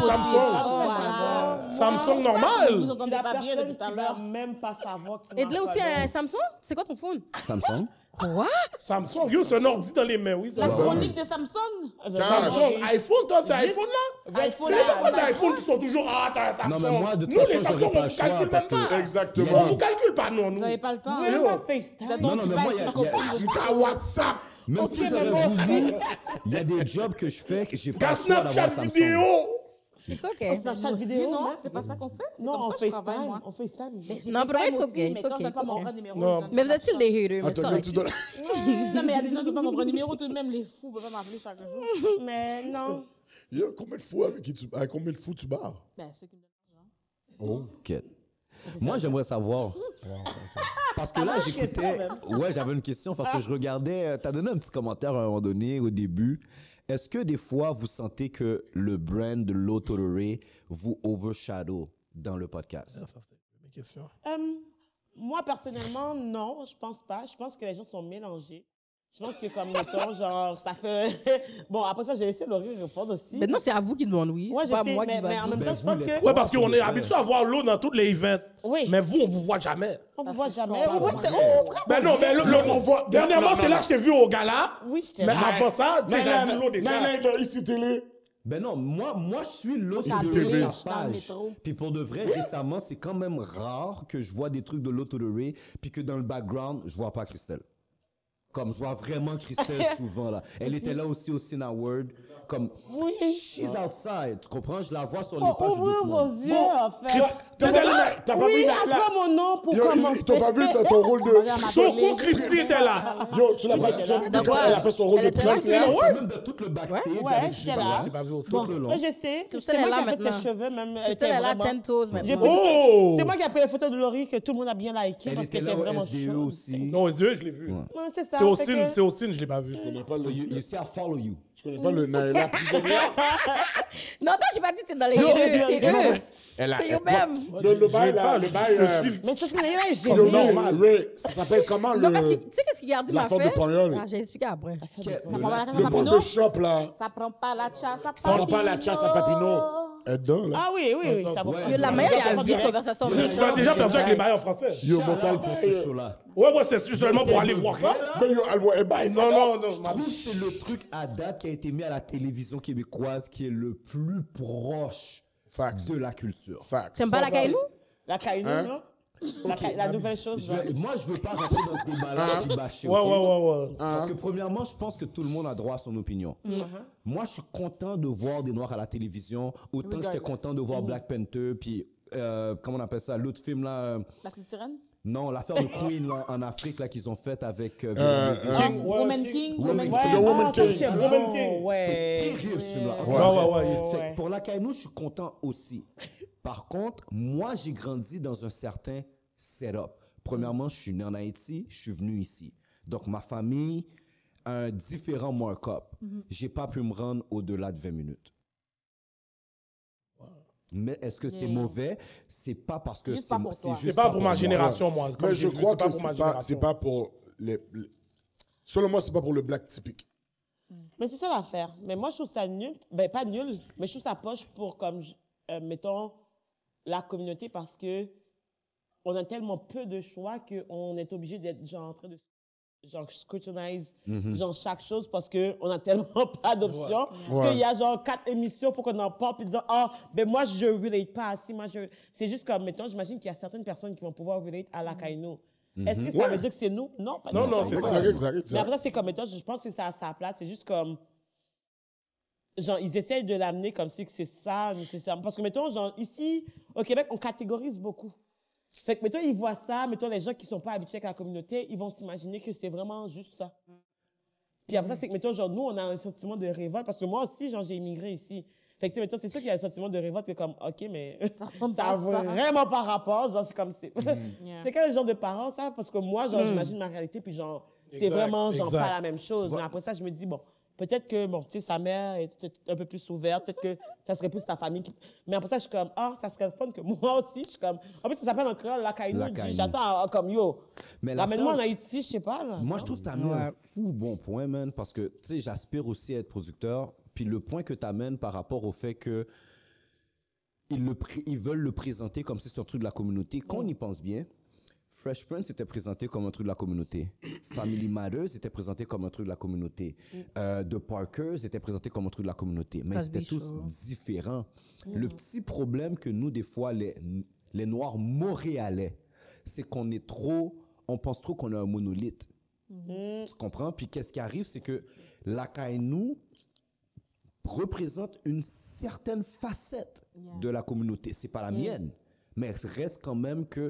B: Samsung. Samsung normal.
G: Vous
F: C'est
G: entendez
F: la
G: pas bien
F: personne
G: depuis tout à
F: qui va
G: l'heure.
F: même pas savoir que tu
E: Et
F: m'as
E: de là aussi,
F: follow.
E: un Samsung? C'est quoi ton phone?
D: Samsung.
E: Quoi?
B: Samsung, yo, c'est un ordi dans les mains, oui.
G: La
B: ça.
G: chronique de Samsung?
B: Samsung, iPhone, toi, c'est iPhone là?
G: iPhone,
B: C'est les
G: là,
B: personnes
G: là.
B: d'iPhone qui sont toujours, ah, t'as un Samsung.
D: Non, mais moi, de toute
B: Nous,
D: façon,
B: les
D: j'aurais
B: Samsung,
D: pas
B: on
D: le
B: vous
D: choix
B: calcule
D: parce
B: même
D: que-
B: pas.
C: Exactement.
B: On vous calcule pas, non, nous.
G: Vous n'avez pas le temps?
F: Même
B: Yo.
F: pas FaceTime.
D: Non, non, mais moi, il y a- il y a-
C: T'as WhatsApp.
D: même
F: Ok,
D: si
F: mais
D: j'aurais
F: bon,
D: voulu, il y a des jobs que je fais que j'ai pas
B: Qu'à
D: le choix d'avoir
B: Snapchat
D: un Samsung.
B: vidéo.
E: It's okay.
F: Snapchat
G: Aussi,
F: vidéo,
G: non?
F: non?
G: C'est pas ça qu'on fait? C'est
F: Non,
G: comme
F: on
G: ça que je travaille,
F: FaceTime.
G: moi.
F: On FaceTime.
E: Non, pour vrai, it's okay,
G: Mais
E: it's
G: quand
E: okay,
G: je
E: it's
G: pas mon
E: okay.
G: vrai numéro,
B: Non.
G: je donne
E: Mais vous êtes-il
G: Snapchat.
E: des haters? Mais c'est
C: Attends,
E: correct.
C: tu donnes.
G: Non, mais il y a des gens qui ne pas mon vrai numéro, tout de même, les fous peuvent pas m'appeler chaque jour.
F: Mais non.
C: Yo, combien de fois avec qui tu. Avec combien de fous tu barres?
G: Ben, ceux qui me donnent l'argent.
D: Ok. Moi, j'aimerais savoir. Parce que là, j'écoutais. Ouais, j'avais une question parce que je regardais. Tu as donné un petit commentaire à un moment donné, au début. Est-ce que des fois, vous sentez que le brand de l'Auto Ray vous overshadow dans le podcast?
B: Ça, c'était mes questions.
F: Euh, moi, personnellement, non, je pense pas. Je pense que les gens sont mélangés. Je pense que, comme mettons, genre, ça fait. Bon, après ça, j'ai laissé Laurie répondre aussi.
E: Mais non, c'est à vous qui demande oui.
F: Ouais,
E: C'est
F: je
E: pas
F: sais,
E: moi
F: mais,
E: qui
F: mais
E: va
F: en même
E: dire.
F: temps,
D: Ben,
F: je pense
D: vous, les
F: que.
D: trois.
B: Ouais, parce qu'on est habitué à voir l'eau dans tous les events.
F: Oui.
B: Mais vous, on vous voit jamais.
F: On ne voit jamais.
G: pas
F: On voit
G: vrai.
F: que- oh,
B: Ben non, ben le- le-
C: on voit-
B: dernièrement,
C: non,
B: c'est
C: non,
B: là
C: non.
B: que je t'ai vu au gala.
F: Oui, j'étais
B: Mais
F: là.
B: avant ça, tu sais,
C: Non,
B: j'avais vu
C: non,
B: l'eau
C: non,
B: déjà.
C: non, non, ici télé.
D: Ben non, moi, moi je suis l'autre
C: Ici,
D: de
C: T V.
D: sa
G: Dans le
D: page.
G: métro.
D: Puis pour de vrai, récemment, c'est quand même rare que je vois des trucs de l'Auto Ray, puis que dans le background, je vois pas Christelle. Comme je vois vraiment Christelle souvent là. Elle était là aussi au Cine Award. Comme,
F: Oui.
D: she's outside. Tu comprends? Je la vois sur les
F: Faut
D: pages de
F: ouvrir
D: d'autres
F: vos
D: mondes.
F: yeux, en fait.
C: T'as pas vu la- t'as pas vu
F: Oui,
C: la-
F: après
C: la-
F: mon nom pour
C: Yo, ils-
F: commencer.
C: ils t'ont pas vu t'as ton rôle de.
B: Soko Christy était là.
C: Yo, tu l'as pas. tu l'as-
E: Dans
C: quand
E: quoi?
C: Elle a fait son rôle
E: Elle
C: de
E: était là,
C: prince.
E: c'est-
C: là.
D: C'est même de tout le backstage
F: Ouais,
D: avec
F: j'étais
D: Gilbert,
F: là.
B: J'ai pas vu aussi.
D: tout le long.
F: Ouais, je sais.
E: Christelle
F: C'est
E: est
F: moi
E: là
F: qui ai fait
E: maintenant.
F: ses cheveux, même. Elle
E: Christelle
F: était
E: est là,
F: vraiment...
E: ten toes
F: J'ai
E: maintenant.
F: pris-
B: Oh!
F: C'est moi qui ai pris les photos de Laurie que tout le monde a bien liké
D: Elle
F: parce
D: était
F: qu'elle
D: là
F: était
D: au
F: vraiment
D: S D E
F: chaude.
D: aussi.
B: Non, aux yeux, je l'ai vu.
F: Ouais, c'est ça.
B: C'est au
F: fait
B: cine,
F: que-
B: c'est au cine, je l'ai pas vu.
C: Je connais pas
D: So
C: le.
D: you, you see, I follow you.
C: Je connais pas le Naila prisonnière.
E: Non, attends, j'ai pas dit que t'es dans les
C: Non,
E: haters.
C: non,
E: C'est
C: non,
E: eux.
C: mais elle a-
E: C'est
C: elle-
E: eux-mêmes.
C: Le le
B: Je
C: bail,
B: l'ai
C: là,
B: pas,
C: le
B: je-
C: bail.
B: je
C: euh,
B: suis-
F: Mais c'est ce que Naila est
C: Yo,
F: génie.
C: non, Ray, ça s'appelle comment
E: Non, parce que
C: le.
E: tu sais qu'est-ce que Gardi
C: La
E: m'a
C: forme
E: fait?
C: de Pagnol.
E: Ah, j'ai expliqué après.
D: Quel-
G: Ça
D: le
G: prend pas la
D: latin-
G: chasse à
C: Le
G: Papineau?
C: barber shop, là.
G: Ça prend pas la chasse à
C: Ça prend pas la chasse à Papineau. Elle est dedans, là.
F: Ah oui, oui, oui, ça va.
D: Ouais.
E: Yo, la mère, il y a eu de conversation.
B: Tu m'as déjà perdu avec les bails en français.
C: Yo,
D: Shout
C: mental
D: out pour ce show-là.
B: Ouais, ouais, c'est seulement pour aller voir ça.
C: Mais yo, elle voit, elle baille ça.
B: Non, non, non.
D: Je trouve que c'est le truc à date qui a été mis à la télévision québécoise qui est le plus proche
C: Facts.
D: de la culture.
C: Facts.
E: T'aimes pas la caillou?
F: La Kainu,
C: Hein?
F: non? La, ca- la nouvelle chose.
D: Je vais- moi, je veux pas rentrer dans ce débat-là qui bâcher.
B: Ouais,
D: ok?
B: ouais, ouais, ouais.
D: Parce que premièrement, je pense que tout le monde a droit à son opinion. Moi, je suis content de voir des Noirs à la télévision, autant que j'étais content de voir Black Panther, puis euh, comment on appelle ça, l'autre film là, euh,
G: La petite sirène?
D: non, l'affaire de Queen là, en Afrique là qu'ils ont faite avec euh,
C: Euh,
D: Véronique
C: euh,
B: King, ouais,
G: Woman
B: King.
G: King?
D: Woman
G: Woman
D: King.
G: King.
C: The Woman
F: Ah, ça,
C: King.
F: c'est
B: Woman
F: bon,
B: King.
F: ouais.
D: C'est terrible ce film-là.
B: Ouais, ouais, ouais.
D: Fait que
F: ouais.
D: pour la Kainu, je suis content aussi. Par contre, moi, j'ai grandi dans un certain setup. Premièrement, je suis né en Haïti, je suis venu ici. Donc, ma famille a un différent markup. J'ai pas pu me rendre au-delà de vingt minutes. Mais est-ce que c'est
G: Yeah.
D: mauvais? C'est pas parce que
G: C'est juste
D: c'est
G: pas pour
D: c'est
G: toi.
D: juste
B: C'est pas pour ma
D: moi.
B: génération, moi. Comme
C: Mais
B: j'ai
C: je
B: vu,
C: crois
B: c'est pas
C: que
B: pour ma
C: c'est pas,
B: génération.
C: c'est pas pour les. les- Selon moi, c'est pas pour le black typique.
F: Mais c'est ça l'affaire. Mais moi, je trouve ça nul. Ben, pas nul, mais je trouve ça poche pour, comme, euh, mettons, la communauté parce que on a tellement peu de choix qu'on est obligé d'être, genre, en train de, genre, scrutinize, genre, chaque chose parce qu'on a tellement pas d'options
C: Ouais.
F: qu'il y a, genre, quatre émissions pour qu'on en parle puis dire, ah, ben, moi, je relate pas à si, moi, je. C'est juste comme, mettons, j'imagine qu'il y a certaines personnes qui vont pouvoir relate à la Kainu. Est-ce que ça
C: Ouais.
F: veut dire que c'est nous? Non, pas
B: Non, non,
F: nécessairement.
B: c'est ça.
C: Exact, exact,
F: Mais
C: exact.
F: après ça, c'est comme, mettons, je pense que ça a sa place. C'est juste comme. Genre, ils essayent de l'amener comme si que c'est ça, nécessairement. Parce que, mettons, genre, ici, au Québec, on catégorise beaucoup. Fait que, mettons, ils voient ça, mettons, les gens qui sont pas habitués avec la communauté, ils vont s'imaginer que c'est vraiment juste ça. Puis après ça, c'est que, mettons, genre, nous, on a un sentiment de révolte. Parce que moi aussi, genre, j'ai immigré ici. Fait que, tu sais, mettons, c'est sûr qu'il y a un sentiment de révolte que, comme, OK, mais
G: Ça ressemble
F: ça
G: pas
F: a
G: à ça.
F: vraiment pas rapport. Genre, c'est comme, c'est.
G: Yeah.
F: C'est quel genre de parents, ça? Parce que moi, genre, j'imagine ma réalité, puis genre, c'est
B: Exact,
F: vraiment, genre,
B: exact.
F: pas la même chose.
B: Tu vois-
F: Mais après ça, je me dis, bon, Peut-être que, bon, tu sais, sa mère est un peu plus ouverte, peut-être que ça serait plus sa famille. Qui... Mais après ça, je suis comme, ah, ça serait le fun que moi aussi, je suis comme... En plus, ça s'appelle en créole la Kainu.
D: La Kainu.
F: J'attends ah, comme, yo,
D: Mais
F: ramène-moi en
D: l'affaire-
F: Haïti, je sais pas, là.
D: Moi, je trouve que tu amènes un fou bon point, man, parce que, tu sais, j'aspire aussi à être producteur. Puis le point que tu amènes par rapport au fait que ils, le pré- ils veulent le présenter comme si c'était un truc de la communauté. Quand on y pense bien, Fresh Prince était présenté comme un truc de la communauté. Family Matters était présenté comme un truc de la communauté. Euh, The Parkers était présenté comme un truc de la communauté. Mais
E: Cosby
D: c'était tous
E: Show.
D: différents. Le petit problème que nous, des fois, les, les Noirs montréalais, c'est qu'on est trop... On pense trop qu'on a un monolithe. Tu comprends? Puis qu'est-ce qui arrive, c'est que la Kainu représente une certaine facette de la communauté. C'est pas la mienne, mais reste quand même que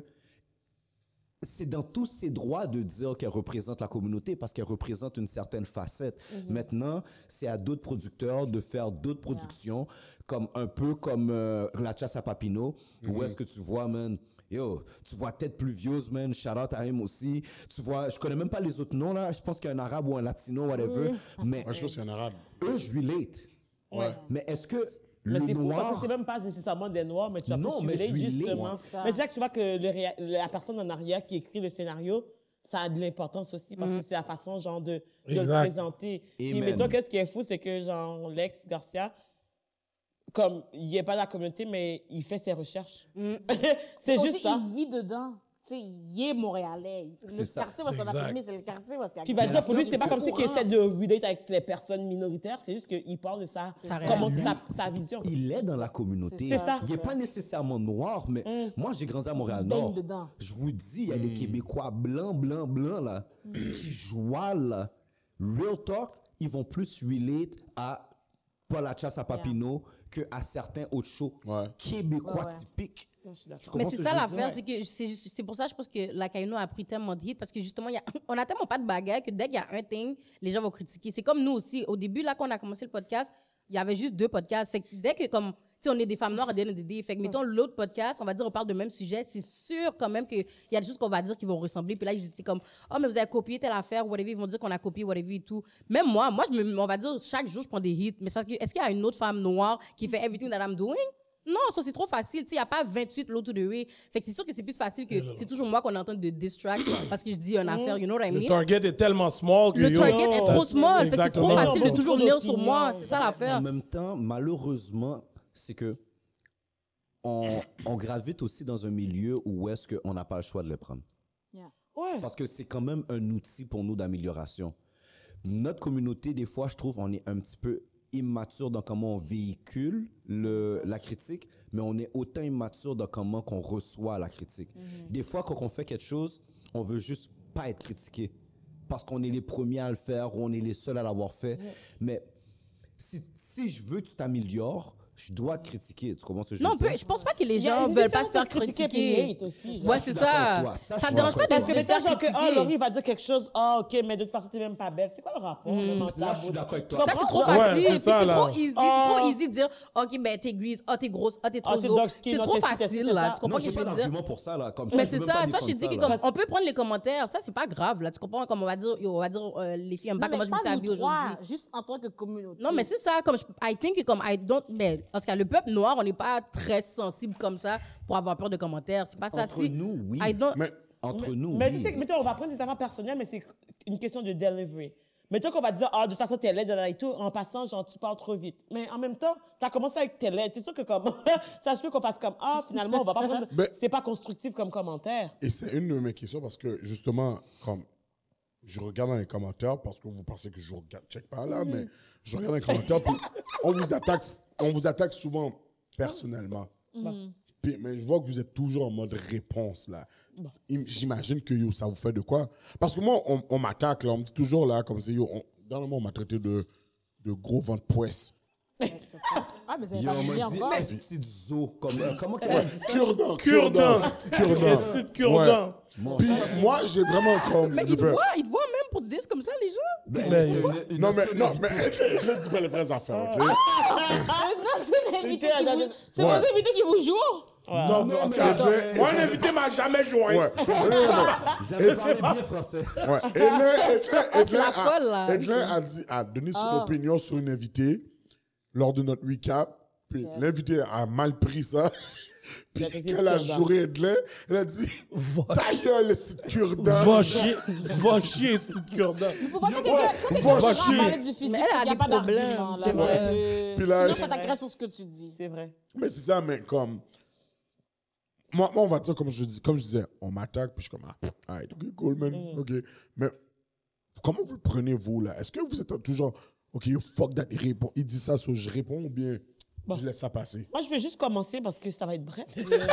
D: c'est dans tous ses droits de dire qu'elle représente la communauté parce qu'elle représente une certaine facette. Maintenant, c'est à d'autres producteurs de faire d'autres productions, comme un peu comme euh, La Chasse à Papineau, où est-ce que tu vois, man, yo, tu vois Tête Pluvieuse, man, shout out à him aussi. Tu vois, je connais même pas les autres noms, là. Je pense qu'il y a un arabe ou un latino, whatever. Mais
C: Moi, je pense qu'il y a un arabe.
D: eux, je relate.
C: Ouais.
D: Mais est-ce que
F: Mais
D: le
F: c'est fou parce
D: noir...
F: que c'est même pas nécessairement des noirs, mais tu vas
D: Non,
F: plus
D: mais
F: simuler
D: je suis
F: justement.
D: laid.
F: Mais c'est là que tu vois que le réa- la personne en arrière qui écrit le scénario, ça a de l'importance aussi parce que c'est la façon, genre, de, de le
B: Exact.
F: présenter.
D: Et
F: Puis,
D: même-
F: mais toi, qu'est-ce qui est fou, c'est que, genre, Lex Garcia, comme, il n'est pas de la communauté, mais il fait ses recherches. c'est
G: Aussi,
F: juste ça.
G: il vit dedans. Tu sais, il est montréalais. Le
D: C'est ça.
G: quartier où est-ce qu'on a
B: Exact.
G: filmé, c'est le quartier où est-ce qu'il y a...
F: Puis il va
D: Mais
F: dire, pour lui,
D: l'affaire,
F: c'est pas
D: c'est
F: comme
D: que-
F: si qu'il essaie de relate avec les personnes minoritaires, c'est juste qu'il parle de sa,
E: Sa
F: comment,
E: réalité.
F: sa, sa vision.
D: Il est dans la communauté.
F: C'est ça.
D: Il n'est pas nécessairement noir, mais moi, j'ai grandi à
G: baigne
D: Montréal-Nord.
G: dedans.
D: Je vous dis, il y a des Québécois blancs, blancs, blancs, là, qui jouent là. Real talk, ils vont plus relate à Paul La Chasse à Papineau que à certains autres shows
C: Ouais.
D: québécois
G: Ouais, ouais.
D: typiques.
F: Je suis d'accord.
D: Tu
E: Mais
D: comprends
E: c'est
D: ce
E: ça
D: que je veux
E: l'affaire,
D: dire?
E: c'est que c'est juste- c'est pour ça je pense que la Kaino a pris tellement de hits parce que justement, il y a, on a tellement pas de bagaille que dès qu'il y a un thing, les gens vont critiquer. C'est comme nous aussi. Au début, là, quand on a commencé le podcast, il y avait juste deux podcasts. Fait que dès que, comme, tu sais, on est des femmes noires à D N D D, fait que, mettons, l'autre podcast, on va dire, on parle de même sujet, c'est sûr quand même qu'il y a des choses qu'on va dire qui vont ressembler. Puis là, ils étaient comme, oh, mais vous avez copié telle affaire, whatever. Ils vont dire qu'on a copié, whatever et tout. Même moi, moi, je me, on va dire, chaque jour, je prends des hits. Mais c'est parce que, est-ce qu'il y a une autre femme noire qui fait everything that I'm doing? Non, ça c'est trop facile. Tu sais, il n'y a pas vingt-huit l'autre de way. Fait que c'est sûr que c'est plus facile que c'est toujours moi qu'on est en train de distract parce que je dis une affaire, you know what I
B: Le
E: mean?
B: target est tellement small que
E: Le
B: yo,
E: target est trop small. Fait que c'est trop
B: Exactement.
E: facile de
F: Beaucoup
E: toujours venir sur
F: d'opinions.
E: moi. C'est ça
D: En
E: l'affaire.
D: même temps, malheureusement, c'est que on, on gravite aussi dans un milieu où est-ce qu'on n'a pas le choix de le prendre.
F: Ouais.
D: Parce que c'est quand même un outil pour nous d'amélioration. Notre communauté, des fois, je trouve, on est un petit peu immature dans comment on véhicule le, la critique, mais on est autant immature dans comment qu'on reçoit la critique. Des fois, quand on fait quelque chose, on veut juste pas être critiqué parce qu'on est les premiers à le faire ou on est les seuls à l'avoir fait. Mais si, si je veux que tu t'améliores, je dois te critiquer. Tu comprends ce que je
E: Non,
D: veux
E: on peut-
D: dire?
E: je pense pas que les
F: Il y a
E: gens
F: une
E: veulent pas se
F: différence
E: faire
F: entre critiquer
E: critiquer.
F: puis hate aussi.
E: Ouais,
D: je suis
E: c'est
D: d'accord
E: ça.
D: avec toi. Ça, je
E: Ça
D: suis
E: ne dérange pas
D: d'accord
E: de,
F: Parce que
E: de
F: les
E: se faire
F: gens, genre que, ah,
E: critiquer.
F: Laurie va dire quelque chose, ah, ok, mais de toute façon, t'es même pas belle. C'est quoi le rapport? même entre
D: Là,
F: la
D: je suis
F: beauté?
D: d'accord avec
F: Tu
D: toi.
E: Ça, c'est
F: comprends?
E: trop
B: Ouais,
E: facile.
B: c'est
E: Puis
B: ça,
E: c'est
B: là.
E: trop easy.
F: Ah.
E: C'est trop easy de dire, OK, ben, t'es grise, ah, t'es grosse, ah, t'es
F: Ah,
E: trop
F: t'es
E: zo.
F: dark skin,
E: C'est
F: ah,
E: trop
F: t'es ci, t'es
E: facile,
F: ci,
E: là.
F: t'es
E: Tu
F: ça.
E: comprends
D: Non,
E: ce
D: j'ai
E: que je
D: pas
E: veux dire?
D: d'argument pour ça, là. Comme ça,
E: Mais
D: je
E: c'est
D: veux même pas
E: ça. Ça, je
D: défendre
E: dis que
D: ça,
E: comme,
D: là.
E: on peut prendre les commentaires. Ça, c'est pas grave, là. Tu comprends? Comme on va dire, yo, on va dire, euh, les filles aiment pas
G: Non, mais
E: comment je me suis
G: pas nous
E: habillée
G: trois,
E: aujourd'hui.
G: juste en tant que communauté.
E: Non, mais c'est ça. Comme je, I think que comme I don't, mais en tout cas, le peuple noir, on n'est pas très sensible comme ça pour avoir peur de commentaires. C'est pas ça.
D: Entre
E: Si-
D: nous, oui.
E: I don't,
C: Mais
D: Entre nous,
F: Mais
D: oui.
F: tu sais, mettons, on va prendre des affaires personnelles, mais c'est une question de delivery. Mettons qu'on va dire, ah, de toute façon, t'es laide et tout, en passant, genre, tu parles trop vite. Mais en même temps, t'as commencé avec t'es laide. C'est sûr que comme, ça se peut qu'on fasse comme, ah, finalement, on va pas prendre,
C: Mais-
F: c'est pas constructif comme commentaire.
C: Et c'était une de mes questions parce que justement, comme je regarde dans les commentaires, parce que vous pensez que je vous regarde, check pas là, mais je regarde dans les commentaires, puis on vous attaque, on vous attaque souvent personnellement. Puis, mais je vois que vous êtes toujours en mode réponse là. Im- J'imagine que yo, ça vous fait de quoi? Parce que moi, on, on m'attaque là, on me dit toujours là, comme si yo, on, dans le monde, on m'a traité de, de gros ventre poisse.
G: Ah, mais c'est
D: Yo,
G: pas
D: on
G: fini
D: m'a dit,
G: encore.
D: esti de zoo. Comme, euh, comment qu'elle a dit ça?
C: Cure-dent,
B: Cure-dent.
C: cure-dent.
B: Esti de cure-dent.
C: Ouais. Puis moi, j'ai vraiment comme.
E: mais
C: je
E: ils te
C: fais-
E: voient, ils te voient même pour des comme ça, les gens.
D: Ben,
B: Ben,
D: c'est une- une
C: Non, mais,
D: ancienne
C: non,
D: invitée.
C: mais je dis pas les vraies affaires, OK?
G: Ah, non, c'est l'invité qui vous... C'est
C: Ouais.
G: vos invités qui vous jouent?
B: Non,
D: Non,
B: parce
D: mais
B: que-
D: attends,
B: moi, un invité m'a jamais joint.
C: Ouais. Non, non, non.
D: J'avais parlé bien français.
C: Ouais. Edlin, Edlin,
E: Ah, c'est la
C: Edlin
E: folle, là.
C: a, Edlin a, dit, a donné son opinion sur une invitée lors de notre recap. Puis l'invité a mal pris ça. Puis
F: Il a été
C: quand elle a
F: cure-dent.
C: juré Edlin, elle a dit ta gueule, c'est cure-dent.
B: Va chier, va chier, c'est cure-dent.
G: Vous pensez que quelqu'un- quand
C: Va
G: quelqu'un
C: chier.
G: parle du physique,
E: Mais elle a
G: il n'y a
E: des
G: pas
E: problèmes,
G: d'argument, là.
E: c'est
G: parce
E: vrai.
G: que
C: Puis là-
G: Sinon, ça t'agresse sur ce que tu dis.
F: C'est vrai.
C: Mais c'est ça, mais comme. Moi, moi, on va dire, comme je, dis, comme je disais, on m'attaque, puis je suis comme, ah, alright, ok, cool, man,
G: Mm.
C: ok. Mais comment vous le prenez, vous, là? Est-ce que vous êtes toujours, ok, fuck that, il répond, il dit ça, so je réponds, ou bien je laisse ça passer?
F: Moi, je vais juste commencer parce que ça va être bref. Euh,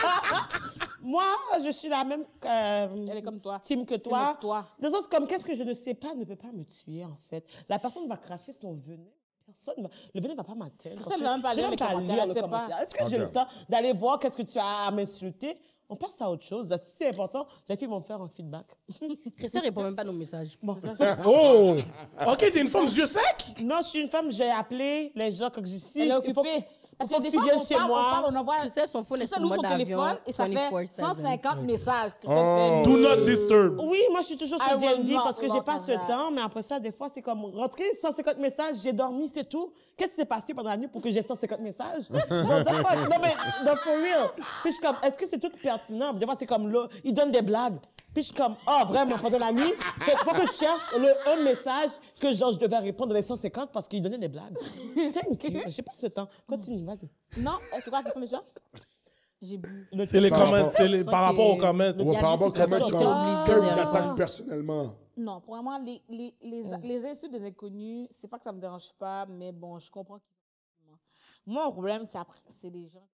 F: Moi, je suis la même euh,
G: Elle est comme toi.
F: team que
G: C'est
F: toi.
G: notre toi.
F: Dans le sens, comme qu'est-ce que je ne sais pas ne peut pas me tuer, en fait. La personne va cracher son venin. Personne va... Le venin ne va pas m'atteindre.
G: Personne
F: parce
G: va même pas
F: que je
G: lire
F: vais
G: les commentaires,
F: lire
G: elle
F: le
G: sait pas.
F: commentaire. Est-ce que j'ai
C: Ok.
F: le temps d'aller voir qu'est-ce que tu as à m'insulter? On passe à autre chose. Si c'est important, les filles vont me faire un feedback.
E: Christian répond même pas à nos messages.
F: Bon.
B: Oh! Ok, t'es une femme yeux secs?
F: Non, je suis une femme, j'ai appelé les gens quand j'y suis.
G: Elle est
F: il faut-
G: occupée. Parce
F: faut
G: que des
F: tu
G: fois,
F: viennes
G: on
F: chez
G: parle, on
F: moi.
G: parle, on envoie...
E: Christian, son phone est
G: Christian
E: sur
G: ouvre
E: mode
G: son
E: avion
G: téléphone et ça fait
E: vingt-quatre
G: cent
E: sept.
G: cinquante messages. Christian
C: Oh.
G: fait-
B: Do not disturb.
F: Oui, moi, je suis toujours
G: I
F: sur
G: will
F: D and D
G: not
F: parce que j'ai
G: look
F: pas
G: at
F: ce
G: that.
F: temps, mais après ça, des fois, c'est comme rentrer cent cinquante messages, j'ai dormi, c'est tout. Qu'est-ce qui s'est passé pendant la nuit pour que j'ai cent cinquante messages? Genre, des fois, non, mais, non, for real. Puis je suis comme, est-ce que c'est tout pertinent? Des fois, c'est comme là, ils donnent des blagues. Puis je suis comme, oh, vraiment, pendant la nuit, il faut que je cherche le, un message que genre, je devais répondre les cent cinquante parce qu'ils donnaient des blagues. Thank you. J'ai pas ce temps. Continue, vas-y.
G: Non, euh, c'est quoi la question déjà? J'ai bu.
F: Le
B: C'est les
C: Par
B: comments,
C: rapport-
B: c'est les, par rapport aux comments.
C: Ouais,
G: Il a
C: par
G: dit
C: rapport
G: c'est
C: quand même,
G: comme ça,
C: quand,
G: t'es
C: quand
G: obligé
C: ils
G: de
C: attaquent
G: répondre.
C: personnellement.
G: Non, pour moi, les, les, les, les insultes des inconnus, c'est pas que ça me dérange pas, mais bon, je comprends qu'ils sont. Moi, mon problème, c'est après, c'est les gens.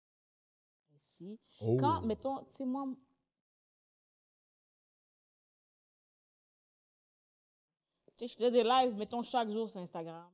G: Ici.
C: Oh.
G: Quand, mettons, tu sais, moi. Tu sais, je faisais des lives, mettons, chaque jour sur Instagram.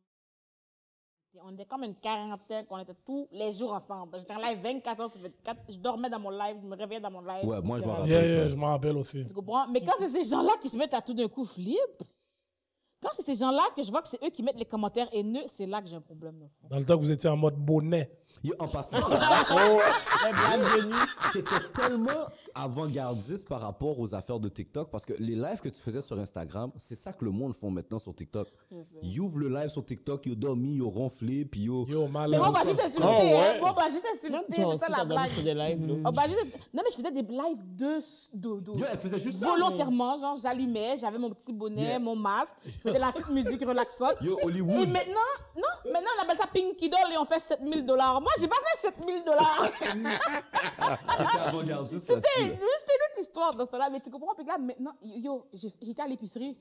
G: On était comme une quarantaine, qu'on était tous les jours ensemble. J'étais en live vingt-quatre heures sur vingt-quatre. Je dormais dans mon live, je me réveillais dans mon live.
D: Ouais, moi, je m'en
B: Yeah,
D: rappelle
B: yeah,
D: ça.
B: je m'en rappelle aussi.
G: Tu comprends? Mais quand c'est ces gens-là qui se mettent à tout d'un coup flip, quand c'est ces gens-là que je vois que c'est eux qui mettent les commentaires haineux, c'est là que j'ai un problème. dans le fond.
B: Dans le temps que vous étiez en mode bonnet.
D: Yo, en passant,
F: Les blagues venues.
D: t'étais tellement avant-gardiste par rapport aux affaires de TikTok parce que les lives que tu faisais sur Instagram, c'est ça que le monde font maintenant sur TikTok. Ils ouvrent le live sur TikTok, yo dormi, yo ronflé, puis yo...
B: Yo,
G: Mais
B: malade.
G: moi, on va juste insulter,
C: Oh, ouais.
G: hein. Moi, on va juste insulter,
F: Même toi
G: c'est
F: aussi,
G: ça
F: t'as
G: la
F: dormi
G: blague.
F: sur des lives, là.
G: On va juste- Non, mais je faisais des lives de... de, de-
D: Yo, elle faisait juste ça.
G: volontairement, genre j'allumais, j'avais mon petit bonnet,
D: Yeah.
G: mon masque, je faisais la petite musique relaxante.
D: Yo,
G: Et
D: Hollywood.
G: maintenant, non, maintenant on appelle ça Pinky Doll et on fait sept mille dollars. Moi, j'ai pas fait sept mille dollars.
D: T'étais avant-gardiste
G: C'était
D: là-dessus.
G: une, c'était une autre histoire dans ce temps-là. Mais tu comprends? Puis là, maintenant, yo, j'ai- j'étais à l'épicerie.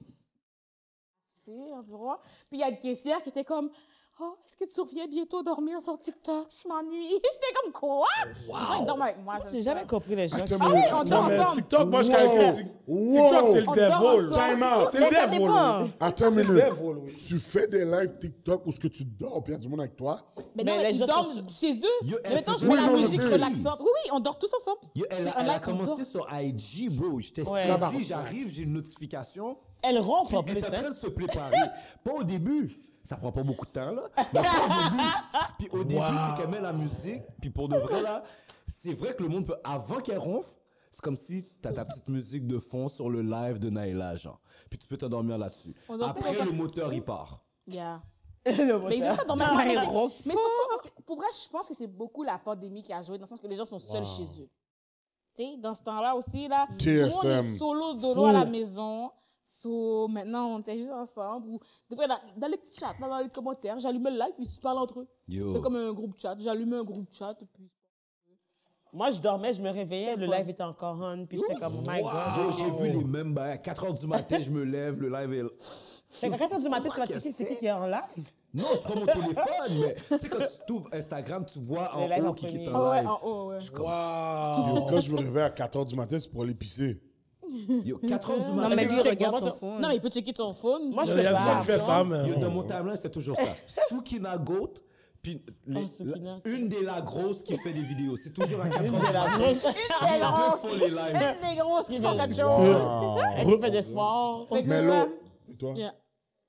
G: C'est environ. Puis il y a une caissière qui était comme, oh, est-ce que tu reviens bientôt dormir sur TikTok? Je m'ennuie. J'étais comme, quoi? Les gens, ils dorment avec moi. ça,
F: J'ai
G: je
F: jamais
G: sais.
F: compris les gens.
C: Attends,
G: Ah oui,
C: mais-
G: on
B: Non,
G: dort
B: mais
G: ensemble.
B: TikTok, moi, je
C: Wow.
B: calcule. Tik-
C: Wow.
B: TikTok, c'est le
G: On dort
B: devil.
G: ensemble.
C: Time out.
B: C'est le
E: Mais ça
B: devil.
E: dépend.
B: oui.
C: Attends une minute.
B: Devil, oui.
C: Tu fais des lives TikTok où ce que tu dors, puis il y a du monde avec toi.
G: Mais
F: Mais
G: non,
F: les
G: mais ils
F: gens
G: dorment
F: sont-
G: chez eux.
D: Yo, elle
G: Mais maintenant, je
D: faisait-
G: mets la
C: Oui, non,
G: musique
C: je sais.
G: relaxante. Oui, oui, on dort tous ensemble.
D: Yo, elle,
G: C'est
D: a,
G: un
D: elle a
G: live qu'on
D: commencé
G: dort.
D: sur I G, bro. J'étais
F: Ouais.
D: saisi, j'arrive, j'ai une notification.
F: Elle ronfle en
D: Elle
F: plus,
D: est en train
F: hein.
D: de se préparer. Pas au début. Ça prend pas beaucoup de temps, là. Mais pas au début. Puis au début, c'est qu'elle met la musique. Puis pour de vrai, là, c'est vrai que le monde peut... Avant qu'elle ronfle, c'est comme si t'as ta petite musique de fond sur le live de Naïla, genre. Puis tu peux t'endormir là-dessus.
G: On dort
D: Après,
G: tous
D: le moteur, il part.
G: Yeah.
F: Le
G: Mais ils aiment ça dormir.
E: Non,
G: Mais,
E: mais
G: c'est-
E: ronfle
G: mais surtout, parce que, pour vrai, je pense que c'est beaucoup la pandémie qui a joué, dans le sens que les gens sont seuls chez eux. Tu sais, dans ce temps-là aussi, là, tout
C: T
G: le
C: S
G: monde
C: M.
G: est solo, dolo à la maison. So, maintenant, on était juste ensemble. Ou, des fois, dans, dans les chats, dans les commentaires, j'allumais le live, puis ils parlent entre eux.
D: Yo.
G: C'est comme un groupe chat. J'allumais un groupe chat, et puis...
F: Moi, je dormais, je me réveillais,
G: C'était
F: le
G: fun.
F: live était encore on, puis j'étais comme, oh my God.
D: Yo, j'ai vu les mêmes bails. À quatre heures du matin, je me lève, le live est...
F: Fait qu'à quatre heures du matin, tu vas checker c'est qui qui est en live.
D: Non, je prends mon téléphone, mais tu sais, quand tu t'ouvres Instagram, tu vois en
F: Le live
D: haut
F: en
D: qui qui est
F: premier.
D: en
G: Ah ouais,
D: live.
G: en haut, ouais.
B: Wow.
C: Yo, quand je me réveille à quatre heures du matin, c'est pour aller pisser.
D: Yo, quatre heures du
E: Non,
D: matin.
E: mais lui,
F: je sais
E: regarde
F: comment
E: son
F: tu-
E: phone.
G: Non, mais il peut checker ton phone.
F: Moi, je
B: Il
F: fais
B: y a du monde
F: pas.
B: qui fait ça, mais...
D: Yo, dans mon timeline, c'est toujours ça. Soukina Goat, puis les-
F: Oh, Soukina,
D: la-
F: c'est-
D: une des la grosse qui fait des vidéos. C'est toujours à quatre heures
F: Une
D: du
F: de la
D: matin.
F: grosse.
G: Des
D: Les deux
G: grosses.
D: font les lives.
G: Des grosses qui font quelque chose.
C: Wow.
F: Elle qui fait des sports.
G: Fait que
C: Mais
G: c'est
C: là,
G: vrai.
C: et toi?
G: Yeah.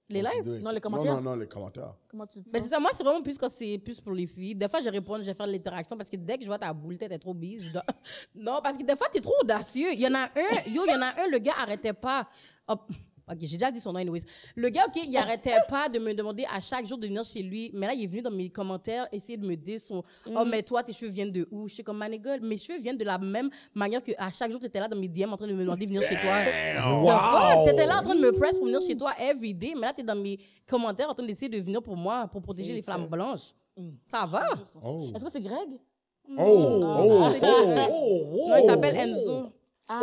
E: Les lives?
G: Non, les commentaires.
C: Non, non, non, les commentaires.
G: Comment tu dis
E: Ben
G: ça?
E: c'est ça, moi, c'est vraiment plus quand c'est plus pour les filles. Des fois, je réponds, je vais faire de l'interaction parce que dès que je vois ta boule, t'es trop bise. Je dois... Non, parce que des fois, t'es trop audacieux. Il y en a un, yo, il y en a un, le gars arrêtait pas. Hop. Ok, j'ai déjà dit son nom, anyways. Le gars, ok, il arrêtait pas de me demander à chaque jour de venir chez lui. Mais là, il est venu dans mes commentaires essayer de me dire son oh, mais toi, tes cheveux viennent de où? Je suis comme, my nigga, mes cheveux viennent de la même manière que à chaque jour, t'étais là dans mes D M en train de me demander de venir chez toi.
B: Wow!
E: T'étais là en train de me press pour venir chez toi every day. Mais là, t'es dans mes commentaires en train d'essayer de venir pour moi, pour protéger les flammes blanches. Ça va?
C: Oh.
G: Est-ce que c'est Greg?
C: Oh, oh,
E: c'est
C: oh,
E: Non, il s'appelle Enzo.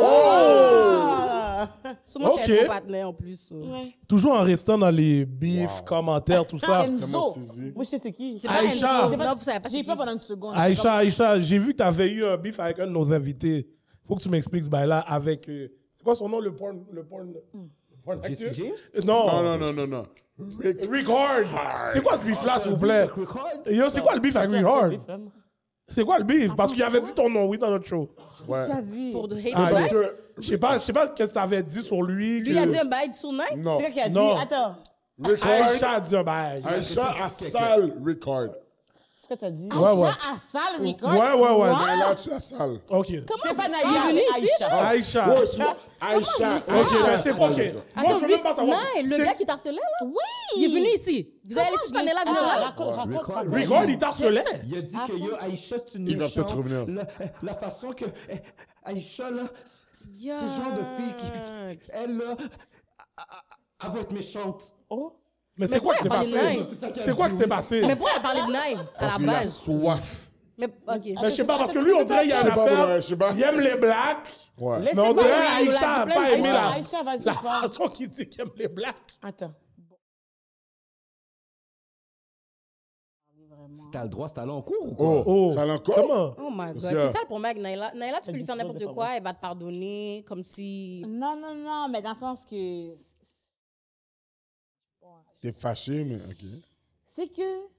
G: Ah!
E: Sûrement,
B: Ok.
E: c'est un partenaire en plus.
G: Ouais.
B: Toujours en restant dans les bifs, commentaires, tout ça.
C: Tellement
G: Enzo!
C: saisi.
G: Moi, je sais c'est qui.
E: C'est pas
B: Aïcha.
E: Enzo. Non, vous savez pas
G: J'ai
E: c'est
G: eu peur
E: qui.
G: pendant une seconde.
B: Aïcha, Aïcha, j'ai vu que tu avais eu un bif avec un de nos invités. Faut que tu m'expliques ce bail-là avec... euh, c'est quoi son nom, le porn... Le porn, le porn
D: Jesse
B: acteur?
D: James?
B: Non.
C: Non, non, non, non, non. Rick.
B: Rick Hard. C'est quoi ce bif-là, s'il vous plaît?
D: Rick Hard?
B: Yo, c'est quoi le bif avec Rick Hard? C'est quoi le bif? Parce qu'il avait dit ton nom, oui, dans notre show.
C: Ouais.
G: Qu'est-ce qu'il a dit?
E: Pour de hate
B: Ah,
C: Parce
E: back.
C: que.
B: Je sais pas, je sais pas qu'est-ce que tu avais dit sur lui.
E: Lui,
B: que...
E: il a dit un bail sur Nike.
C: Non.
G: C'est quoi qui a dit?
B: Non.
G: Attends.
C: Rick Hard.
B: Aïcha a dit un bail.
C: Aïcha a sale Rick Hard.
G: C'est quoi t'as dit?
B: Ouais, ouais.
G: Aïcha a sale record?
B: Ouais, ouais, ouais.
C: Mais là, tu as sale.
B: OK.
G: C'est pas Naïa, c'est Aïcha.
B: Aïcha.
C: Ouais, c'est moi. Aïcha.
B: OK, ben c'est pas OK. Moi,
E: Attends,
B: je veux
E: lui,
B: même pas savoir.
E: non, le
B: C'est-
E: gars qui t'harcelait, là?
G: Oui!
E: Il est venu ici. Vous avez laissé ce panel-là venir
G: Ah,
E: là?
G: raconte, raconte,
D: Rick Hard.
G: raconte.
B: Rick Hard, il t'harcelait.
D: Il a dit que yo, Aïcha, c'est une
C: Il va
D: méchante.
C: peut-être revenir.
D: La, la façon que eh, Aïcha, là, c'est c'est ce genre de fille qui, qui- elle, là, elle- elle va être méchante.
G: Oh.
B: Mais c'est quoi qui s'est
E: pourquoi elle
B: passé?
E: parlait de
B: C'est quoi qui s'est passé?
E: Mais pourquoi elle a parlé de Nike à
C: Parce
E: la
C: qu'il a
E: base?
C: soif.
E: Mais, ok.
B: Mais je sais pas, parce que lui, on dirait qu'il y a
C: Je
B: une
C: sais pas, ouais,
B: affaire.
C: je sais pas.
B: Il aime les blacks.
C: Ouais.
B: Mais on
G: Laissez-moi,
B: dirait
E: oui, il nous l'a
B: Aïcha
E: dit
B: n'a
E: plein
B: pas
E: de
B: aimé
E: fois.
B: la,
G: Aïcha, vas-y,
B: la
G: parle.
B: façon qu'il dit qu'il aime les blacks.
G: Attends.
D: Si t'as le droit, c'est aller en cours ou quoi?
C: Oh,
B: Oh,
C: ça l'a encore?
B: comment?
E: Oh my God.
C: Parce que-
E: C'est ça le problème avec Naila. Naila, tu peux lui faire
G: Vas-y,
E: n'importe
G: tu vas
E: quoi, elle va te pardonner, comme si...
G: Non, non, non, mais dans le sens que.
C: T'es fâché, mais ok.
G: C'est que.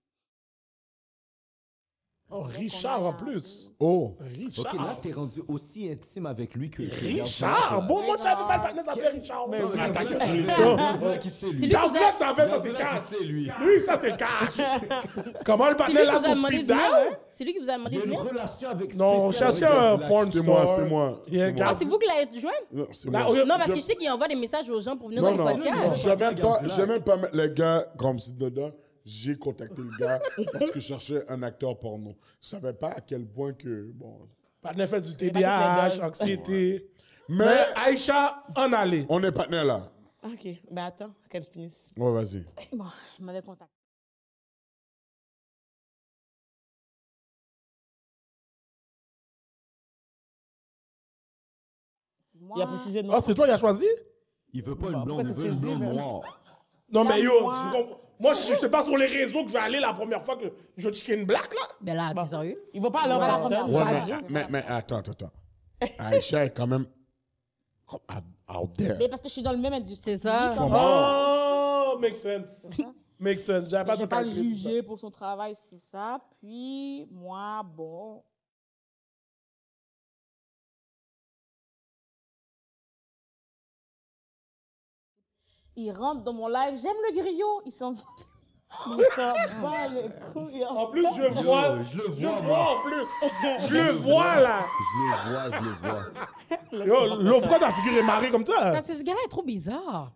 B: Oh, Richard en plus.
C: Oh.
B: Richard.
D: Ok, là, t'es rendu aussi intime avec lui que. que
B: Richard. Bon, moi, je savais pas le partenaire s'appelait Richard.
D: Mais
B: Mais attends,
D: c'est
B: c'est
D: lui.
B: ça.
D: qui c'est
E: C'est
D: lui.
E: lui
B: Dans
E: qui
B: ce
E: vous a-
B: que ça fait, ça,
D: Dans
B: c'est
D: ce
B: cash.
D: qui c'est lui.
B: Lui, ça, c'est cash. Comment le
E: C'est lui
B: partenaire
E: qui
B: là
E: vous a
B: sur
E: demandé de
B: speed
E: venir,
B: down?
E: hein? C'est lui qui vous a
D: Il
E: demandé
D: y
E: de
D: a une
E: venir?
D: relation avec.
B: Non, on
D: spéciale
B: cherchait
D: avec
B: un
D: Black.
B: porn
C: C'est moi,
B: star.
C: c'est moi.
B: Il y a un
C: C'est
B: gars-
C: moi.
E: Ah, c'est vous qui l'avez joint?
C: Non, c'est
B: Là,
C: moi.
B: regarde,
E: Non, parce que
B: je-
E: je sais qu'il envoie des messages aux gens pour venir
C: Non,
E: dans
C: non,
E: le podcast.
C: je vais même pas,
D: Regarde,
C: je vais même pas mettre le gars comme si dedans. J'ai contacté le gars parce que je cherchais un acteur porno. Je savais pas à quel point que, bon...
B: Partenaire fait du T
G: pas
B: D
G: toutes les
B: A H,
G: doses.
B: anxiété.
C: Mais
B: Mais Aïcha, en allait.
C: on est partenaires là.
G: Ok, mais attends, qu'elle finisse.
C: Ouais, vas-y.
G: Bon, il m'avait contacté. Il a précisé non.
B: Ah, c'est toi qui as choisi?
D: Il veut pas une
G: Bah,
D: blonde, il
G: pourquoi
D: veut une
G: t'es
D: blonde
G: saisi,
D: noire.
B: Non, mais yo,
G: moi-
B: tu comprends- moi, je sais pas sur les réseaux que je vais aller la première fois que je check une black, là.
E: Ben là, t'es sérieux?
G: Il va pas alors à la première
C: Ouais,
G: fois.
C: mais, mais, mais attends, attends, attends. Aïcha est quand même comme out- out there.
G: Mais parce que je suis dans le même industrie.
E: C'est ça.
B: Oh, make sense. Make sense. J'avais pas
G: Je vais
B: tout
G: pas le
B: calculé.
G: juger pour son travail, c'est ça. Puis, moi, bon. Il rentre dans mon live. J'aime le griot. Il s'en va. Il s'en bat les couilles.
B: En plus, je vois.
D: je le
B: Je
D: vois,
B: vois en plus. Je le vois, là.
D: Je le vois, je le vois.
B: Yo, l'autre pourquoi ta figure est marrée comme ça?
E: Parce que ce gars-là est trop bizarre.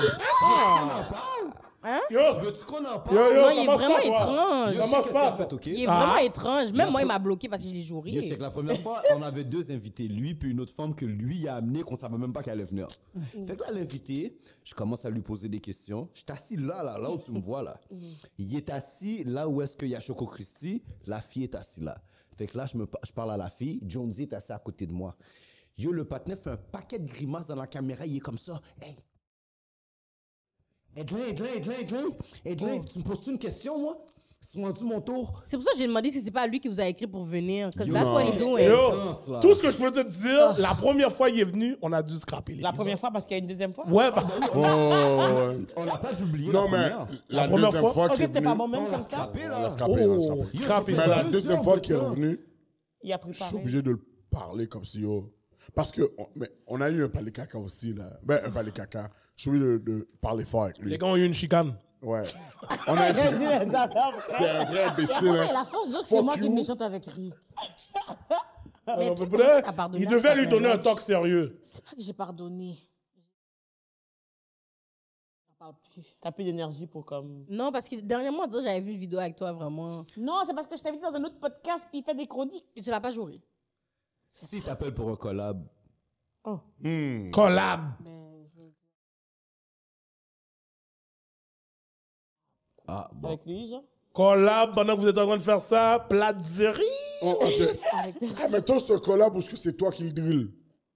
B: Yo,
D: Veux-tu qu'on en parle?
B: yo, yo,
E: Non, il est
B: commence
E: vraiment
B: pas, toi.
E: étrange.
D: Yo,
B: Commence
D: qu'est-ce
B: pas.
D: qu'il a fait, ok?
E: Il est
B: Ah.
E: vraiment étrange. Même moi, il m'a bloqué parce que je l'ai
D: Yo,
E: juré.
D: fait que la première fois, on avait deux invités, lui puis une autre femme que lui a amené qu'on savait même pas qu'elle allait venir. Fait que là, l'invité, je commence à lui poser des questions. Je suis assis là, là, là où tu me vois là. Il est assis là où est-ce qu'il y a Choco Christie. La fille est assise là. Fait que là, je, me, je parle à la fille. Jonesy est assis à côté de moi. Yo, le patinet fait un paquet de grimaces dans la caméra. Il est comme ça. Hey. Edlin, Edlin, Edlin, Edlin. Edlin, tu me poses-tu une question, moi? C'est rendu mon tour.
E: C'est pour ça que j'ai demandé si c'est pas lui qui vous a écrit pour venir. Parce que
D: Yo,
E: that's what he doing.
B: Yo,
D: intense, là.
B: tout ce que je peux te dire, la première fois il est venu, on a dû scraper les
G: La première fois parce qu'il y a une deuxième fois.
B: Ouais, bah,
C: Oh, ouais.
D: On n'a pas publié
C: Non,
D: la
C: mais
D: première.
C: la,
B: La première
C: deuxième
B: fois-
C: fois
G: Ok,
C: qu'il est
G: c'était
C: venu...
G: pas bon même
D: On
G: comme
D: l'a
G: ça.
D: scrappé,
C: On
D: là.
C: l'a scrappé, on l'a
B: Oh,
C: scrappé.
B: scraper
C: Mais
B: ça.
C: la deuxième fois qu'il est revenu,
G: Il a pris
C: je suis
G: pareil.
C: obligé de le parler comme si, yo... Parce que, on, mais on a eu un palais caca aussi, là. Ben, un palais caca. Je suis obligé de, de parler fort avec lui.
B: Les gars ont eu une chicane.
C: Ouais. On a dit.
F: Vas-y, les affaires, frère.
C: T'es un vrai
G: Et
C: imbécile,
G: après,
C: hein.
G: la force de que c'est
C: Fuck
G: moi qui
C: you.
G: me méchante avec Rick.
E: Mais
B: Alors,
E: toi,
B: peut-être,
E: comment t'as pardonné
B: il
E: à
B: devait
E: ce
B: lui donner un
E: matin-là?
B: talk sérieux.
G: C'est pas que j'ai pardonné. J'en parle plus.
F: T'as plus d'énergie pour comme...
E: Non, parce que dernièrement, on dirait que j'avais vu une vidéo avec toi, vraiment.
G: Non, c'est parce que je t'ai invité dans un autre podcast puis il fait des chroniques.
E: Et tu l'as pas joué.
D: Si t'appelles pour un collab,
C: Hmm.
B: Collab.
G: Mais je veux dire.
D: ah bon.
F: Avec lui, genre?
B: Collab, pendant que vous êtes en train de faire ça, platzerie.
C: Oh, ok.
G: Avec
C: Ah,
G: personne.
C: mais toi, ce collab, ou est-ce que c'est toi qui le drill?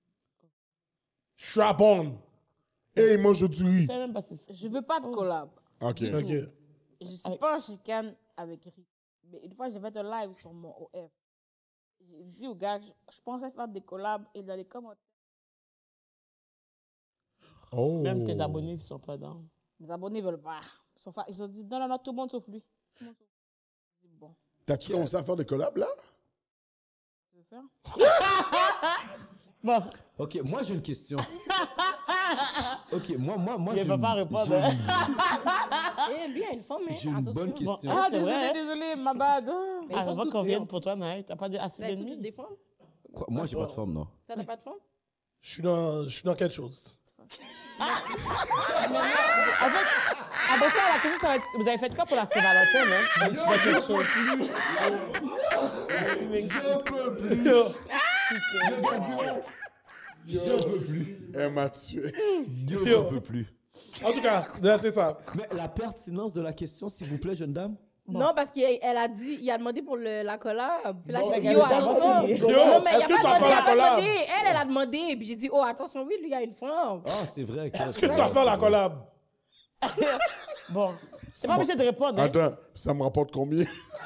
B: Strap on.
C: Hey, il mange du riz.
F: Je sais même pas si c'est...
G: Je veux pas de collab.
C: Ok.
B: Ok.
G: Je suis pas en chicane avec Rick. Mais une fois, j'ai fait un live sur mon O F. J'ai dit aux gars que je, je pensais faire des collabs et dans les commentaires,
C: Oh.
F: Même tes abonnés ne sont pas dans.
G: mes abonnés veulent pas. Ils, sont fa- ils ont dit non, non, non, tout le monde sauf lui. Tout le monde sauf lui. J'ai dit bon,
C: T'as-tu commencé à faire des collabs, là?
G: tu veux faire?
F: Bon,
D: Ok, moi j'ai une question. Ok, moi, moi, moi
F: il
D: j'ai
F: ne va
D: une-
F: pas répondre.
D: j'ai
F: hein.
D: une-
E: Eh, lui, il a une femme, mais
D: J'ai une
E: attention.
D: bonne question.
F: Ah,
G: Ah,
F: c'est
G: désolé,
F: vrai, hein?
G: désolé, ma bad.
E: Mais je
F: Ah,
E: pense
F: avant
E: que
F: qu'on
E: tous,
F: vienne
E: hein.
F: pour toi, Naï, t'as pas dit assez
E: Là, toi, tu te
F: d'ennemis?
E: défends?
D: Quoi, moi j'ai pas de femme, non.
E: Toi, t'as pas de femme?
B: Je suis dans, je suis dans quelque chose.
F: Ah ben ça, la question, ça va être... Vous avez fait quoi pour la Saint-Valentin, hein? Je suis quelque chose.
D: J'en peux plus.
C: Elle m'a tué.
D: Dieu, j'en peux plus.
B: En tout cas, là, c'est ça.
D: Mais la pertinence de la question, s'il vous plaît, jeune dame.
E: Non, parce qu'elle a dit, il a demandé pour le, la collab. Puis là,
F: Bon,
E: j'ai dit,
F: elle
E: oh,
F: était
E: attention.
F: abandonnée.
B: Yo,
E: Non, mais il
B: est-ce
E: a
B: que tu
E: pas
B: vas faire
E: demandé,
B: la
E: elle a pas
B: collab?
E: demandé. Elle, elle a demandé. Puis j'ai dit, oh, attention, oui, lui, il a une femme.
D: Ah, c'est vrai.
B: Est-ce que tu vas faire la collab?
F: Bon, c'est pas obligé de répondre, hein?
C: Attends, ça me rapporte combien?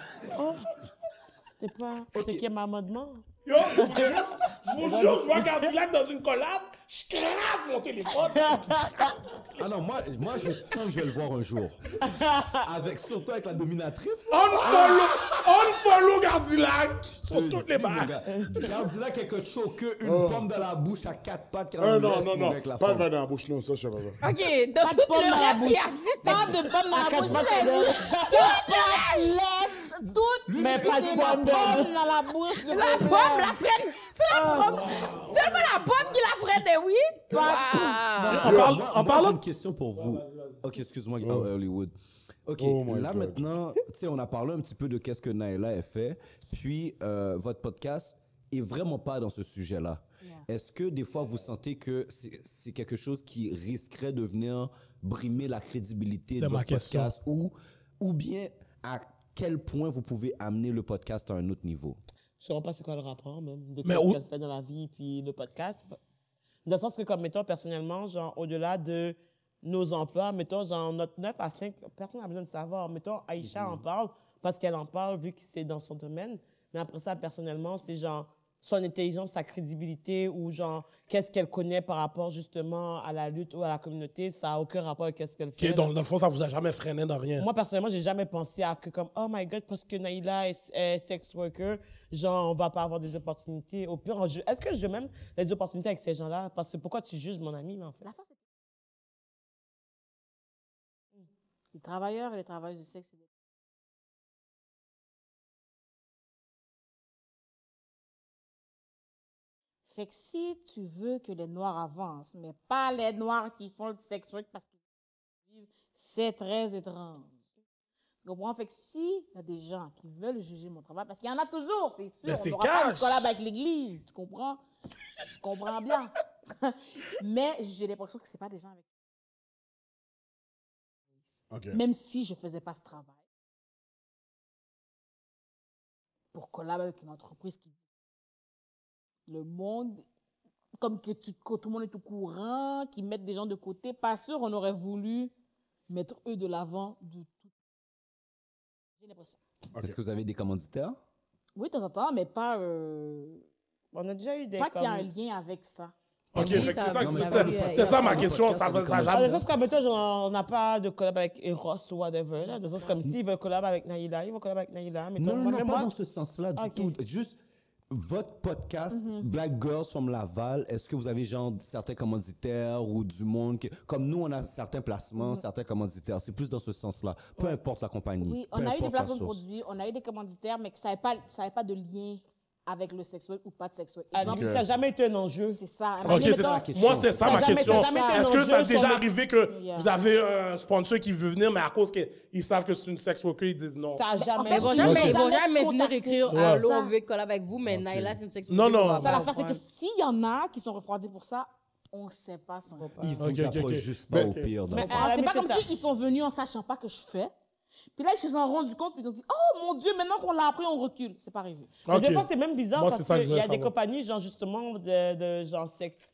F: C'est pas... C'est qui mon amendement?
B: Yo, je vous jure, je vois Gardilac dans une collab, je crave mon téléphone.
D: Ah non, moi, moi, je sens que je vais le voir un jour. Avec, surtout avec la dominatrice.
B: Unfollow, unfollow Gardilac sur
D: Je
B: toutes
D: te
B: les
D: dis, mon
B: barres.
D: gars, Gardilac quelque chose que une
C: Oh.
D: pomme dans la bouche à quatre pattes. quand
C: Euh,
D: on
C: non,
D: laisse
C: non, non.
D: avec la
C: Pas de
D: femme.
C: main dans la bouche, non, ça, je sais pas ça.
E: OK, dans
G: Pas de
E: tout
G: pomme
E: le
G: dans la
E: reste qui
G: bouche.
E: a dit, c'était...
G: Pas de pomme dans la
F: quatre
G: bouche.
F: pattes,
G: j'ai
F: c'est
G: dit, Toute la laisse, toute
F: Mais pas de
G: la
F: pomme
G: pomme
F: dans-
G: dans la bouche. le
E: La
G: problème.
E: pomme, la freine. C'est la pomme. Seulement la pomme qui la freine, oui. Wow.
B: En,
D: Moi,
B: parle-
D: moi,
B: en
D: moi,
B: parlant
D: j'ai une question pour vous. Ok, excuse-moi, oh, Hollywood. Ok,
C: Oh my
D: là
C: God.
D: maintenant, tu sais, on a parlé un petit peu de qu'est-ce que Naila a fait, puis euh, votre podcast est vraiment pas dans ce sujet-là. Est-ce que des fois vous sentez que c'est c'est quelque chose qui risquerait de venir brimer la crédibilité de
B: C'est ma
D: votre
B: question.
D: podcast, ou ou bien à quel point vous pouvez amener le podcast à un autre niveau?
F: Je sais pas c'est quoi le rapport, même, de
B: Mais
F: qu'est-ce
B: où-
F: qu'elle fait dans la vie, puis le podcast. Dans le sens que, comme, mettons, personnellement, genre, au-delà de nos emplois, mettons, genre, notre neuf à cinq, personne n'a besoin de savoir. Mettons, Aïcha en parle parce qu'elle en parle vu que c'est dans son domaine. Mais après ça, personnellement, c'est genre son intelligence, sa crédibilité ou genre qu'est-ce qu'elle connaît par rapport justement à la lutte ou à la communauté. Ça n'a aucun rapport avec ce qu'elle
B: Ok,
F: fait.
B: donc dans le fond, ça vous a jamais freiné dans rien.
F: Moi, personnellement, j'ai jamais pensé à que comme, oh my God, parce que Naïla est, est sex worker, genre, on va pas avoir des opportunités. Au pire, on ju- est-ce que je veux même les opportunités avec ces gens-là? Parce que pourquoi tu juges mon ami, mais en fait?
G: La force, c'est les travailleurs et les travailleuses du sexe, c'est des- Fait que si tu veux que les Noirs avancent, mais pas les Noirs qui font le sex work parce qu'ils vivent, c'est très étrange. Tu comprends? Fait que si il y a des gens qui veulent juger mon travail, parce qu'il y en a toujours, c'est sûr,
B: Mais
G: on
B: c'est
G: n'aura pas
B: cash.
G: de collab avec l'Église, tu comprends? Je comprends bien. Mais j'ai l'impression que c'est pas des gens avec
C: OK.
G: même si je ne faisais pas ce travail, pour collaborer avec une entreprise qui dit le monde, comme que, tu, que tout le monde est au courant, qui mettent des gens de côté, pas sûr on aurait voulu mettre eux de l'avant de tout. J'ai l'impression.
C: OK.
D: Est-ce que vous avez des commanditaires?
G: Oui, de temps en temps, mais pas, euh,
F: On a déjà eu des...
G: pas qu'il y a un
F: comme-
G: lien avec ça.
B: Ok,
E: Oui,
B: fait que
E: ça-
B: c'est ça,
E: non, mais
B: c'était-
E: ça veut-
B: c'était ça ma
D: il y a-
B: question. Ça va, ça a
F: Ah,
B: jamais.
F: des choses comme ça, genre, on n'a pas de collab avec Eros ou whatever. Là. Des choses comme s'ils veulent collab avec Naïla, ils vont collab avec Naïla. Mais
D: Non,
F: toi,
D: non,
F: moi,
D: non,
F: même
D: pas
F: moi,
D: dans ce sens-là du
F: Ok.
D: tout. Juste, votre podcast,
G: Mm-hmm.
D: Black Girls from Laval, est-ce que vous avez genre certains commanditaires ou du monde qui... Comme nous, on a certains placements, certains commanditaires. C'est plus dans ce sens-là. Peu importe la compagnie.
G: Oui,
D: peu
G: on a eu des
D: importe la
G: placements de
D: source.
G: produits, on a eu des commanditaires, mais que ça n'avait pas, ça avait pas de lien avec le sexuel ou pas de sexuel.
F: Ah,
G: Exemple,
F: donc, ça n'a jamais été un enjeu.
G: c'est ça.
B: Ok,
G: Imagine,
B: c'est
G: mettons-
B: ça.
D: question.
B: Moi, c'était ça
G: Ça
B: ma
G: a jamais-
B: question.
G: ça a jamais été un
B: Est-ce que ça a
F: enjeu,
B: déjà
F: sur-
B: arrivé que
G: Yeah.
B: vous avez un sponsor qui veut venir, mais à cause qu'ils savent que c'est une sex worker, ils disent non?
F: Ça n'a jamais
G: fait,
E: Ils vont
G: Ok.
E: jamais, ils vont
G: Jamais
E: jamais venir
G: contacté.
E: écrire
B: Ouais.
E: Allô,
G: Ça.
E: on veut collaborer avec vous, mais Naila, c'est une sex
B: Non, non.
G: Ça,
B: Ah,
G: l'affaire, c'est que s'il y en a qui sont refroidis pour ça, on ne sait pas son
D: Ils vous
B: Ok, ok,
D: approchent
B: ok.
D: juste pas
B: Mais-
D: au pire. dans
F: Mais-
D: le fond.
F: Ah,
G: c'est
F: mais
G: pas
F: c'est
G: comme
F: ça.
G: s'ils sont venus en sachant pas que je fais. Puis là, ils se sont rendus compte, puis ils ont dit, oh mon Dieu, maintenant qu'on l'a appris, on recule. C'est pas arrivé.
F: Mais
B: Ok.
F: des fois, c'est même bizarre
B: Moi,
F: parce
B: c'est ça que je
F: qu'il y a
B: voulais
F: des
B: savoir.
F: compagnies, genre, justement, de, de genre, sexe.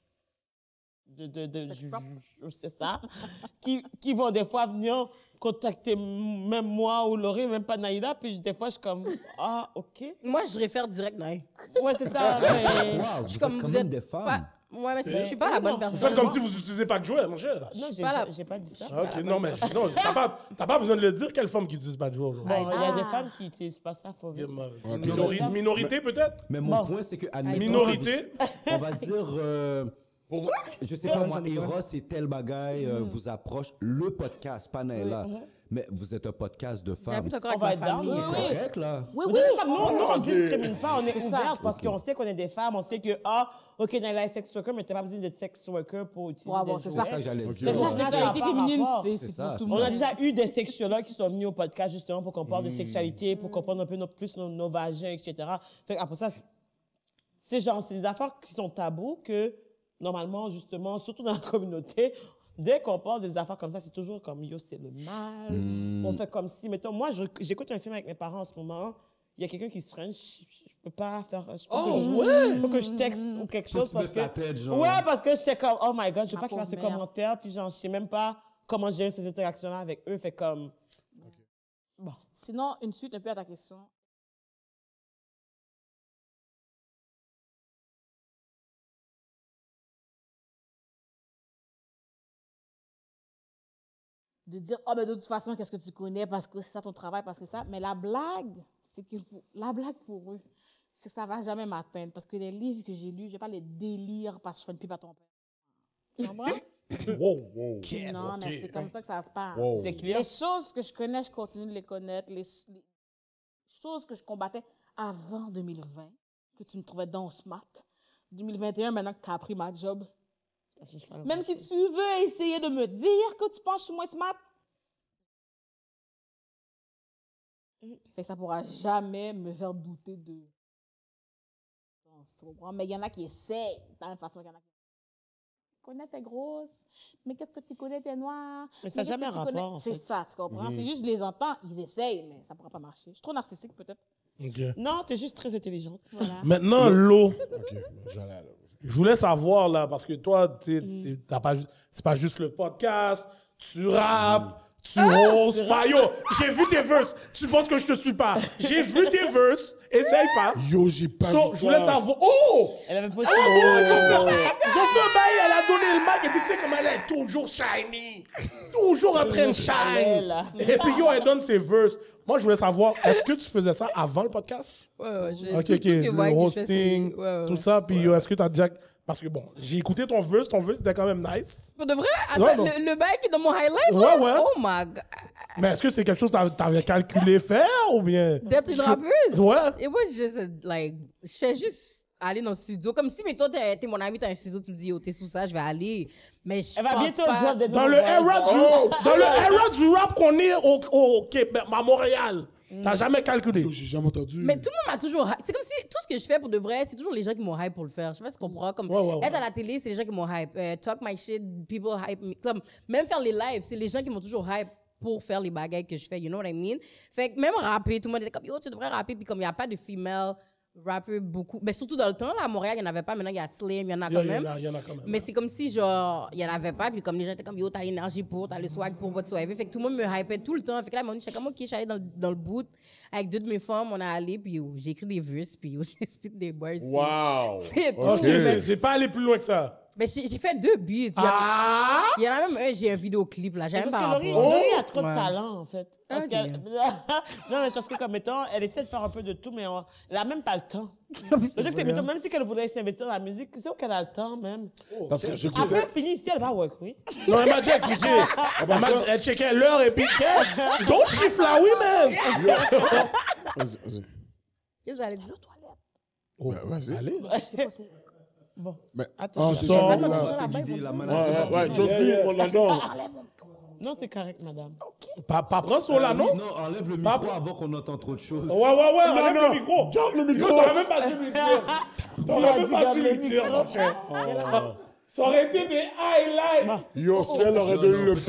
F: De, de, de,
G: Sex
F: ju-
G: shop.
F: ju- c'est ça. qui, qui vont des fois venir contacter m- même moi ou Laurie, même pas Naïda. Puis des fois, je suis comme, ah, OK.
E: Moi, je réfère direct, Naï.
F: Ouais, c'est ça. mais-
D: Wow,
E: Je
D: vous
E: suis
D: êtes
E: comme,
D: quand
E: vous
D: même
E: êtes
D: des
E: pas...
D: femmes.
E: Ouais, mais
F: C'est-
E: je suis pas la bonne
F: non,
B: Vous
E: personne.
B: faites comme si vous n'utilisez pas de jouets, mon cher.
F: Non, j'ai
E: pas la-
F: j'ai- j'ai pas dit ça.
B: Ok, non, mais non, t'as pas, t'as pas besoin de le dire. Quelle femme qui utilise pas de jouets aujourd'hui?
F: Bon, il y a
E: Ah.
F: des femmes qui n'utilisent pas ça, faut dire.
B: Minori- Minorité, peut-être?
D: Mais mon
F: Bon.
D: point, c'est que, admettons,
B: Minorité?
D: que vous- on va dire, euh, je sais pas moi, Eros et tel bagaille euh, vous approche, le podcast, pas Naila, mais vous êtes un podcast de femmes.
E: J'habite encore
F: On va
E: avec
F: être
E: ma
F: down.
E: famille.
D: C'est correct, là.
G: Oui,
F: Oui,
G: oui.
F: comme nous, nous, on
C: ok.
F: discrimine pas, on est,
G: C'est
F: ouvert
G: ça.
F: parce qu'on sait qu'on est des femmes, on sait que, ah, OK, Naila est sex worker, mais t'as pas besoin d'être sex worker pour utiliser
G: Pour avoir-
F: des
G: c'est
D: C'est
F: jouets.
D: ça que j'allais
C: Ok.
D: dire.
F: La
G: La
F: Ouais.
G: sexualité
F: Par
G: féminine,
F: rapport.
G: c'est
D: C'est
G: c'est
D: ça,
G: pour tout
D: c'est
G: le
F: On a
G: monde.
F: déjà eu des sexologues qui sont venus au podcast justement pour qu'on parle de sexualité, pour comprendre un peu nos, plus nos, nos vagins, et cetera. Fait que après ça, c'est- c'est genre, c'est des affaires qui sont tabous que, normalement, justement, surtout dans la communauté, dès qu'on parle des affaires comme ça, c'est toujours comme, yo, c'est le mal. On fait comme si, mettons, moi, je- j'écoute un film avec mes parents en ce moment, il y a quelqu'un qui se freine, je, je, je peux pas faire, je peux
B: Oh,
F: que je,
B: ouais!
F: faut que je texte ou quelque
D: Faut
F: chose
D: que tu
F: parce
D: baisses
F: que,
D: la tête, genre.
F: ouais, parce que j'étais comme, oh my god, je veux
G: Ma
F: pas qu'il fasse ce
G: pauvre mère.
F: commentaire, puis genre, je sais même pas comment gérer ces interactions-là avec eux, fait comme,
G: Sinon, une suite un peu à ta question. De dire, oh, ben de toute façon, qu'est-ce que tu connais parce que c'est ça ton travail, parce que ça. Mais la blague, c'est que pour- la blague pour eux, c'est que ça va jamais m'atteindre. Parce que les livres que j'ai lus, je vais pas les délire parce que je fais une pipe à ton père. Tu comprends?
B: Wow, wow.
G: Non,
B: ok.
G: mais c'est comme ça que ça se passe.
C: Wow.
F: c'est clair.
G: Les choses que je connais, je continue de les connaître. Les, les choses que je combattais avant deux mille vingt, que tu me trouvais dans smart. deux mille vingt et un, maintenant que tu as appris ma job. Même si tu veux essayer de me dire que tu penses que je suis moins smart, fait que ça pourra jamais me faire douter de... Non, tu comprends? Mais il y en a qui essayent, de la même façon qu'il y en a qui... Tu connais, t'es grosse, mais qu'est-ce que tu connais, t'es noire.
F: Mais ça n'a
G: qu'est-ce
F: jamais
G: que tu
F: rapport,
G: connais?
F: en
G: C'est
F: fait.
G: ça, tu comprends? C'est juste, je les entends, ils essayent, mais ça pourra pas marcher. Je suis trop narcissique, peut-être.
B: Ok.
F: Non, t'es juste très intelligente.
G: Voilà.
B: Maintenant, l'eau.
C: Ok, j'allais là.
B: Je voulais savoir, là, parce que toi, tu sais,
G: Mm.
B: c'est- t'as pas ju- c'est pas juste le podcast, tu rappes, tu hostes. Bah, yo, j'ai vu tes verses. Tu penses que je te suis pas. J'ai vu tes verses. Essaye pas.
C: Yo, j'ai pas
B: So,
C: vu
B: je voulais
C: ça.
B: savoir. Oh!
F: Elle avait posté.
B: Ils ont fait un bail, elle a donné le mic, et puis c'est comme elle est toujours shiny. Toujours en train de shine.
F: là.
B: Et puis, yo, elle donne ses verses. Moi, je voulais savoir, est-ce que tu faisais ça avant le podcast?
E: Ouais, ouais, j'ai-
B: Ok,
E: tout,
B: ok,
E: tout ce que
B: le
E: vous voyez que je fais,
B: hosting,
E: c'est- ouais, ouais,
B: tout
E: ouais.
B: ça. Puis, yo, est-ce que t'as déjà... Parce que, bon, j'ai écouté ton verse, ton verse était quand même nice.
E: Pour de vrai?
B: Non,
E: Attends,
B: non.
E: le, le bail qui est dans mon highlight?
B: Ouais,
E: là?
B: ouais.
E: Oh my god.
B: Mais est-ce que c'est quelque chose que t'avais- t'avais calculé faire ou bien...
E: D'être une
B: Parce que-
E: rappeuse?
B: Ouais.
E: Et moi, je juste, like, je fais juste aller dans le studio. Comme si, mais toi, t'es t'es mon ami, t'as un studio, tu me dis, yo, t'es sous ça, je vais aller. Mais je
F: Elle va
E: pense
F: bientôt
E: pas...
F: dire des
B: Dans le
F: nouvelles.
B: era du, dans le era du rap qu'on est au, au Québec, à Montréal, t'as jamais calculé.
C: Yo, j'ai jamais entendu.
E: Mais tout le monde m'a toujours hype. C'est comme si tout ce que je fais pour de vrai, c'est toujours les gens qui m'ont hype pour le faire. Je sais pas si tu comprends. Comme
B: Ouais, ouais, ouais.
E: être à la télé, c'est les gens qui m'ont hype. Euh, talk my shit, people hype me. Comme, même faire les lives, c'est les gens qui m'ont toujours hype pour faire les bagailles que je fais. You know what I mean? Fait que même rapper, tout le monde était comme, yo, tu devrais rapper. Puis comme il n'y a pas de female rapper beaucoup. Mais surtout dans le temps, là, à Montréal, il n'y en avait pas. Maintenant, il y a Slim, il y en a
B: Il y,
E: quand
B: a- il y
E: même.
B: en a- il y en a quand même.
E: Mais c'est comme si, genre, il n'y en avait pas. Puis comme les gens étaient comme, yo, t'as l'énergie pour, t'as le swag pour, whatsoever. Fait que tout le monde me hypait tout le temps. Fait que là, à un moment donné, j'étais comme, OK, je suis allée dans, dans le boot avec deux de mes femmes. On est allé, puis yo, j'ai écrit des verses, puis yo, j'ai spit des bars.
C: Wow.
E: C'est tout.
B: Ok,
E: Mais-
B: c'est- c'est pas aller plus loin que ça.
E: Ben, j'ai j'ai fait deux beats. Il y, a,
B: Ah!
E: il y en a même un, j'ai un vidéoclip là. J'ai
F: Parce
E: même
F: que
E: pas
F: Laurie,
E: rapport.
F: Laurie a trop de
E: Ouais.
F: talent, en fait. Parce
E: Ah,
F: qu'elle...
E: bien.
F: non, mais parce que, comme mettons, elle essaie de faire un peu de tout, mais on... elle n'a même pas le temps.
E: C'est
F: Le truc, c'est
E: vrai.
F: mettons, même si elle voulait s'investir dans la musique, c'est où qu'elle a le temps, même.
C: Parce que
F: Après,
C: j'écoutais.
F: elle finit ici, elle va work, oui.
B: Non, elle m'a déjà expliqué. Elle m'a elle checkait l'heure et puis qu'elle. Don't chiffre là, oui, man.
C: Vas-y, vas-y.
E: Qu'est-ce que j'allais dire?
B: Oh,
C: Ben, vas-y.
B: Allez.
F: Bon,
C: Mais
F: attends.
C: en
F: je-
C: sort,
E: Madame,
C: là.
E: madame,
D: T'es guidé, la
C: Ouais,
D: manager.
C: ouais, ouais, Jody, on l'adore.
F: Non, c'est correct, madame.
B: Pas, pas prendre son là, non?
D: Non, enlève le
B: Pas-
D: micro avant qu'on entende trop de choses.
B: Ouais, ouais, ouais, enlève
C: non.
B: le micro.
C: Garde le micro.
B: Yo, t'aurais même pas dû lui dire. T'aurais même pas dû lui dire, mon cher. Ça aurait été des highlights.
C: Yo, si elle aurait donné le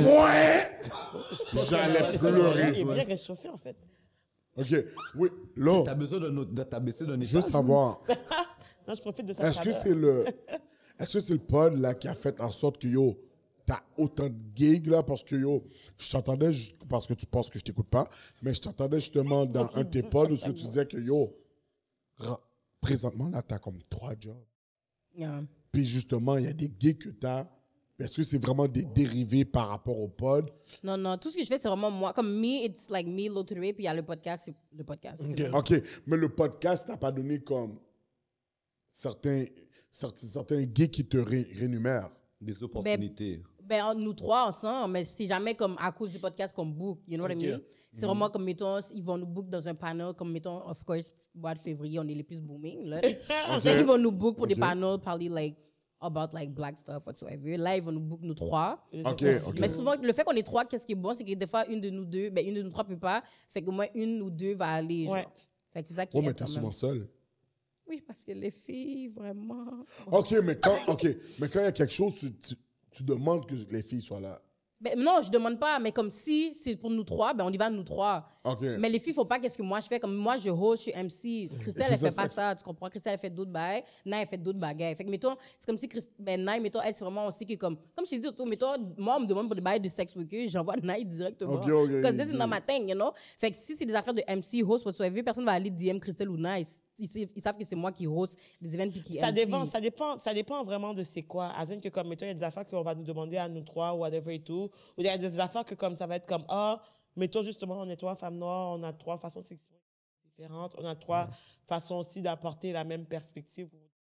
C: point, j'allais
F: Il est
C: pleurer.
F: bien réchauffé, en fait.
C: OK, oui, là,
D: T'as besoin d'un autre- t'as baissé d'un
C: je veux
D: étage.
C: savoir,
F: Non, je profite de sa
C: est-ce que
F: chaleur.
C: c'est le est-ce que c'est le pod là qui a fait en sorte que yo, t'as autant de gigs là parce que yo, je t'entendais juste parce que tu penses que je t'écoute pas, mais je t'entendais justement dans un de tes pods où ce que tu disais que yo, ra- présentement là, t'as comme trois jobs.
E: Yeah.
C: Puis justement, il y a des gigs que t'as. Est-ce que c'est vraiment des dérivés par rapport au pod?
E: Non, non, tout ce que je fais, c'est vraiment moi. Comme me, it's like me, l'autre way, puis il y a le podcast, c'est le podcast. C'est
B: Ok.
C: OK, mais le podcast t'a pas donné comme certains, certains, certains gigs qui te ré- rémunèrent.
D: Des opportunités.
E: Ben, entre nous trois ensemble, mais c'est jamais comme à cause du podcast qu'on book, you know what I mean? C'est vraiment comme, mettons, ils vont nous book dans un panel, comme, mettons, of course, mois de février, on est les plus booming, là. Fait ils vont nous book pour des panels, parler, like, about, like, black stuff, whatsoever. Là, ils vont nous book, nous trois.
C: OK, OK.
E: Mais souvent, le fait qu'on est trois, qu'est-ce qui est bon, c'est que des fois, une de nous deux, ben, une de nous trois peut pas, fait qu'au moins une ou deux va aller, genre.
F: Ouais.
E: Fait que c'est ça qui
C: Oh,
E: est
C: mais t'es
E: quand même.
C: souvent seul.
E: Oui, parce que les filles, vraiment...
C: OK, mais quand OK, mais quand il y a quelque chose, tu, tu, tu demandes que les filles soient là.
E: Ben, non, je demande pas, mais comme si c'est pour nous trois, ben on y va nous trois.
C: OK.
E: Mais les filles, faut pas qu'est-ce que moi je fais. Comme moi, je host, je suis M C. Christelle,
C: C'est
E: elle fait
C: ça,
E: pas
C: ça.
E: ça, tu comprends? Christelle, elle fait d'autres bails. Naï, elle fait d'autres bagailles. Fait que, mettons, c'est comme si Christ... ben, Naï, mettons, elle, c'est vraiment aussi que, comme, comme je t'ai dit, autour, mettons, moi, on me demande pour des bails de sex worker, j'envoie Naï directement.
C: Ok, ok,
E: Parce que this is
C: ok.
E: not my thing, you know? Fait que si c'est des affaires de M C, host, whatsoever, personne va aller D M Christelle ou Naï. Ils, ils, ils savent que c'est moi qui host des events puis qui
F: Ça
E: M C.
F: dépend, ça, dépend, ça dépend vraiment de c'est quoi. Azine, que comme, mettons, il y a des affaires qu'on va nous demander à nous trois, ou whatever et tout. Ou il y a des affaires que comme ça va être comme, ah, mettons justement, on est trois femmes noires, on a trois façons de s'exprimer différentes, on a trois façons aussi d'apporter la même perspective.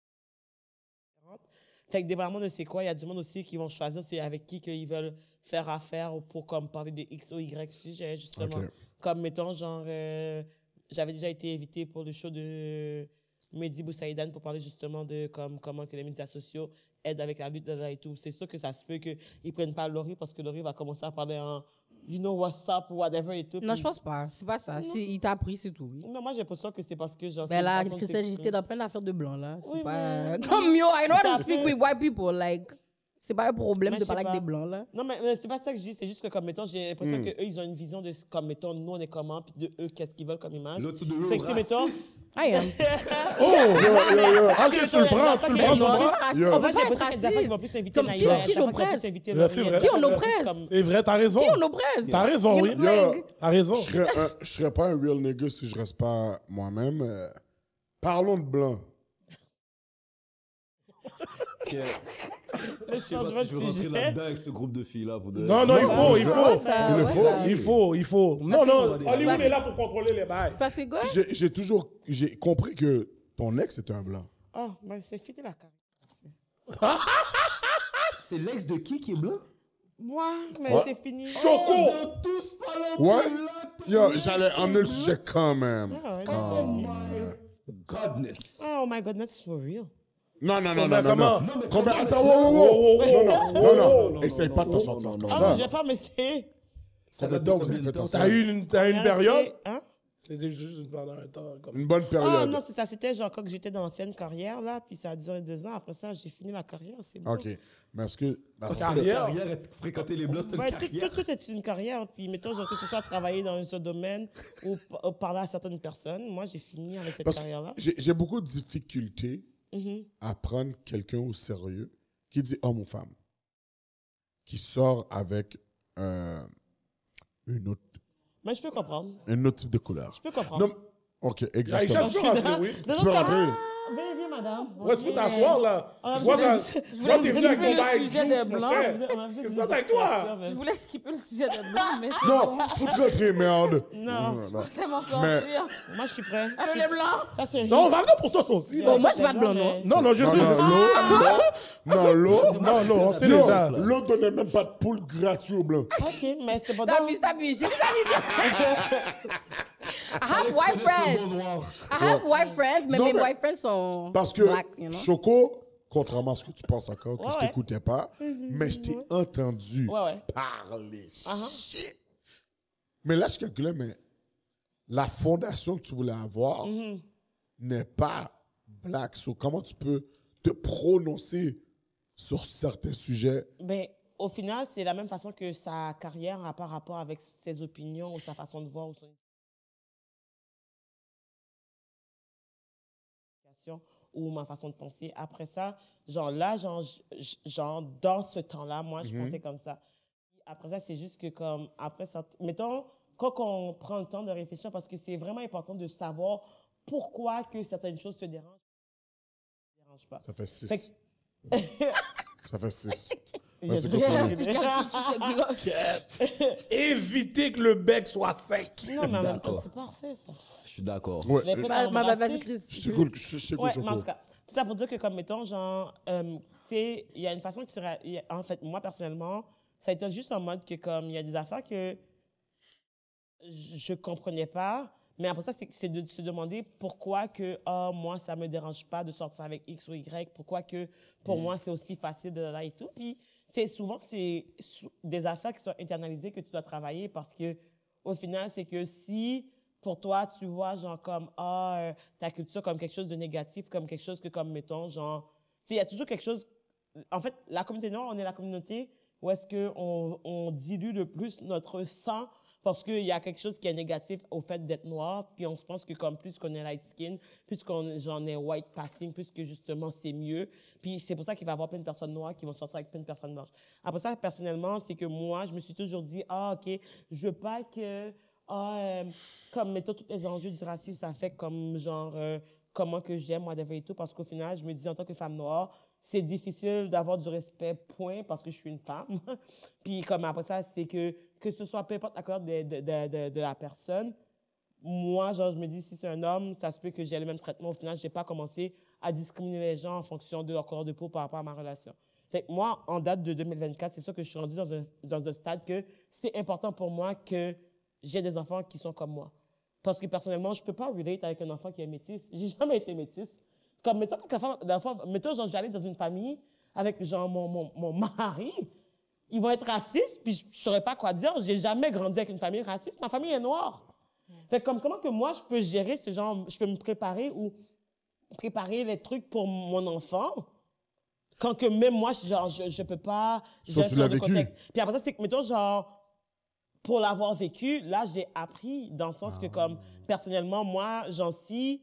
F: Fait que dépendamment de c'est quoi, il y a du monde aussi qui vont choisir c'est avec qui qu'ils veulent faire affaire ou pour comme parler de X ou Y sujet, justement.
C: Ok.
F: Comme, mettons, genre, euh, j'avais déjà été invité pour le show de Mehdi Boussaïdan pour parler justement de comme, comment que les médias sociaux aident avec la lutte et tout. C'est sûr que ça se peut qu'ils ne prennent pas Laurie parce que Laurie va commencer à parler en you know what's up ou whatever et tout.
E: Non,
F: Puis-
E: je pense pas. C'est pas ça. C'est- Il t'a appris, c'est tout. Oui.
F: Non, moi j'ai l'impression que c'est parce que genre. c'est
E: Ben
F: une
E: là,
F: façon de
E: Christelle,
F: s'exprimer.
E: j'étais dans plein d'affaires de blanc, là. C'est
F: Oui,
E: pas...
F: mais-
E: Comme yo, I know how
F: T'as
E: to speak
F: fait-
E: with white people, like... C'est pas un problème
F: Mais
E: de
F: je sais
E: parler avec
F: pas.
E: des blancs, là.
F: Non, mais, mais c'est pas ça que je dis, c'est juste que, comme, mettons, j'ai l'impression
C: Hmm.
F: qu'eux, ils ont une vision de, ce- comme, mettons, nous, on est comment, puis de eux, qu'est-ce qu'ils veulent comme image.
D: L'autre de
F: Fait que, si, mettons.
E: I am.
C: Oh, yo, yo, yo.
B: Ah, ok, tu le prends, tu le prends,
E: On
B: tu
E: va
B: le prends.
E: être raciste.
C: Yo.
E: On
F: Moi,
E: peut
F: j'ai
E: pas être
F: l'impression qu'il y a des affaires qui vont
E: raciste.
F: plus inviter
E: Comme qui,
F: Naïla,
E: qui
F: il y a des affaires
E: j'oppresse?
F: qui vont plus inviter
B: Ouais,
F: Laurie,
B: c'est
F: il y a
B: vrai.
F: des
E: Qui on
F: affaires
E: oppresse?
F: plus comme-
B: C'est vrai, t'as raison.
E: Qui on oppresse?
B: T'as raison, oui.
E: Like,
C: Yo.
B: T'as raison.
C: Je serais, un- je serais pas un real nigga si je reste pas moi-même. Euh, parlons de blanc.
F: Le
D: Je sais pas
F: changement
D: si je
F: de
D: veux rentrer
F: sujet.
D: là-dedans avec ce groupe de filles là. Vous devez-
B: Non, non, il faut, il
E: Ouais,
B: faut.
E: ça,
C: Il le
E: ouais,
C: faut.
E: ça.
B: Il faut, il faut. Non,
E: c'est-
B: non,
D: c'est-
B: Hollywood
E: c'est-
B: est là pour contrôler les bails.
E: Parce que quoi?
C: J'ai j'ai toujours j'ai compris que ton ex était un blanc.
F: Oh, ben, c'est fini la carrière.
D: C'est l'ex de qui qui est blanc?
F: Moi, mais
C: Ouais.
F: c'est fini.
B: Choco!
D: Tous pas là.
C: Ouais? Yo, j'allais emmener le sujet quand même.
F: Ah, ouais,
C: Oh,
F: non.
C: man.
D: Godness.
F: Oh my god, that's for real.
C: Non, non, non,
B: Combien,
C: non, non, non.
B: comment?
C: Combien? Attends, wow, wow, wow.
B: Oh,
C: Non, non, non, non.
B: non,
C: Essaye pas de t'en
D: non,
C: sortir
D: non,
C: comme
D: non,
F: Ah
C: ça.
F: non, j'ai pas, mais c'est.
D: Ça
C: Combien
D: date
C: de temps
D: de
C: vous avez
D: combien de
C: fait
D: temps?
C: ensemble?
B: T'as eu une, t'as eu une période?
F: Hein?
B: C'était juste pendant un temps. Comme...
C: Une bonne
F: Ah
C: période.
F: non, c'est ça. C'était genre quand j'étais dans l'ancienne carrière, là, puis ça a duré deux ans. Après ça, j'ai fini la carrière. C'est bon.
C: OK. Mais est-ce que...
D: Parce que
B: Carrière.
D: le carrière, est- fréquenter les blancs, c'est
F: Ouais,
D: une
F: tout,
D: carrière.
F: tout, tout est une carrière. Puis, mettons, genre, que ce soit travailler dans un seul domaine ou, p- ou parler à certaines personnes. Moi, j'ai fini avec cette
C: Parce que
F: carrière-là.
C: j'ai j'ai beaucoup de difficultés
F: Mhm.
C: à prendre quelqu'un au sérieux qui dit homme ou femme, qui sort avec euh, une autre,
F: Mais je peux comprendre.
C: un autre type de couleur.
F: Je peux comprendre.
C: Non, OK,
B: Aïcha,
C: exactement.
B: tu peux rentrer, oui.
F: Dans
C: Tu
F: ce
C: peux
F: cas-
C: rentrer.
F: Viens, viens, madame.
B: Ouais, tu peux t'asseoir, là.
F: Ah,
B: Je vois
F: je
B: t'as-
F: voulais-
B: je vois t'es venu avec ton
G: le
B: bail
G: sujet
B: juice,
G: des
B: mon
G: Blancs.
B: frère. Qu'est-ce qui se passe avec toi?
G: Je voulais skipper le sujet de blanc, mais c'est
C: Non, faut te rentrer, merde.
F: Non,
G: c'est mon
C: Mais-
G: sortir.
F: moi, je suis prêt. Je
G: Allô,
F: suis-
G: les Blancs?
F: Ça, c'est un
B: Non, on va venir pour toi, toi aussi.
E: Bon,
B: Non,
E: moi, je suis pas de blanc, non.
B: non, non, je
C: Non,
B: sais.
C: non, l'eau, non, l'eau,
B: Non, non, on sait
C: Yo,
B: déjà.
C: l'autre donnait même pas de poule gratuit au blanc.
F: OK, mais c'est pas
E: T'abuses, t'abuses. J'ai des amis. I have white friends. I have white friends, mais
C: Non,
E: mes
C: mais-
E: white friends sont
C: Parce que
E: black, you know?
C: Choco, contrairement à ce que tu penses encore, que
F: Ouais,
C: je
F: ouais.
C: t'écoutais pas, mais je t'ai entendu
F: Ouais, ouais.
C: parler.
F: Uh-huh.
C: Shit. Mais là, je calculais, mais la fondation que tu voulais avoir
F: Mm-hmm.
C: n'est pas black. So, comment tu peux te prononcer sur certains sujets?
F: Ben, au final, c'est la même façon que sa carrière n'a pas rapport avec ses opinions ou sa façon de voir ou son éducation ou ma façon de penser. Après ça, genre là, genre, j- genre dans ce temps-là, moi, je pensais comme ça. Après ça, c'est juste que comme, après ça, mettons, quand on prend le temps de réfléchir, parce que c'est vraiment important de savoir pourquoi que certaines choses te dérangent, ne dérangent pas.
C: Ça fait six.
F: Fait que-
C: Ça fait six.
F: Il y a
C: Vas-y,
F: deux-
C: continue.
B: Éviter que le bec soit sec.
F: Non, mais en même temps,
D: D'accord.
F: c'est parfait, ça.
D: Je suis d'accord.
C: Ouais,
F: Les
C: euh,
F: faits
E: Ma- ma-
F: embrassés.
E: Vas-y, Chris.
C: je t'écoute, je je t'écoute,
F: Ouais,
C: Choco.
F: mais en tout cas, tout ça pour dire que, comme, mettons, genre, euh, tu sais, il y a une façon que tu... ré- il y a- En fait, moi, personnellement, ça a été juste en mode que, comme, il y a des affaires que je je comprenais pas, mais après ça, c'est c'est de se demander pourquoi que, ah, moi, ça me dérange pas de sortir avec X ou Y, pourquoi que, pour moi, c'est aussi facile de là et tout. Puis, tu sais, souvent, c'est sou- des affaires qui sont internalisées que tu dois travailler parce que, au final, c'est que si, pour toi, tu vois, genre, comme, ah, euh, ta culture comme quelque chose de négatif, comme quelque chose que, comme, mettons, genre, tu sais, il y a toujours quelque chose. En fait, la communauté noire, on est la communauté où est-ce qu'on on dilue le plus notre sang parce qu'il y a quelque chose qui est négatif au fait d'être noir, puis on se pense que comme plus qu'on est light skin, plus qu'on j'en ai white passing, plus que justement c'est mieux. Puis c'est pour ça qu'il va y avoir plein de personnes noires qui vont sortir avec plein de personnes blanches. Après ça, personnellement, c'est que moi, je me suis toujours dit, ah, OK, je veux pas que, ah, euh, comme, mettons, tous les enjeux du racisme, ça fait comme, genre, euh, comment que j'aime, whatever et tout, parce qu'au final, je me dis, en tant que femme noire, c'est difficile d'avoir du respect, point, parce que je suis une femme. Puis comme après ça, c'est que, que ce soit peu importe la couleur de, de, de, de, de la personne, moi, genre, je me dis, si c'est un homme, ça se peut que j'ai le même traitement. Au final, je n'ai pas commencé à discriminer les gens en fonction de leur couleur de peau par rapport à ma relation. Fait que moi, en date de deux mille vingt-quatre, c'est sûr que je suis rendue dans un, dans un stade que c'est important pour moi que j'ai des enfants qui sont comme moi. Parce que personnellement, je ne peux pas relate avec un enfant qui est métis. J'ai jamais été métisse. Comme, mettons, qu'enfant, d'enfant, mettons, genre, j'allais dans une famille avec, genre, mon, mon, mon mari, ils vont être racistes, puis je ne saurais pas quoi dire. J'ai jamais grandi avec une famille raciste. Ma famille est noire. Fait que comme, comment que moi, je peux gérer ce genre, je peux me préparer ou préparer les trucs pour mon enfant, quand que même moi, genre, je ne peux pas
C: Ça,
F: gérer
C: tu
F: ce genre
C: l'as
F: de
C: vécu.
F: contexte. Puis après ça, c'est que, mettons, genre, pour l'avoir vécu, là, j'ai appris dans le sens que, comme, personnellement, moi, genre, si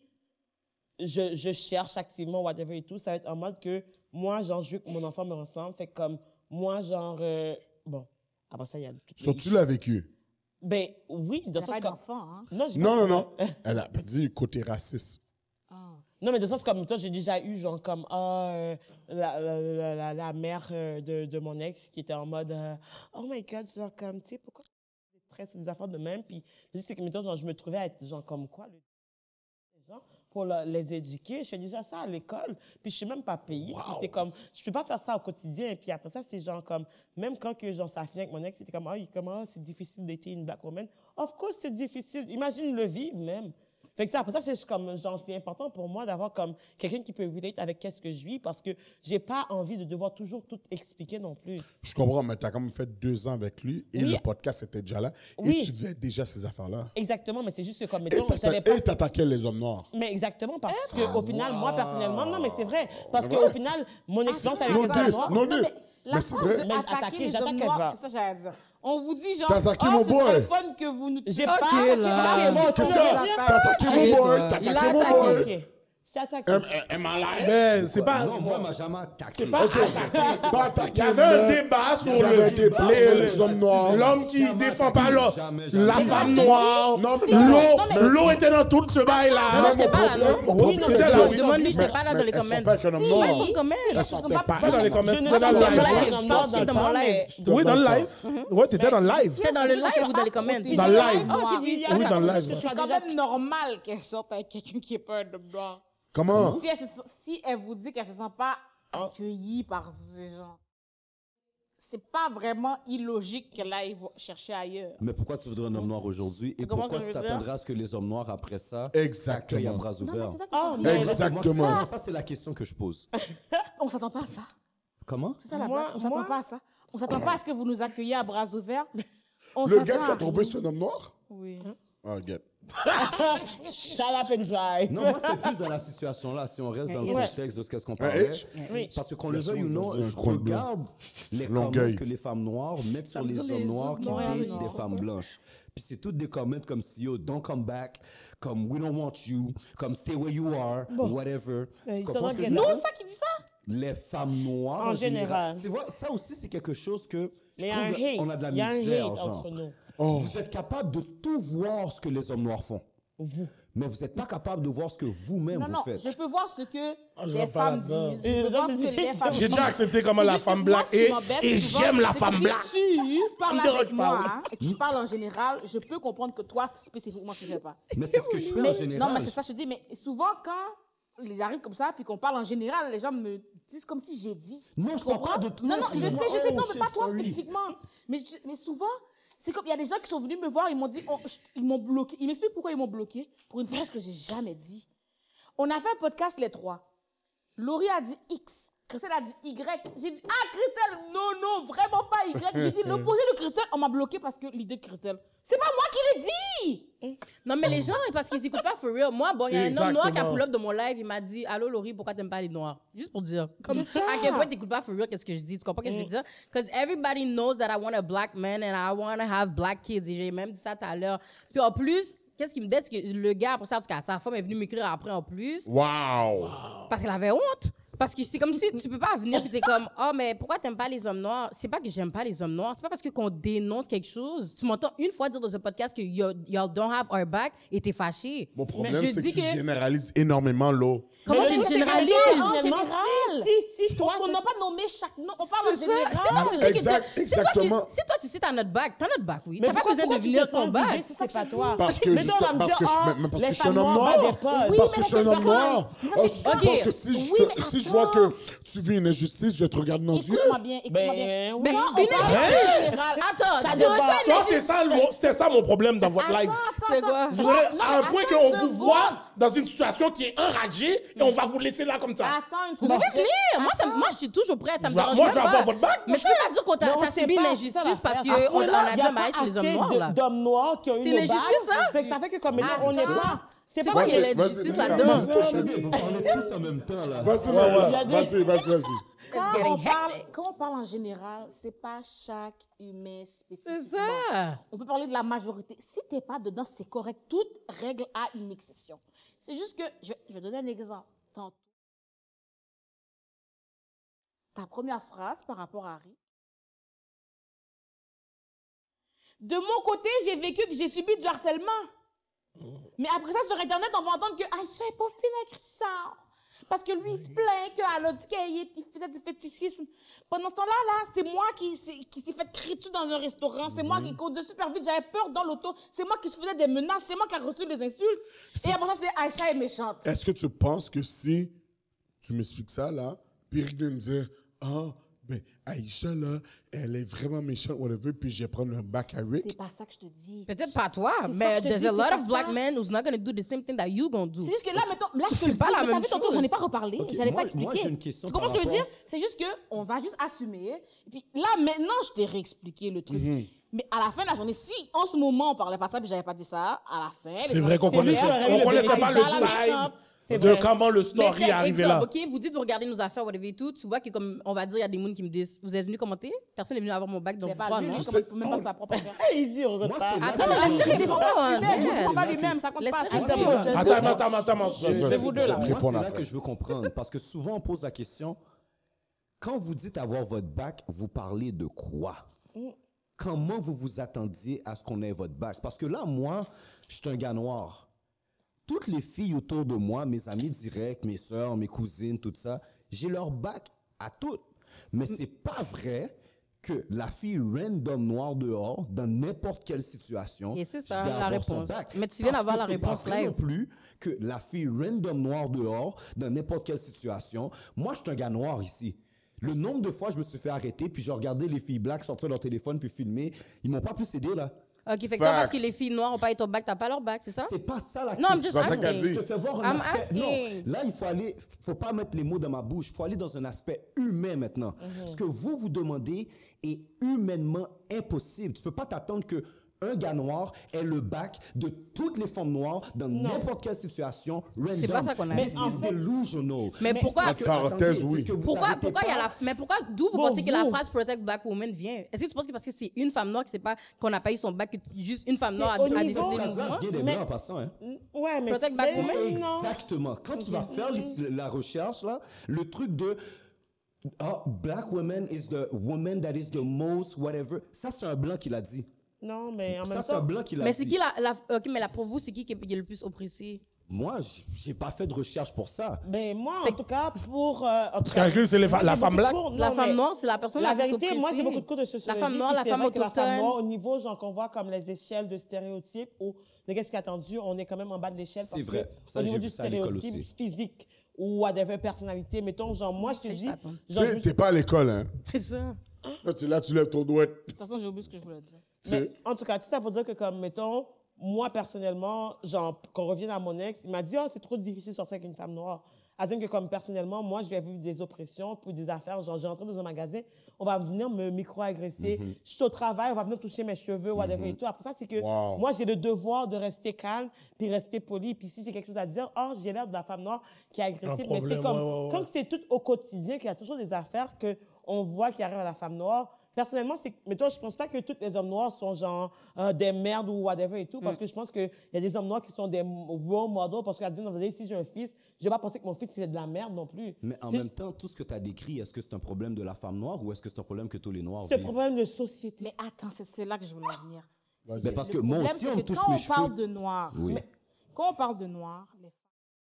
F: je, je cherche activement, whatever et tout, ça va être en mode que moi, genre, je veux que mon enfant me ressemble. Fait que, comme, moi, genre, euh, bon, après ça, il y a... toutes
C: So,
F: les-
C: tu l'as vécu?
F: Ben, oui, dans le
G: T'as
F: sens
G: pas
F: comme...
G: d'enfant, hein?
F: Non, j'ai
C: Non,
F: pas-
C: non, non. Elle a pas dit côté raciste.
G: Ah.
F: Non, mais de sens comme toi, j'ai déjà eu, genre, comme, ah, euh, la, la, la, la, la mère euh, de, de mon ex qui était en mode, euh, oh my God, genre, comme, tu sais, pourquoi tu très sur des affaires de même? Puis, je dis, c'est que, mettons, genre, je me trouvais à être, genre, comme quoi, le- les gens, pour la- les éduquer. Je fais déjà ça à l'école, puis je suis même pas payée. Puis c'est comme, je peux pas faire ça au quotidien. Puis après ça, c'est genre comme, même quand que, genre, ça a fini avec mon ex, c'était comme, ah, il- comment c'est difficile d'être une black woman. Of course, c'est difficile. Imagine le vivre même. Fait que ça, après ça, c'est comme, genre, c'est important pour moi d'avoir comme quelqu'un qui peut relate avec qu'est-ce que je vis parce que j'ai pas envie de devoir toujours tout expliquer non plus.
C: Je comprends, mais tu as quand même fait deux ans avec lui et
F: Oui.
C: le podcast était déjà là.
F: Oui.
C: Et tu vivais déjà ces affaires-là.
F: Exactement, mais c'est juste que comme,
C: Et
F: mettons, j'avais
C: t'atta-
F: pas...
C: et t'attaquais les hommes noirs.
F: Mais exactement, parce qu'au final, moi, personnellement, non, mais c'est vrai. Parce qu'au final, mon expérience avec
C: Non
F: les hommes
C: dis,
F: noirs...
C: non
G: Non,
C: dis.
G: mais la
C: Mais c'est
G: force
C: vrai.
G: de
F: Mais
G: attaquer
F: attaquer,
G: les
F: j'attaque
G: hommes
F: pas.
G: noirs, c'est ça que j'allais dire. On vous dit genre,
C: T'as attaqué
G: oh,
C: mon
G: ce serait
C: boy.
G: le fun que vous nous
F: J'ai
G: tuiez.
F: pas...
E: Ok, là.
F: Ok, bon,
C: Qu'est-ce
F: tu
C: que
F: veux
C: t'as
F: dire?
C: T'as attaqué
E: Allez,
C: mon boy,
E: toi.
C: t'as
E: Il a
C: attaqué mon
E: attaqué.
C: boy.
F: Ok. Je t'ai attaqué.
C: Am am I lying?
B: Mais c'est pas.
D: Non, moi, elle m'a jamais attaqué.
B: pas-
C: Ok, pas attaqué.
B: Il y avait un
C: mais
B: débat sur
C: il y avait
B: le-
C: un débat
B: les-
C: sur
B: les-
C: les hommes noirs.
B: L'homme qui
D: Jamais
B: défend pas l'autre.
D: jamais, jamais.
B: La
D: Mais
B: femme
G: je te dis-
B: noire.
C: Non, mais-
B: L'eau.
G: Non, mais-
B: L'eau était dans tout ce bail-là.
E: Non, moi, j'étais pas là, non.
B: Oui,
C: non,
B: t'étais
C: mais-
B: là,
C: non,
B: oui.
E: Demande-lui, j'étais pas là dans les
C: Elles sont
E: comments.
C: pas avec un homme
E: Oui,
C: noir.
E: elles sont comment?
C: Elles sont pas
B: Pas dans les comments,
F: Je
B: c'était
F: ne
B: dans
F: suis
B: le
F: pas
B: live.
E: live.
F: live.
E: Je pense que c'était dans mon live.
B: Oui, dans le live. Oui, t'étais dans le live.
E: C'était dans le live ou dans les comments?
B: Dans le live.
E: Ah, ok, oui.
B: Oui, dans le live.
G: C'est quand même normal qu'elle sorte avec quelqu'un qui est pas un homme noir.
C: Comment?
G: Si elle, se sent- si elle vous dit qu'elle se sent pas accueillie par ces gens, c'est pas vraiment illogique qu'elle aille vo- chercher ailleurs.
D: Mais pourquoi tu voudrais un homme noir aujourd'hui? Et
G: comprends
D: pourquoi
G: ce que
D: tu
G: je veux
D: t'attendrais à ce que les hommes noirs, après ça,
C: Exactement.
D: t'accueillent à bras
G: Non, mais
D: ouverts?
G: c'est ça que
F: Oh,
G: je te
F: non.
G: dis.
C: Exactement.
D: Moi, ça, c'est la question que je pose.
G: On s'attend pas à ça.
D: Comment?
G: C'est ça la
F: Moi-
G: blague. On s'attend
F: moi-
G: pas à ça. On s'attend pas à ce que vous nous accueilliez à bras ouverts. On
C: Le
G: s'attend
C: gars qui
G: à
C: a tombé,
G: rien.
C: c'est un homme noir?
G: Oui.
C: Ah, get.
F: Shut up and drive.
D: Non, moi, c'était plus dans la situation-là, si on reste dans le
F: Ouais.
D: contexte de ce qu'est-ce qu'on
C: Un
D: parlait.
C: H?
F: Oui.
D: Parce que qu'on le
C: Laisse-moi
D: veuille ou non,
C: dans un
D: je
C: coin blanc.
D: regarde les
C: Longueuil.
D: comments que les femmes noires mettent sur les
E: veut dire
D: hommes
E: les
D: noirs
E: autres
D: qui
E: noirs,
D: datent
E: non.
D: des femmes blanches. Puis c'est toutes des comments comme si yo, don't come back, comme we don't want you, comme stay where you are, whatever.
F: Euh,
D: Tu
F: ils
D: comprends
F: sont
D: ce que je
F: dans
D: veux
F: quel-
D: dire?
G: C'est ça qui dit ça?
D: Les femmes noires
F: En
D: en,
F: général.
D: C'est vrai, ça aussi, c'est quelque chose que je
F: Mais il y a un
D: trouve
F: hate.
D: on a de la
F: Il y a un
D: misère,
F: hate
D: genre.
F: entre nous.
D: Vous êtes capable de tout voir ce que les hommes noirs font.
F: Vous.
D: Mais vous n'êtes pas capable de voir ce que vous-même
G: Non,
D: vous
G: non,
D: faites.
G: je peux voir ce que
B: Ah, je
G: les
B: vais pas
G: femmes
B: là-dedans.
G: disent.
F: Et
G: Je peux
F: les
G: voir
F: autres,
G: ce que
F: ils
G: les
F: disent-
G: femmes
B: J'ai
G: disent.
B: déjà accepté comment
G: C'est
B: la
G: juste
B: femme
G: que
B: black
G: moi, ce qui
B: est.
G: m'embête
B: Et
G: souvent,
B: j'aime la
G: c'est que
B: femme
G: si
B: black.
G: tu parles
B: Ça me
G: avec
B: dérange
G: moi
B: pas,
G: hein, et que tu parles en général, je peux comprendre que toi, spécifiquement, tu ne fais pas.
D: Mais c'est ce que je fais en
G: Mais-
D: général.
G: non, mais c'est ça, je te dis, mais souvent, quand il arrive comme ça, puis qu'on parle en général, les gens me disent comme si j'ai dit.
D: Non,
G: Tu
D: je parle
G: comprends?
D: pas de tout.
G: Non, non, je sais, je
D: Excuse-moi.
G: sais,
D: Oh,
G: non, mais
D: shit,
G: pas toi
D: sorry.
G: spécifiquement. Mais, je- mais souvent, c'est comme, il y a des gens qui sont venus me voir, ils m'ont dit, oh, je- ils m'ont bloqué. Ils m'expliquent pourquoi ils m'ont bloqué pour une phrase que j'ai jamais dit. On a fait un podcast, les trois. Laurie a dit X. Christelle a dit Y. J'ai dit, ah, Christelle, non, non, vraiment pas Y. J'ai dit l'opposé de Christelle. On m'a bloqué parce que l'idée de Christelle, c'est pas moi qui l'ai dit.
E: Non, mais les gens, parce qu'ils écoutent pas for real. Moi, bon, il y a un homme noir qui a
B: Exactement.
E: pull up de mon live, il m'a dit, allô Laurie, pourquoi t'aimes pas les noirs? Juste pour dire. Comme
G: C'est ça.
E: à quel point t'écoutes pas for real, qu'est-ce que je dis? Tu comprends ce que je veux dire? Because everybody knows that I want a black man and I want to have black kids. Et j'ai même dit ça tout à l'heure. Puis en plus, qu'est-ce qui me dit? C'est que le gars, après ça, en tout cas, sa femme est venue m'écrire après en plus.
C: Wow!
E: Parce qu'elle avait honte. Parce que c'est comme si tu peux pas venir et t'es comme, oh, mais pourquoi t'aimes pas les hommes noirs? C'est pas que j'aime pas les hommes noirs. C'est pas parce que qu'on dénonce quelque chose. Tu m'entends une fois dire dans ce podcast que y'all y'all don't have our back et t'es fâché.
C: Mon problème,
E: je
C: c'est que
E: dis
C: tu
E: que-
C: généralises énormément l'eau.
E: Comment
F: Mais
E: je
F: le truc, c'est que
E: généralise?
F: les gens,
G: En
F: Finalement,
G: général.
F: si, si, toi,
G: on
F: c'est-
G: n'a pas nommé chaque nom. On parle en
E: C'est ça.
G: général.
E: Si toi, tu dis que
C: Exact-
E: tu- si toi,
C: exactement.
E: tu- si toi, tu sais t'as notre bac, t'as notre bac, oui.
F: Mais
E: T'as pas
F: pourquoi-
E: besoin de
F: pourquoi tu
E: venir
F: te
E: ton
F: sens
E: bac.
F: visé si c'est pas toi?
C: Parce que,
F: Mais
C: juste-
F: toi, on va me
C: parce
F: dire,
C: que, je,
F: ah,
C: mais parce
F: les
C: que je suis un
F: femmes
C: homme
F: noires
C: noir.
F: battent des potes.
G: Oui,
C: parce
G: mais
C: que je suis un
G: c'est
C: homme
G: pas
C: noir.
G: grave.
C: Oh,
G: Mais
C: si
G: c'est-
C: tu
E: Ok.
C: penses que si, je,
G: Oui,
C: te-
G: mais
C: si je vois
G: attends.
C: que tu vis une injustice, je te regarde dans les yeux.
G: Écoute-moi bien, écoute-moi bien.
F: Ben, oui.
E: Mais
G: Quand
E: une
G: on parle
E: injustice.
G: en général,
E: Attends,
F: Ça
E: tu
F: dépend.
E: reçois une
B: Ça,
E: injustice.
B: c'est ça, le- c'était ça mon problème dans votre live.
E: C'est quoi?
B: Vous aurez
G: Non,
B: à un
G: mais
B: point
G: attends
B: qu'on
G: une
B: vous
G: seconde.
B: voit dans une situation qui est enragée et on va vous laisser là comme ça.
G: Attends une
E: Vous
G: seconde.
E: pouvez venir. Moi, ça- moi, je suis toujours prête. Ça me
B: Je vais-
E: dérange
B: moi,
E: même
B: je vais
E: pas.
B: avoir votre bac.
E: Mais tu peux pas dire qu'on t'a
F: Mais on
E: t'as
F: sait
E: subi
F: pas,
E: une
F: c'est
E: injustice
F: ça
E: parce
F: l'affaire. À ce
E: qu'on on
F: point-là,
E: a
F: il y
E: dit
F: a
E: un mariage
F: pas
E: sur les hommes
F: assez
E: noirs,
F: de-
E: là.
F: d'hommes noirs qui ont eu
E: C'est
F: nos
E: l'injustice,
F: bases.
E: ça?
F: Fait que ça fait que comme les gens,
E: Ah,
F: on n'est
E: ça.
F: pas... C'est
E: C'est
F: pas
E: quoi
C: Vas-y,
E: qu'il y a
C: vas-y,
E: l'injustice
C: vas-y,
E: là-dedans?
C: vas-y.
D: Vous parlez tous en même temps, là.
C: Vas-y,
F: Il y a
C: vas-y,
F: des-
C: vas-y, vas-y, vas-y.
G: Quand
E: getting
G: on, parle,
E: hectic.
G: quand on parle en général, c'est pas chaque humain spécifiquement.
E: C'est ça.
G: On peut parler de la majorité. Si t'es pas dedans, c'est correct. Toute règle a une exception. C'est juste que, je, je vais donner un exemple. Tantôt, ta première phrase par rapport à Harry. De mon côté, j'ai vécu que j'ai subi du harcèlement. Mais après ça, sur Internet, on va entendre que Aïcha n'est pas fine avec Richard. Parce que lui, il se plaint qu'elle a dit qu'il faisait du fétichisme. Pendant ce temps-là, là, c'est moi qui, s'est- qui s'est fait crier dessus dans un restaurant. C'est moi qui conduisais super vite. J'avais peur dans l'auto. C'est moi qui se faisais des menaces. C'est moi qui ai reçu des insultes. Et après ça, c'est Aïcha est méchante.
C: Est-ce que tu penses que si tu m'expliques ça, là, puis Rick vient me dire, ah, ben, Aïcha, là, elle est vraiment méchante, whatever, puis je vais prendre un bac à Rick.
G: C'est pas ça que je te dis.
E: Peut-être pas toi,
G: C'est ça
E: mais
G: que je te
E: there's
G: dis,
E: a
G: c'est
E: lot
G: pas
E: of black
G: ça.
E: men who's not gonna do the same thing that you gonna do.
G: C'est juste que là, mettons, là, je te
E: C'est
G: le dis,
E: pas la
G: mais t'as
E: même
G: vu tantôt,
E: chose.
G: j'en ai pas reparlé,
D: Ok,
G: j'allais
D: moi-
G: pas
D: moi,
G: expliquer.
D: j'ai une question
G: Tu comprends ce
D: par
G: que je veux dire?
D: rapport-
G: C'est juste que on va juste assumer. Et puis là, maintenant, je t'ai réexpliqué le truc. Mais à la fin de la journée, si en ce moment on parlait pas de ça, puis j'avais pas dit ça, à la fin.
B: C'est vrai qu'on
F: C'est lui
B: connaissait,
F: qui aurait eu
B: on
F: le
B: connaissait pas
F: bénéfice.
B: le
G: la
B: side.
G: méchante.
F: C'est
B: de
F: vrai.
B: comment le
E: Mais
B: story
E: check,
B: est arrivé là.
E: exemple, OK, vous dites, vous regardez nos affaires, whatever et tout, tu vois que comme, on va dire, il y a des gens qui me disent, vous êtes venus commenter? Personne n'est venu avoir mon bac, donc
G: Mais
E: vous
G: pas
E: trois,
G: lui,
E: non?
G: lui,
C: sais-
G: comme même pas sa propre affaire.
F: Il dit, on
D: Moi,
F: regarde
D: c'est
F: pas.
D: là
E: Attends,
D: que-
E: mais laissez
G: Ils
E: répondre.
G: ne sont pas
E: Yeah.
G: les mêmes, ça compte
E: Laisse
G: pas.
E: répondre.
G: C'est ça.
F: C'est
B: Attends,
F: deux
B: attends, attends, attends.
C: Vas-y, vas-y.
F: C'est vous deux, là.
C: Je
D: Moi,
C: réponds
D: c'est là
C: après.
D: que je veux comprendre. Parce que souvent, on pose la question, quand vous dites avoir votre bac, vous parlez de quoi? Comment vous vous attendiez à ce qu'on ait votre bac? Parce que là, moi, je suis un gars noir. Toutes les filles autour de moi, mes amis directs, mes sœurs, mes cousines, tout ça, j'ai leur bac à toutes. Mais c'est pas vrai que la fille random noire dehors, dans n'importe quelle situation,
E: Et c'est
D: je
E: ça,
D: vais
E: la
D: avoir son
E: réponse.
D: bac.
E: Mais tu viens
D: Parce
E: d'avoir
D: que
E: la
D: c'est pas
E: réponse
D: vrai
E: live.
D: non plus que la fille random noire dehors, dans n'importe quelle situation, moi, je suis un gars noir ici. Le nombre de fois je me suis fait arrêter, puis je regardais les filles blacks sortir leur téléphone puis filmer, ils m'ont pas plus aidé là.
E: OK, fait que toi, parce
C: Facts.
E: que les filles noires n'ont pas eu ton bac, t'as pas leur bac, c'est ça?
D: C'est pas ça la
E: Non, I'm
D: question.
E: just
C: C'est pas ça qu'elle
E: asking.
C: dit.
D: Je te fais voir un
E: I'm
D: aspect.
E: asking.
D: Non, là il faut aller, faut pas mettre les mots dans ma bouche. Il faut aller dans un aspect humain maintenant. Ce que vous vous demandez est humainement impossible. Tu peux pas t'attendre que un gars noir ait le bac de toutes les femmes noires dans n'importe quelle situation random.
E: C'est pas ça qu'on a
D: Mais
E: dit.
D: c'est delusional.
E: Mais pourquoi-
D: c'est que-
C: Parenthèse,
D: attendez,
C: oui.
D: c'est ce que vous
E: Pourquoi,
D: arrêtez
E: pourquoi il y a
D: pas.
E: la, mais pourquoi, d'où vous
F: Bon,
E: pensez que la
F: vous.
E: phrase Protect Black Women vient? Est-ce que tu penses que parce que c'est une femme noire, que c'est pas qu'on n'a pas eu son bac, que juste une femme noire a,
F: au
E: a décidé
F: niveau-
E: le
D: Cette
E: mouvement?
D: phrase-là vient des
F: Mais-
D: blancs en passant, hein.
F: Ouais, mais.
E: Protect Black
F: mais
E: Women?
F: non.
D: Exactement. Quand tu vas faire l'his- la recherche, là, le truc de ah, Black woman is the woman that is the most whatever, ça, c'est un blanc qui l'a dit.
F: Non, mais en
D: Ça,
F: même
D: c'est un
F: temps.
D: blanc qui l'a
E: Mais
D: dit.
E: c'est qui la, la, ok, mais là, pour vous, c'est qui qui est, qui est le plus oppressé?
D: Moi, j- j'ai pas fait de recherche pour ça.
F: Ben, moi, en
E: Fait-
F: tout cas, pour. euh, en tout
B: Tu
F: cas,
B: calcules, c'est les fa-
F: moi,
B: la
F: j'ai
B: femme
F: beaucoup de
B: black?
F: cours-
E: La
F: non,
E: femme
F: mais
E: noire, c'est la personne
F: La
E: la plus
F: vérité, moi, j'ai
E: oppressée.
F: beaucoup de cours de sociologie.
E: La femme noire,
F: puis
E: la
F: c'est
E: femme
F: vrai que la femme
E: autochtone.
F: noire, au niveau, genre, qu'on voit comme les échelles de stéréotypes ou de qu'est-ce qui est attendu, on est quand même en bas de l'échelle.
D: C'est
F: parce
D: vrai.
F: que
D: Ça,
F: au
D: j'ai
F: niveau
D: vu
F: du
D: ça à l'école
F: stéréotype
D: aussi.
F: physique ou whatever personnalité, mettons, genre, moi, je te
E: Fais
F: dis.
E: ça, toi.
C: Tu
F: genre, je
C: sais,
F: me
C: t'es
F: suis-
C: pas à l'école, hein.
E: C'est ça.
C: Là, tu, là, tu lèves ton doigt.
G: De toute façon, j'ai oublié ce que je voulais dire.
F: Mais en tout cas, tout ça pour dire que, comme, mettons, moi, personnellement, genre, qu'on revienne à mon ex, il m'a dit, oh, c'est trop difficile de sortir avec une femme noire. À dire que, comme, personnellement, moi, je vais vivre des oppressions pour des affaires. Genre, j'ai rentré dans un magasin, on va venir me micro-agresser. Je suis au travail, on va venir toucher mes cheveux, whatever et tout. Après ça, c'est que
C: Wow.
F: moi, j'ai le devoir de rester calme puis rester poli. Puis si j'ai quelque chose à dire, oh, j'ai l'air de la femme noire qui est agressive. Mais c'est
B: problème,
F: comme,
B: ouais, ouais, ouais.
F: quand c'est tout au quotidien, qu'il y a toujours des affaires qu'on voit qui arrivent à la femme noire. Personnellement, c'est, mais toi, je pense pas que tous les hommes noirs sont genre euh, des merdes ou whatever et tout, parce que je pense qu'il y a des hommes noirs qui sont des role models, parce qu'à dire, non, si j'ai un fils, je vais pas penser que mon fils c'est de la merde non plus.
D: Mais en
F: C'est-
D: même temps, tout ce que tu as décrit, est-ce que c'est un problème de la femme noire ou est-ce que c'est un problème que tous les noirs
F: C'est un
D: vivent?
F: problème de société.
G: Mais attends, c'est c'est là que je voulais en venir.
D: Ben,
G: C'est-
D: parce
G: le
D: que moi
G: problème,
D: aussi,
G: c'est
D: on me
G: que
D: touche
G: quand
D: mes
G: on parle
D: cheveux.
G: de noir,
D: Oui.
G: mais quand on parle de noir, les femmes.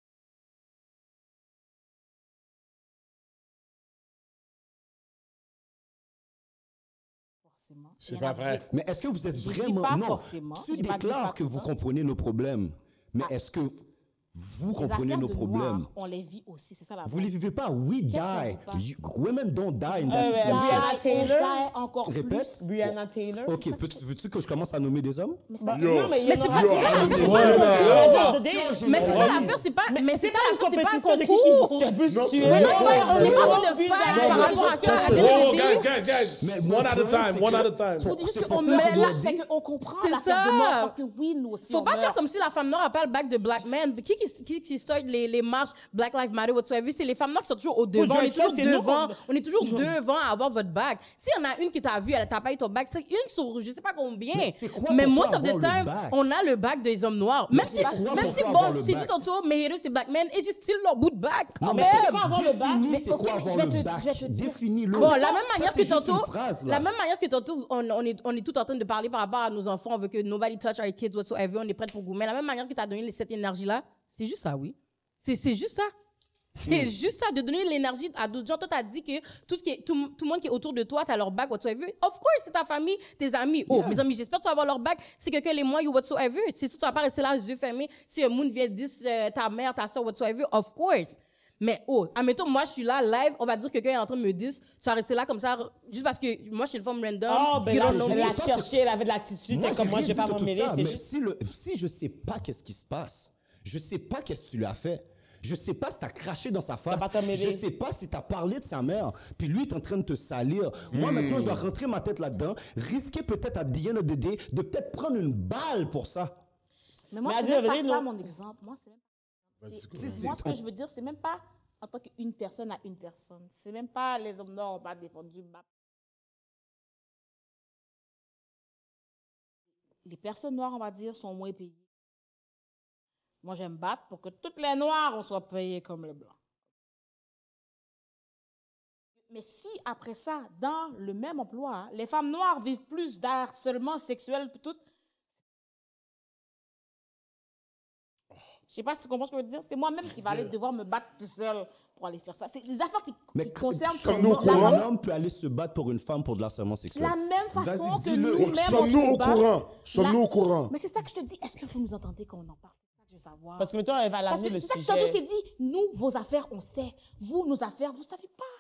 G: Forcément.
C: C'est
G: Il y en
C: pas
G: a
C: vrai.
G: beaucoup.
D: Mais est-ce que vous êtes
G: Je dis
D: vraiment...
G: pas
D: non,
G: forcément.
D: tu
G: J'ai pas dit
D: déclares
G: pas
D: que
G: tout
D: vous
G: ça.
D: comprenez nos problèmes. Mais
G: Ah.
D: est-ce que vous
G: Les
D: comprenez
G: affaires
D: nos
G: de
D: problèmes?
G: noirs, on les vit aussi, c'est ça la
D: Vous
G: vraie.
D: les vivez pas. We die.
G: qu'on vit
D: You- women don't die in
F: Euh,
D: that
F: ouais,
D: situation.
F: Brianna
G: On
F: Taylor.
G: die encore
D: Répète.
G: plus.
F: Brianna Taylor.
D: Ok, peux-tu- veux-tu que je commence à nommer des hommes?
G: Mais c'est
F: Bah,
G: parce
C: Yo.
F: non, mais il y
E: Mais
F: en
E: c'est
F: aura-
E: pas-
F: Yo,
E: c'est ça,
F: I'm
E: c'est
F: just
E: ça,
F: saying,
E: c'est
F: at the
E: ça.
F: end of the day,
E: Mais c'est ça
F: on-
E: l'affaire, c'est pas,
F: Mais,
E: mais
F: c'est
E: c'est
F: pas
E: ça
F: une
E: l'affaire, c'est pas un
F: compétition de qui
E: concours.
F: qui se plus
C: Non,
F: tuer.
C: c'est-
E: Mais non,
C: Non,
E: on n'est pas en train de
F: non,
E: faire par rapport à ça. À
B: Whoa, whoa,
E: la
B: guys,
E: vérité,
B: guys, guys.
D: Mais
B: One
D: mon
B: at a
D: point,
B: time,
D: c'est
B: one
D: que-
B: at a time.
G: Je dis juste
D: C'est
G: qu'on
D: pour ça
G: met
D: que je
G: là,
D: me
G: c'est
D: dis-
G: qu'on comprend
E: C'est
G: l'affaire
E: ça.
G: de mort, parce que oui, nous aussi,
E: faut
G: on
E: pas
G: meurt.
E: faire comme si la femme noire n'a pas le bac de black man. Qui qui, qui, qui start les, les marches Black Lives Matter, whatsoever, c'est les femmes noires qui sont toujours au devant. On est
F: dire ça,
E: toujours
F: c'est nous
E: devant.
F: qu'on-
E: On est toujours devant à avoir votre bac. S'il y en a une qui t'a vu, elle t'a pas eu ton bac, c'est une sur je sais pas combien.
D: Mais c'est quoi
E: Mais
D: pour
E: most
D: toi
E: of the
D: avoir le
E: time,
D: bac?
E: on a le bac des hommes noirs. Même
D: c'est
E: si,
D: quoi
E: même
D: pour
E: si
D: toi avoir
E: bon,
D: le
E: j'ai dit
D: bac?
E: tantôt, mes haters c'est black men, et j'ai still leur bout de bac.
D: Non,
E: quand
D: mais
E: même.
F: c'est quoi avoir le bac?
D: définis
G: Mais
D: c'est
G: ok,
D: quoi
G: je
D: avoir
G: vais
D: le
G: te-
D: bac.
G: je vais te dire.
D: Définis-le.
E: Bon, la même
D: Ça,
E: manière
D: c'est
E: que
D: juste
E: tantôt,
D: une phrase, là.
E: la même manière que tantôt, on, on est, on est tout en train de parler par rapport à nos enfants, on veut que nobody touch our kids whatsoever, on est prêt pour gommer. La même manière que tu as donné cette énergie-là, c'est juste ça, oui. C'est, c'est juste ça. C'est
D: Hmm.
E: juste ça, de donner l'énergie à d'autres gens. Toi, t'as dit que tout, ce qui est, tout, tout le monde qui est autour de toi, t'as leur bac, whatsoever. Of course, c'est ta famille, tes amis. Oh, mes amis, j'espère que tu vas avoir leur bac. Si quelqu'un les moins, you whatsoever. C'est sûr, tu vas pas rester là, les yeux fermés. Si un monde vient dire euh, ta mère, ta soeur, whatsoever, of course. Mais oh, admettons, moi, je suis là, live, on va dire que quelqu'un est en train de me dire, tu vas rester là comme ça, juste parce que moi, je suis une femme random.
F: Oh, ben
E: you
F: là,
E: don't know
F: elle
E: me.
F: l'a cherché, elle avait de l'attitude.
D: Moi,
F: t'es comme moi, je vais
D: rien
F: pas
D: dit de
F: m'en
D: tout
F: mêler.
D: ça,
F: C'est
D: mais
F: juste.
D: si, le, si je sais pas qu'est-ce qui se passe, je sais pas qu'est-ce que tu lui as fait. Je sais pas si t'as craché dans sa face.
F: pas t'en mêler.
D: Je sais pas si t'as parlé de sa mère. Puis lui est en train de te salir. Moi, maintenant, je dois rentrer ma tête là-dedans, risquer peut-être à the end of the day de peut-être prendre une balle pour ça.
G: Mais moi,
F: Mais à
G: c'est
F: dire
G: même pas
F: vrai,
G: ça
F: non.
G: mon exemple. Moi, c'est même C'est-
C: Vas-y,
D: Si,
G: Moi,
D: c'est-
G: ce que je veux dire, c'est même pas en tant qu'une personne à une personne. C'est même pas les hommes noirs ont pas défendu B A P. Les personnes noires, on va dire, sont moins payées. Moi, j'aime battre pour que toutes les noirs, on soit payées comme les blancs. Mais si, après ça, dans le même emploi, hein, les femmes noires vivent plus d'harcèlement sexuel, puis tout. Je sais pas si tu comprends ce que je veux dire. C'est moi-même qui va aller devoir me battre tout seul pour aller faire ça. C'est des affaires qui,
D: Mais
G: qui
D: que-
G: concernent
C: sommes-nous au
G: la-
C: courant?
D: Un homme peut aller se battre pour une femme pour de l'harcèlement sexuel.
G: La même façon
D: Vas-y,
G: que
D: dis-le.
G: nous-mêmes, on
C: Sommes-nous
G: se
C: au
G: bat.
C: courant? Sommes-nous
G: La-
C: au courant?
G: Mais c'est ça que je te dis. Est-ce que vous nous entendez quand on en parle? C'est ça que je veux savoir.
F: Parce que, mettons, elle va
G: Parce
F: l'amener
G: que
F: le
G: c'est ça que je
F: sujet.
G: t'ai dit, je t'ai dit, nous, vos affaires, on sait. Vous, nos affaires, vous savez pas.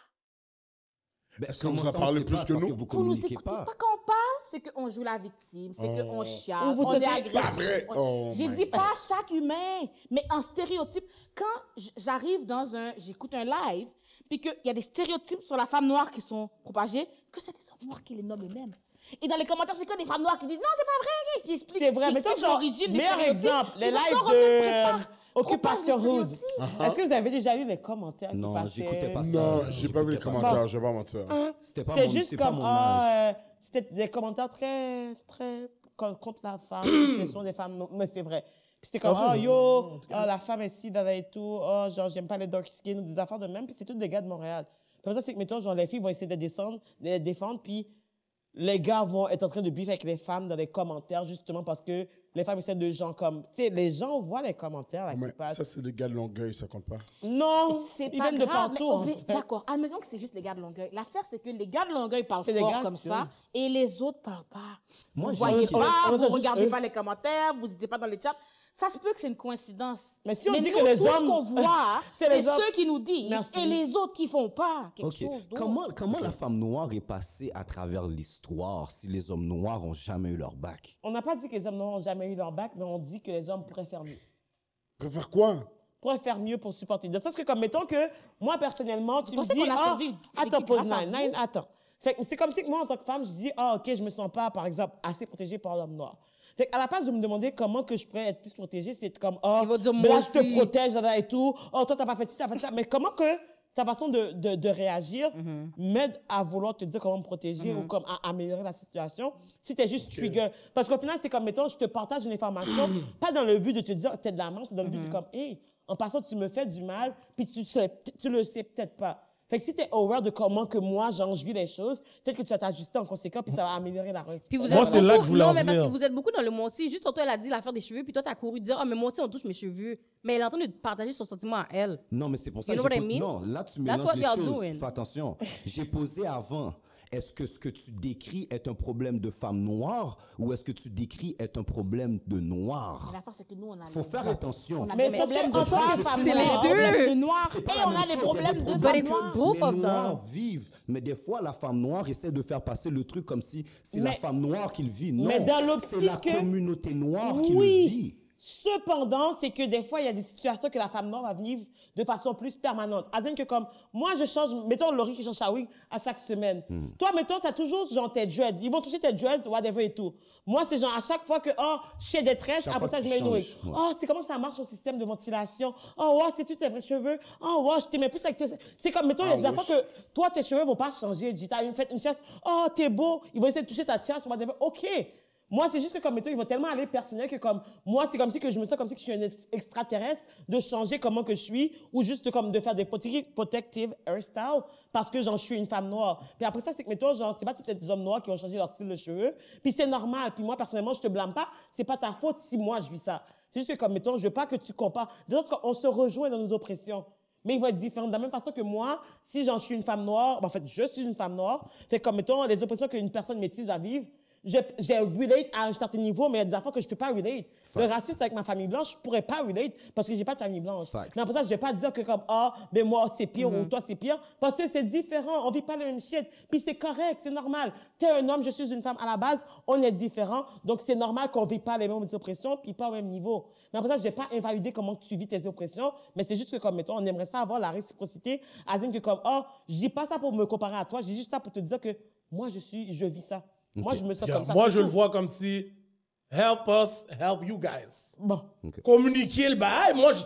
D: Ben,
C: Est-ce que
D: comment
C: vous en
D: ça, on
C: parlez
D: sait
C: plus
D: pas?
C: que
D: Parce
C: nous?
D: que vous
G: Vous nous
D: communiquez
G: écoutez
D: pas.
G: pas. Quand on parle, c'est qu'on joue la victime, c'est qu'on chiale,
F: Ou vous
G: on
F: dites
G: est
F: pas
G: agressif.
C: vrai. Oh
G: J'ai
C: my
G: dit pas chaque humain, mais en stéréotype. Quand j- j'arrive dans un, j'écoute un live, puis qu'il y a des stéréotypes sur la femme noire qui sont propagés, que c'est des hommes noirs qui les nomment eux-mêmes. Et dans les commentaires, c'est que des femmes noires qui disent non, c'est pas vrai, qui expliquent,
F: C'est vrai,
G: qui
F: mettons
G: expliquent
F: genre,
G: l'origine des
F: meilleur
G: stéréotypes.
F: exemple, les
G: Les
F: lives
G: histoires
F: de
G: eux-mêmes préparent,
F: euh, Occupation
G: propagent
F: Hood.
G: des stéréotypes.
F: Est-ce que vous avez déjà lu les commentaires
D: Non,
F: qui passaient?
D: j'écoutais pas ça.
C: Non, j'ai pas vu les
D: J'écoutais pas
C: commentaires, je vais pas mentir.
D: C'était pas
F: C'était
D: mon-
F: juste
D: c'est pas
F: comme,
D: mon
F: ah,
D: âge.
F: euh, c'était des commentaires très, très con- contre la femme. Ce sont des femmes, non- mais c'est vrai. Puis c'était comme,
B: Ah,
F: oh
B: c'est-
F: yo, ah, la femme est ci, dada et tout, oh, genre, j'aime pas les dark skin, ou des affaires de même. Puis c'est tous des gars de Montréal. Comme ça, c'est que, mettons, genre, les filles vont essayer de descendre, de les défendre, puis les gars vont être en train de biffer avec les femmes dans les commentaires, justement parce que les femmes essaient de gens comme. Tu sais, les gens voient les commentaires là,
C: Mais
F: qui passent.
C: ça, c'est des gars de Longueuil, ça compte pas.
F: Non,
G: C'est
F: ils
G: pas
F: viennent de
G: grave,
F: partout.
G: mais-
F: en
G: mais
F: fait.
G: D'accord, admettons que c'est juste les gars de Longueuil. L'affaire, c'est que les gars de Longueuil parlent
F: C'est des
G: fort
F: gars,
G: comme
F: c'est
G: ça,
F: eux.
G: et les autres parlent pas.
D: Moi,
G: Vous
D: j'ai
G: voyez
D: une question.
G: pas,
F: On entend
G: vous
F: juste
G: regardez
F: eux.
G: pas les commentaires, vous n'étiez pas dans les chats. Ça se peut que c'est une coïncidence.
F: Mais si on dit
G: nous,
F: que les
G: tout ce
F: hommes-
G: qu'on voit,
F: C'est
G: c'est
F: les hommes-
G: ceux qui nous disent,
F: Merci.
G: et les autres qui font pas quelque
D: Ok.
G: chose d'autre.
D: Comment, comment la femme noire est passée à travers l'histoire si les hommes noirs ont jamais eu leur bac?
F: On n'a pas dit que les hommes noirs n'ont jamais eu leur bac, mais on dit que les hommes pourraient faire mieux.
C: Préfère quoi?
F: Pourraient faire mieux pour supporter. De sorte que, comme, mettons que, moi, personnellement, tu me
G: pensez
F: dis,
G: qu'on a
F: ah,
G: survécu
F: attends, pause,
G: grâce à
F: nine,
G: vous?
F: nine, attends. Fait que c'est comme si que moi, en tant que femme, je dis, ah, OK, je me sens pas, par exemple, assez protégée par l'homme noir. Fait qu'à la place de me demander comment que je pourrais être plus protégée, c'est comme, oh,
E: Il va dire,
F: ben
E: moi
F: là, je te
E: aussi.
F: protège, là, et tout. Oh, toi, t'as pas fait ci, t'as fait ça. Mais comment que ta façon de, de, de réagir
E: Mm-hmm.
F: m'aide à vouloir te dire comment me protéger ou comme à améliorer la situation si t'es juste trigger. Parce qu'au final, c'est comme, mettons, je te partage une information, pas dans le but de te dire que t'es de la merde, c'est dans le but de
E: Mm-hmm.
F: comme, hey, en passant, tu me fais du mal, puis tu, sais- tu le sais peut-être pas. Fait que si t'es aware de comment que moi, genre, je vis les choses, peut-être que tu vas t'ajuster en conséquence, puis ça va améliorer la relation.
E: Puis vous
B: Moi,
E: êtes
B: c'est là
E: beaucoup-
B: que je voulais
E: Non,
B: en
E: mais parce que
B: venir.
E: vous êtes beaucoup dans le moi aussi. Juste tantôt, elle a dit l'affaire des cheveux, puis toi, t'as couru dire, ah, mais moi aussi, on touche mes cheveux. Mais elle est en train de partager son sentiment à elle.
D: Non, mais c'est pour ça
E: You
D: que
E: know
D: j'ai
E: what I
D: posé...
E: mean?
D: Non, là, tu
E: That's
D: mélanges
E: what
D: les
E: you're
D: choses.
E: doing.
D: Fais attention. J'ai posé avant. Est-ce que ce que tu décris est un problème de femme noire ou est-ce que tu décris est un problème de
G: Mais
D: noir?
G: l'affaire, c'est que nous, on a
D: Faut
G: les
D: faire
G: deux.
D: attention.
G: On a
F: Mais
G: des
F: parce
G: problèmes
F: que
G: de
F: en tant que
G: femmes,
F: femme
E: C'est les
F: noire,
E: deux.
G: problèmes de noirs,
D: C'est
G: et
D: pas la
G: on
D: même
G: a des
D: chose,
G: problèmes
D: il y
G: de
D: a des
E: But
G: femmes
E: it's
G: noires.
E: both
D: Les
E: of
D: noirs
E: them.
D: vivent, mais des fois, la femme noire essaie de faire passer le truc comme si c'est la
F: Mais-
D: femme noire qui le vit. Non,
F: mais dans l'optique
D: c'est la
F: que-
D: communauté noire qui
F: Oui.
D: le vit.
F: Cependant, c'est que des fois, il y a des situations que la femme noire va vivre de façon plus permanente. Azine que comme, moi, je change, mettons Laurie qui change sa wig à chaque semaine.
D: Hmm.
F: Toi, mettons, t'as toujours, genre, tes dreads. Ils vont toucher tes dreads, whatever et tout. Moi, c'est genre, à chaque fois que, oh, j'ai des tresses,
D: Chaque
F: après
D: fois
F: ça,
D: que
F: je
D: tu
F: mets une wig.
D: changes, ouais.
F: Oh, c'est comment ça marche, au système de ventilation. Oh, ouais, c'est-tu tes vrais cheveux? Oh, ouais, je t'aimais plus avec tes... C'est comme, mettons, il y a des
C: Ah,
F: affaires que, toi, tes cheveux vont pas changer. Dis, t'as une, fait une chasse, oh, t'es beau. Ils vont essayer de toucher ta chasse, whatever. OK. Moi, c'est juste que comme mettons, ils vont tellement aller personnel que comme moi, c'est comme si que je me sens comme si que je suis un ex- extraterrestre de changer comment que je suis ou juste comme de faire des protec- protective hairstyles parce que j'en suis une femme noire. Puis après ça, c'est que mettons, genre, c'est pas tous les hommes noirs qui ont changé leur style de cheveux. Puis c'est normal. Puis moi, personnellement, je te blâme pas. C'est pas ta faute si moi, je vis ça. C'est juste que comme mettons, je veux pas que tu compares. Disons qu'on se rejoint dans nos oppressions. Mais ils vont être différents. De la même façon que moi, si j'en suis une femme noire, ben, en fait, je suis une femme noire. Fait comme mettons, les oppressions qu'une personne métisse à vivre, je, j'ai relate à un certain niveau, mais il y a des affaires que je peux pas relate. Le racisme avec ma famille blanche, je pourrais pas relate parce que j'ai pas de famille blanche.
D: Facts.
F: Mais après ça, je vais pas dire que comme, ah, ben moi, c'est pire ou toi, c'est pire. Parce que c'est différent. On vit pas la même shit. Puis c'est correct, c'est normal. T'es un homme, je suis une femme. À la base, on est différents. Donc c'est normal qu'on vit pas les mêmes oppressions puis pas au même niveau. Mais après ça, je vais pas invalider comment tu vis tes oppressions. Mais c'est juste que comme, mettons, on aimerait ça avoir la réciprocité. Azine que comme, oh, je dis pas ça pour me comparer à toi. Je dis juste ça pour te dire que moi, je suis, je vis ça. Moi, je me sens comme ça.
B: Moi,
F: c'est
B: je le
F: tout.
B: vois comme si help us, help you guys.
F: Bon.
B: Communiquer le bail. Moi, je,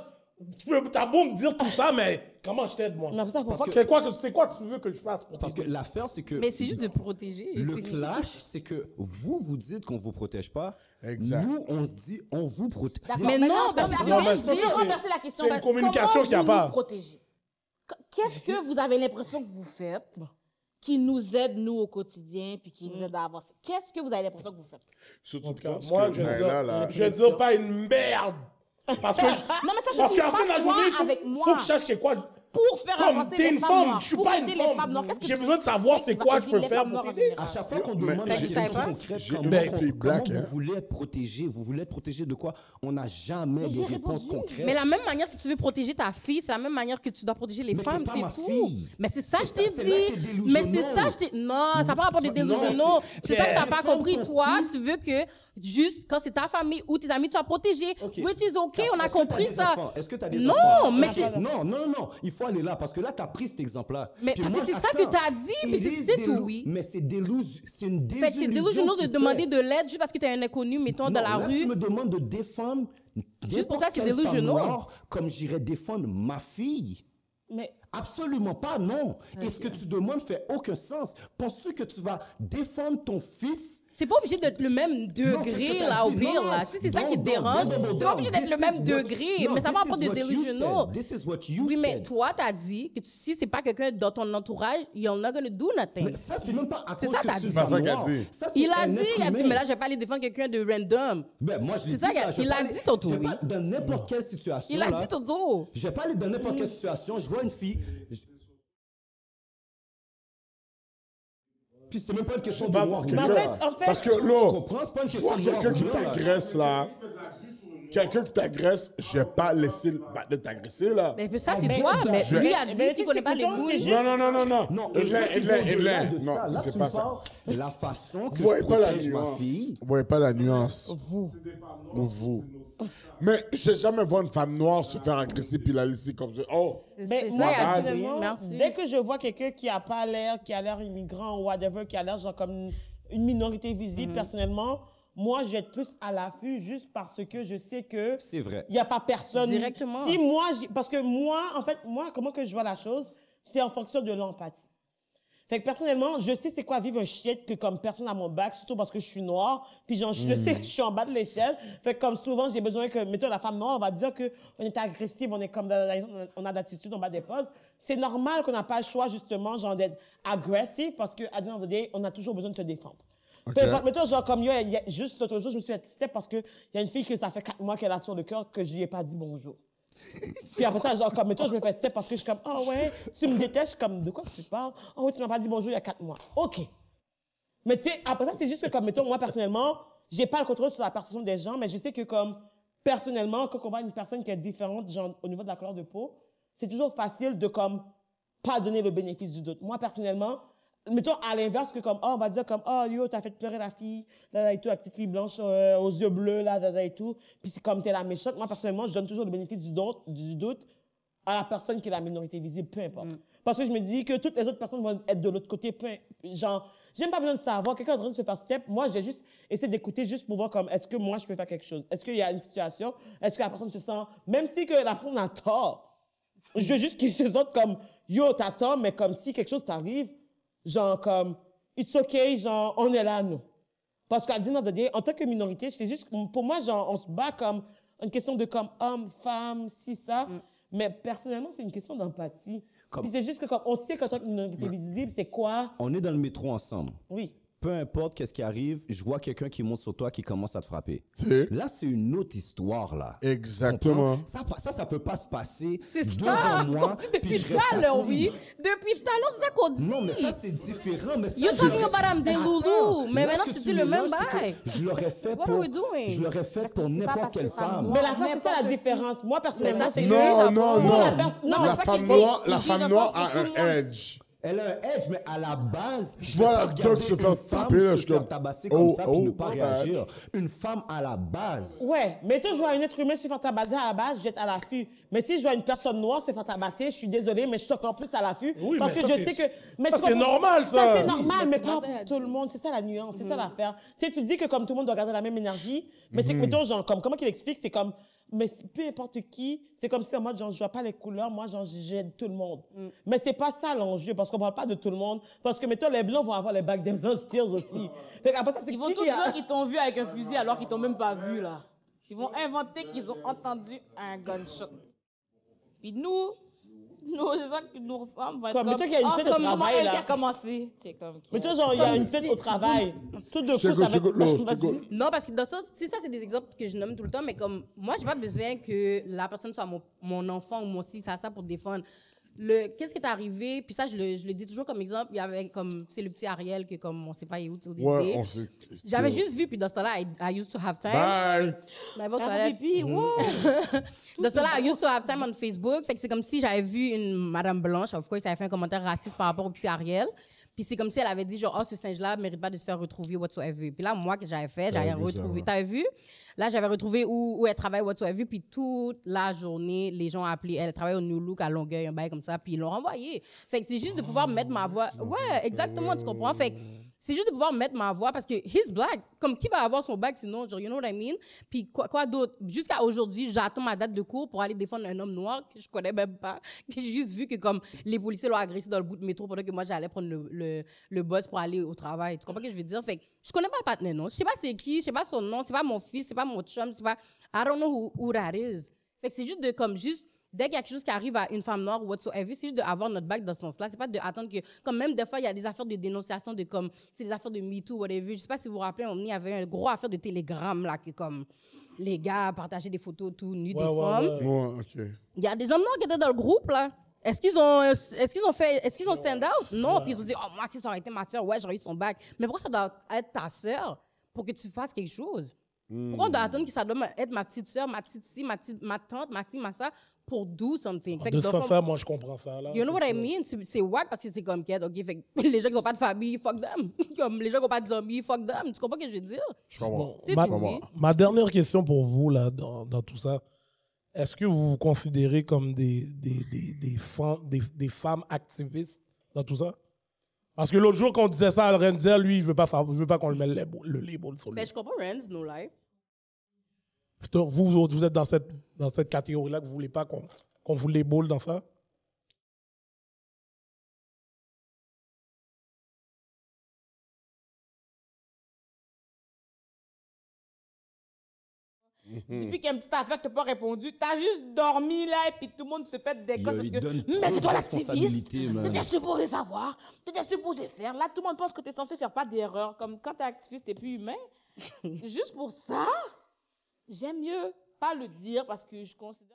B: Tu peux, t'as beau me dire tout ça, mais comment je t'aide, moi?
F: Mais ça, faut
B: Parce
F: pas
B: que
F: que-
B: c'est quoi que c'est quoi que tu veux que je fasse pour
D: Parce que
B: t'aider?
D: l'affaire, c'est que...
E: Mais c'est juste de protéger.
D: Le
E: c'est-
D: clash, c'est que vous, vous dites qu'on vous protège pas.
C: Exact.
D: Nous, on se dit, on vous protège.
G: D'accord,
E: Mais
G: maintenant,
E: non, parce que
G: parce
E: tu
B: Non,
E: viens
B: mais
E: de
B: je pense
E: dire...
B: que
G: renverser la question.
B: c'est une communication
G: Comment
B: qu'il y a
G: vous
B: pas.
G: nous protégez? Qu'est-ce que vous avez l'impression que vous faites qui nous aide, nous, au quotidien, puis qui nous aide à avancer? Qu'est-ce que vous avez l'impression que vous faites?
C: Surtout
B: En tout cas,
C: parce
B: moi,
C: que,
B: je vais
C: ben,
B: dire,
C: là, là,
B: je vais dire pas une merde. Parce que je,
G: Non, mais ça, je
B: parce
G: dis
B: qu'à la
G: pas
B: fin de la
G: toi
B: journée, il faut,
G: avec moi.
B: faut que je sache c'est quoi.
G: Pour faire
B: Comme
G: avancer
B: t'es
G: les
B: une
G: femmes
B: femme,
G: noires,
B: je suis
G: pour
B: pas
G: aider
B: une
G: les
B: femme.
G: femmes noires, qu'est-ce que
B: J'ai
G: tu
B: besoin de savoir
G: fais
B: c'est
G: pour
B: quoi
G: aider
B: je peux
G: les
B: faire
G: femmes
B: pour
G: noires en
B: t'aider.
G: général?
D: À chaque fois qu'on
C: Mais
D: demande
C: j'ai-
D: des
C: j'ai-
D: questions
E: pas?
D: concrètes,
C: j'ai
D: comment,
C: une
D: comment-
C: fille black,
D: comment
C: hein.
D: vous voulez être protégé, vous voulez être protégé de quoi? On n'a jamais
G: j'ai
D: de réponse
G: répondu.
D: concrète.
E: Mais la même manière que tu veux protéger ta fille, c'est la même manière que tu dois protéger les
D: Mais
E: femmes,
D: t'es pas
E: c'est
D: ma
E: tout.
D: fille.
E: Mais c'est ça,
D: C'est
E: je
D: ça,
E: t'ai
D: c'est là que t'es
E: dit. Mais c'est
D: délusionnel.
E: ça, je t'ai... Non, ça n'a pas rapport de
D: Non,
E: délusionnaux.
D: c'est-
E: C'est ça que t'as
D: c'est-
E: pas
D: défendre
E: compris.
D: ton
E: Toi,
D: fils.
E: tu veux que juste quand c'est ta famille ou tes amis, tu sois protégé.
D: Ok.
E: Which is OK, on a
D: Est-ce que
E: compris
D: t'as des
E: ça.
D: enfants? Est-ce que tu as des
E: Non,
D: enfants?
E: mais
D: Ok,
E: c'est-
D: Non, non, non, non. Il faut aller là parce que là, tu as pris cet exemple-là.
E: Mais
D: Puis
E: parce
D: moi,
E: que c'est ça
D: attends,
E: que t'as dit,
D: it
E: puis c'est-
D: is
E: c'est
D: délu-
E: tout, oui.
D: Mais c'est délus- c'est une désillusion.
E: Fait que c'est délusionneux
D: que
E: de
D: tu
E: demander
D: fais.
E: de l'aide juste parce que t'es un inconnu, mettons,
D: Non,
E: dans la
D: là,
E: rue.
D: tu me demandes de défendre
E: Juste pour
D: n'importe
E: ça, c'est
D: quelle femme
E: délusionnel.
D: noire comme j'irais défendre ma fille.
F: Mais
D: Absolument pas, non. Et ce que tu demandes fait aucun sens. Penses-tu que tu vas défendre ton fils?
E: C'est pas obligé d'être le même
D: Non, c'est ce
E: degré,
D: que t'as
E: là, au
D: dit.
E: pire,
D: Non,
E: là. Si c'est ça
D: non,
E: qui te
D: non,
E: dérange,
D: non, non,
E: c'est
D: non,
E: pas obligé d'être
D: this
E: le
D: is
E: même
D: what-
E: degré.
D: non,
E: Mais ça
D: this
E: va
D: is
E: pas de
D: what you
E: délusionnaux.
D: said. This is what you
E: Oui, mais
D: said.
E: toi, t'as dit que tu- si c'est pas quelqu'un dans ton entourage, you're not gonna do nothing.
D: Mais ça, c'est même pas à
E: C'est
D: cause
E: ça
D: que
E: t'as
D: c'est
E: dit.
D: une
C: C'est pas ça
D: femme
C: qu'elle
D: noire.
C: dit.
D: Ça, c'est
E: Il a
D: un
E: dit,
D: être
E: il a dit,
D: humain.
E: mais là, je vais pas aller défendre quelqu'un de random.
D: Ben, moi, je l'ai
E: C'est ça,
D: dit
E: il a-
D: je vais
E: il
D: pas
E: a
D: aller-
E: dit, Toto,
D: Je vais
E: oui.
D: pas dans n'importe quelle situation.
E: Il a
D: là.
E: dit Toto.
D: Je vais pas aller dans n'importe quelle situation. Je vois une fille. Puis c'est même pas une question de
C: Pas
D: noir ou
C: quelqu'un-
D: blanc.
F: en fait- en fait-
C: Parce que
D: Tu
C: là,
D: comprends? C'est pas une
C: je
D: question
C: vois
D: de noir
C: quelqu'un
D: ou
C: qui
D: blanc, là.
C: t'agresse là. Quelqu'un qui t'agresse, je vais pas laisser le bah, de t'agresser là.
E: Mais ça, c'est
F: mais-
E: toi. Mais
C: Je-
E: lui a
F: mais
E: dit,
F: tu
E: s'il connaît
F: sais,
E: pas les
F: pourtant,
E: boules.
F: c'est juste-
C: Non, non, non, non, non.
D: Non,
C: Edlin,
D: une fois qu'ils
C: Edlin,
D: vont au-delà
C: Edlin.
D: de
C: Non,
D: ça, là,
C: c'est
D: tu
C: pas
D: me
C: ça.
D: parles de la façon que
C: Vous voyez
D: je
C: pas la
D: protège ma
C: nuance.
D: fille.
C: Vous voyez pas la nuance.
F: vous.
C: Vous. Mais je vais jamais voir une femme noire se faire agresser puis la laisser comme ça. Oh,
E: C'est
F: Mais
E: ça,
F: moi,
E: il a dit, oui,
F: personnellement,
E: merci.
F: dès que je vois quelqu'un qui a pas l'air, qui a l'air immigrant ou whatever, qui a l'air genre comme une, une minorité visible, personnellement, moi, je vais être plus à l'affût juste parce que je sais que
D: C'est vrai.
F: il n'y a pas personne.
E: Directement.
F: Si moi, j'y- parce que moi, en fait, moi, comment que je vois la chose, c'est en fonction de l'empathie. Fait que personnellement, je sais c'est quoi vivre un shit que comme personne à mon bac, surtout parce que je suis noire, puis genre, je sais que je suis en bas de l'échelle. Fait que comme souvent, j'ai besoin que, mettons, la femme noire, on va dire qu'on est agressive, on est comme, on a d'attitude, on bat des pauses. C'est normal qu'on n'a pas le choix, justement, genre, d'être agressif parce que, à the end of the day, on a toujours besoin de se défendre. Peu importe, mettons, genre, comme yo, il y a- juste l'autre jour, je me suis fait step parce qu'il y a une fille que ça fait quatre mois qu'elle a sur le cœur que je lui ai pas dit bonjour. Puis après ça, genre, comme, mettons, je me fais step parce que je suis comme, oh ouais, tu me détestes, je suis comme, de quoi tu parles? Oh oui, tu m'as pas dit bonjour il y a quatre mois. OK. Mais tu sais, après ça, c'est juste que, comme, mettons, moi, personnellement, j'ai pas le contrôle sur la perception des gens, mais je sais que, comme, personnellement, quand on voit une personne qui est différente, genre, au niveau de la couleur de peau, c'est toujours facile de, comme, pas donner le bénéfice du doute. Moi, personnellement, mettons à l'inverse que comme, oh, on va dire comme, oh, yo, t'as fait pleurer la fille, là, là, et tout, la petite fille blanche euh, aux yeux bleus, là, là, là, et tout. Puis c'est comme t'es la méchante. Moi, personnellement, je donne toujours le bénéfice du doute, du doute à la personne qui est la minorité visible, peu importe. Parce que je me dis que toutes les autres personnes vont être de l'autre côté, peu genre, j'ai même pas besoin de savoir, quelqu'un est en train de se faire step, moi, je vais juste essayer d'écouter juste pour voir comme, est-ce que moi, je peux faire quelque chose? Est-ce qu'il y a une situation? Est-ce que la personne se sent, même si que la personne a tort, je veux juste qu'ils se sentent comme, yo, t'as tort, mais comme si quelque chose t'arrive, genre comme, it's okay, genre, on est là, nous. Parce qu'à dire, en tant que minorité, c'est juste, pour moi, genre, on se bat comme une question de comme homme, femme, si, ça.
E: Mm.
F: Mais personnellement, c'est une question d'empathie.
D: Comme-
F: Puis c'est juste que comme, on sait qu'en tant que minorité visible, c'est quoi?
D: On est dans le métro ensemble.
F: Oui.
D: Peu importe qu'est-ce qui arrive, je vois quelqu'un qui monte sur toi qui commence à te frapper.
C: tu sais.
D: Là, c'est une autre histoire, là.
C: Exactement.
D: Ça, ça, ça peut pas se passer
E: C'est ça,
D: devant moi,
E: qu'on dit
D: puis
E: depuis
D: je
E: tout
D: reste
E: à l'heure,
D: assis.
E: oui. Depuis tout à l'heure, c'est ça qu'on dit.
D: Non, mais ça, c'est différent. Mais ça,
E: You're
D: je
E: talking
D: l'aurais-
E: about I'm des
D: Attends,
E: loulous, mais
D: là,
E: maintenant,
D: ce que
E: tu dis le même
D: mélanges, c'est que
E: bail.
D: Je l'aurais fait
E: What
D: pour...
E: are we doing?
D: Je l'aurais fait
G: Parce que
D: pour
G: c'est pas
D: n'importe
G: parce
D: quelle
G: que femme
D: femme.
G: noire-
F: Mais la face, c'est ça la
G: n'importe qui.
F: différence. Moi, personnellement,
E: Mais ça,
F: c'est
E: c'est
F: que-
C: Non,
E: le
C: non,
E: rapport.
C: non.
F: la pers- non, mais
C: La
F: ça
C: femme
F: qu'il faut-
C: noire, la
F: il dit
C: femme
F: dans le
C: noire
F: sens que
C: a
F: tout le
C: un
F: monde-
C: edge.
D: Elle a un edge, mais à la base,
C: Je
D: je
C: vois
D: peux pas
C: la
D: regarder
C: dog se faire
D: une femme
C: taper, là,
D: se
C: je suis
D: faire
C: comme,
D: tabasser
C: oh,
D: comme ça puis
C: oh,
D: ne pas
C: my
D: réagir. Une femme à la base.
F: Ouais, mais tu vois un être humain se faire tabasser à la base, je vais être à l'affût. Mais si je vois une personne noire se faire tabasser, je suis désolée, mais je suis encore plus à l'affût.
B: Oui,
F: parce
B: mais
F: que
B: ça,
F: je
B: c'est-
F: sais que. Mais
B: ça,
F: tu
B: c'est
F: comprends-
B: normal, ça.
F: Ça, c'est
B: Oui,
F: normal,
E: mais
F: mais
E: c'est
F: pas
E: pas
F: pour
E: ça.
F: tout le monde. C'est ça la nuance, c'est ça l'affaire. Tu sais, tu dis que comme tout le monde doit garder la même énergie, mais c'est que, mettons, genre, comme, comment qu'il explique, c'est comme. mais c'est- peu importe qui, c'est comme si en mode, genre, je vois pas les couleurs, moi, genre, j'aide tout le monde.
E: Mm.
F: Mais c'est pas ça l'enjeu, parce qu'on parle pas de tout le monde. Parce que, mettons, les blancs vont avoir les bacs des blancs steers aussi. Fait qu'après ça, c'est
G: Ils vont
F: qui
G: tous
F: qui a...
G: dire qu'ils t'ont vu avec un fusil alors qu'ils t'ont même pas vu, là. Ils vont inventer qu'ils ont entendu un gunshot. Puis nous, nos gens qui nous ressemblent vont être
F: Comme,
G: comme,
F: mais toi, qu'il y a une
G: oh,
F: fête
G: c'est
F: au
G: comme
F: travail,
G: elle
F: là.
G: qui a commencé. T'es comme...
F: Mais tu vois, genre, il y a
E: Comme
F: une fête
E: si-
F: au travail. Tout de
C: Je
F: coup, ça
C: t'écoute,
F: va
C: je t'écoute, Lo, je
F: Vas-y.
C: t'écoute.
E: Non, parce que dans ça, tu sais, ça, c'est des exemples que je nomme tout le temps, mais comme moi, j'ai pas besoin que la personne soit mon, mon enfant ou mon ci, ça, ça pour défendre. Le, qu'est-ce qui est arrivé? Puis ça, je le, je le dis toujours comme exemple. Il y avait comme, c'est le petit Ariel que comme on sait pas il est où till this
C: Ouais,
E: day.
C: on sait.
E: J'avais juste vu, puis dans ce temps-là, I, I used to have time.
C: Bye!
E: Mais va aux
G: Ah,
E: toilettes.
G: pipi, wow.
E: Dans ce temps-là, I used to have time on Facebook. Fait que c'est comme si j'avais vu une Madame Blanche, of course, elle avait fait un commentaire raciste par rapport au petit Ariel. Puis c'est comme si elle avait dit, genre, oh, ce singe-là mérite pas de se faire retrouver, whatsoever. Puis là, moi, que j'avais fait, j'avais
C: T'avais vu ça,
E: retrouvé.
C: ouais.
E: T'avais vu? Là, j'avais retrouvé où, où elle travaille, whatsoever. Puis toute la journée, les gens ont appelé. Elle travaille au New Look à Longueuil, un bail comme ça. Puis ils l'ont renvoyée. Fait que c'est juste de pouvoir mettre ma voix. Ouais, exactement, tu comprends? Fait que c'est juste de pouvoir mettre ma voix parce que he's black. Comme qui va avoir son bac sinon, genre, you know what I mean? Puis quoi, quoi d'autre? Jusqu'à aujourd'hui, j'attends ma date de cours pour aller défendre un homme noir que je connais même pas. Que j'ai juste vu que comme les policiers l'ont agressé dans le bout de métro pendant que moi j'allais prendre le, le, le bus pour aller au travail. Tu comprends ce que je veux dire? Fait que je connais pas le partenaire, non? Je sais pas c'est qui, je sais pas son nom, c'est pas mon fils, c'est pas mon chum, c'est pas. I don't know who, who that is. Fait que c'est juste de comme juste. Dès qu'il y a quelque chose qui arrive à une femme noire ou whatsoever, c'est juste d'avoir notre bac dans ce sens-là. C'est pas d'attendre que, comme même des fois, il y a des affaires de dénonciation de comme, c'est des affaires de MeToo, whatever. Je sais pas si vous vous rappelez, il y avait une grosse affaire de Telegram, là, que comme, les gars partageaient des photos tout nues
B: Ouais,
E: de
B: ouais,
E: femmes.
B: ouais.
C: Ouais, ok.
E: Il y a des hommes noirs qui étaient dans le groupe, là. Est-ce qu'ils ont, est-ce qu'ils ont fait, est-ce qu'ils ont stand out? Non. Puis ils ont dit, oh, moi, si ça aurait été ma soeur, ouais, j'aurais eu son bac. Mais pourquoi ça doit être ta soeur pour que tu fasses quelque chose? Pourquoi on doit attendre que ça doit être ma petite soeur, ma petite ci, ma, petite, ma tante, ma ci, ma ça, pour do something? Fait que
B: De
E: dans
B: ça,
E: le fond-
B: ça, moi, je comprends ça. Là,
E: You know
B: c'est
E: what I
B: ça.
E: mean? C'est, c'est wack parce que c'est comme quête, OK? Fait que les gens qui n'ont pas de famille, fuck them. Comme les gens qui n'ont pas de zombies, fuck them. Tu comprends ce que je veux dire?
C: Je comprends.
B: Bon,
E: C'est
B: ma,
E: tout, oui.
B: ma dernière question pour vous, là, dans, dans tout ça, est-ce que vous vous considérez comme des, des, des, des, femmes, des, des femmes activistes dans tout ça? Parce que l'autre jour, quand on disait ça à Renzel, lui, il veut pas, savoir- il veut pas qu'on le mette le label, le label sur lui.
E: Ben, je comprends, Rand, no lie.
B: Donc, vous, vous autres, vous êtes dans cette, dans cette catégorie-là que vous voulez pas qu'on qu'on vous label dans ça?
G: Depuis qu'il y a une petite affaire que t'as pas répondu, t'as juste dormi là et puis tout le monde te pète des
D: Yo,
G: codes parce
D: il
G: que
D: donne
G: mais
D: trop
G: c'est
D: de
G: toi l'activiste,
D: responsabilité, man.
G: t'étais supposé savoir, t'étais supposé faire. Là, tout le monde pense que t'es censé faire pas d'erreur. Comme quand t'es activiste, t'es plus humain. Juste pour ça, j'aime mieux pas le dire parce que je considère.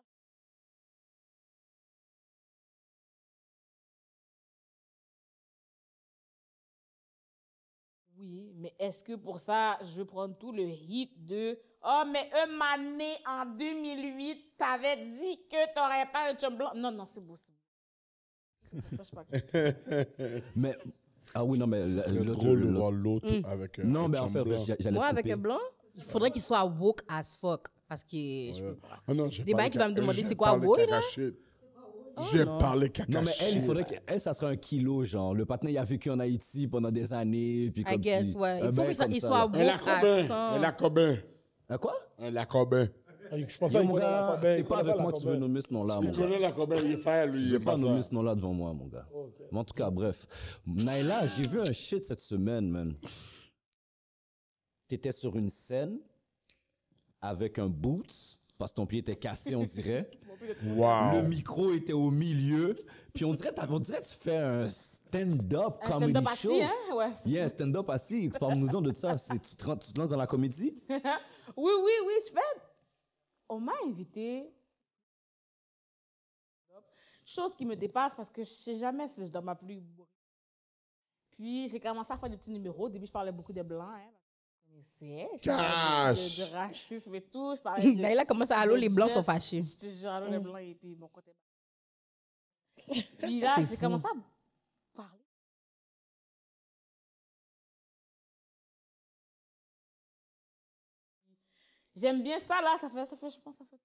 G: Oui, mais est-ce que pour ça, je prends tout le hit de « Oh, mais un mané en deux mille huit, t'avais dit que t'aurais pas un chum blanc. » Non, non, c'est beau, c'est beau. Ça, je sais pas que
D: Mais, ah oui, non, mais
C: Ce
D: le-
C: serait
D: l'autre-
C: drôle de
D: l'autre-
C: voir l'autre avec un
D: Non,
C: un
D: mais en
C: chum
D: fait,
C: blanc.
D: j'a- j'allais
E: Moi,
D: te
E: avec
D: couper.
E: un blanc, il faudrait qu'il soit woke as fuck. Parce que. je
C: Ouais.
E: peux pas.
C: Ah non, j'ai
E: Des
C: parlé
E: bails qui va me
C: ca-
E: demander
C: j'ai
E: c'est quoi
C: parlé
E: woke, là?
C: caca-shit. J'ai
E: non.
C: parlé caca
D: Non, mais elle, il
C: shit.
D: faudrait qu'elle, ça serait un kilo, genre. Le patin, il a vécu en Haïti pendant des années. Puis
E: I
D: comme
E: guess,
D: si-
E: ouais.
D: un
E: Il faut
D: bail
E: que ça-
D: comme
E: il
D: ça,
E: soit
D: là.
E: woke
C: Un
E: à
C: lacobin.
E: cent.
C: Un lacobin.
D: Un quoi?
C: Un lacobin.
B: Je pense
D: Yo,
B: pas
D: mon
B: qu'il connaît la
D: gars,
B: Cobain,
D: c'est
B: il
D: pas
B: connaît
D: avec
B: la
D: moi que tu
B: Cobain.
D: veux nommer ce nom-là, mon
C: Tu
D: gars.
C: connais lacobin, il est frère, lui.
D: Je
C: Il
D: vais
C: est
D: pas
C: pas
D: nommer
C: ça.
D: ce nom-là devant moi, mon gars. Mais en tout cas, bref. Naila, j'ai vu un shit cette semaine, man. T'étais sur une scène avec un boots, parce que ton pied était cassé, on dirait. Le
C: Wow.
D: micro était au milieu. Puis on dirait, t'as- on dirait que tu fais un stand-up
G: un
D: comedy
G: stand-up
D: show.
G: assis, hein? Ouais, c'est
D: Yeah, un stand-up assis. Parle-nous donc de ça. C'est- Tu te, rends- tu te lances dans la comédie?
G: Oui, oui, oui, je fais. On m'a invité. Chose qui me dépasse parce que je sais jamais si je dois m'appeler. Puis j'ai commencé à faire des petits numéros. Au début, je parlais beaucoup des blancs. Hein. Je connaissais. Je parlais de, de, de racisme et tout. Je parlais de,
E: Ben là, comment ça, allô,
G: de
E: les blancs
G: jet.
E: sont fâchés.
G: Je te jure, allô, les blancs et puis mon côté. Puis là,
E: C'est
G: j'ai
E: fou.
G: commencé à parler. J'aime bien ça, là. Ça fait, ça fait, je pense, ça fait.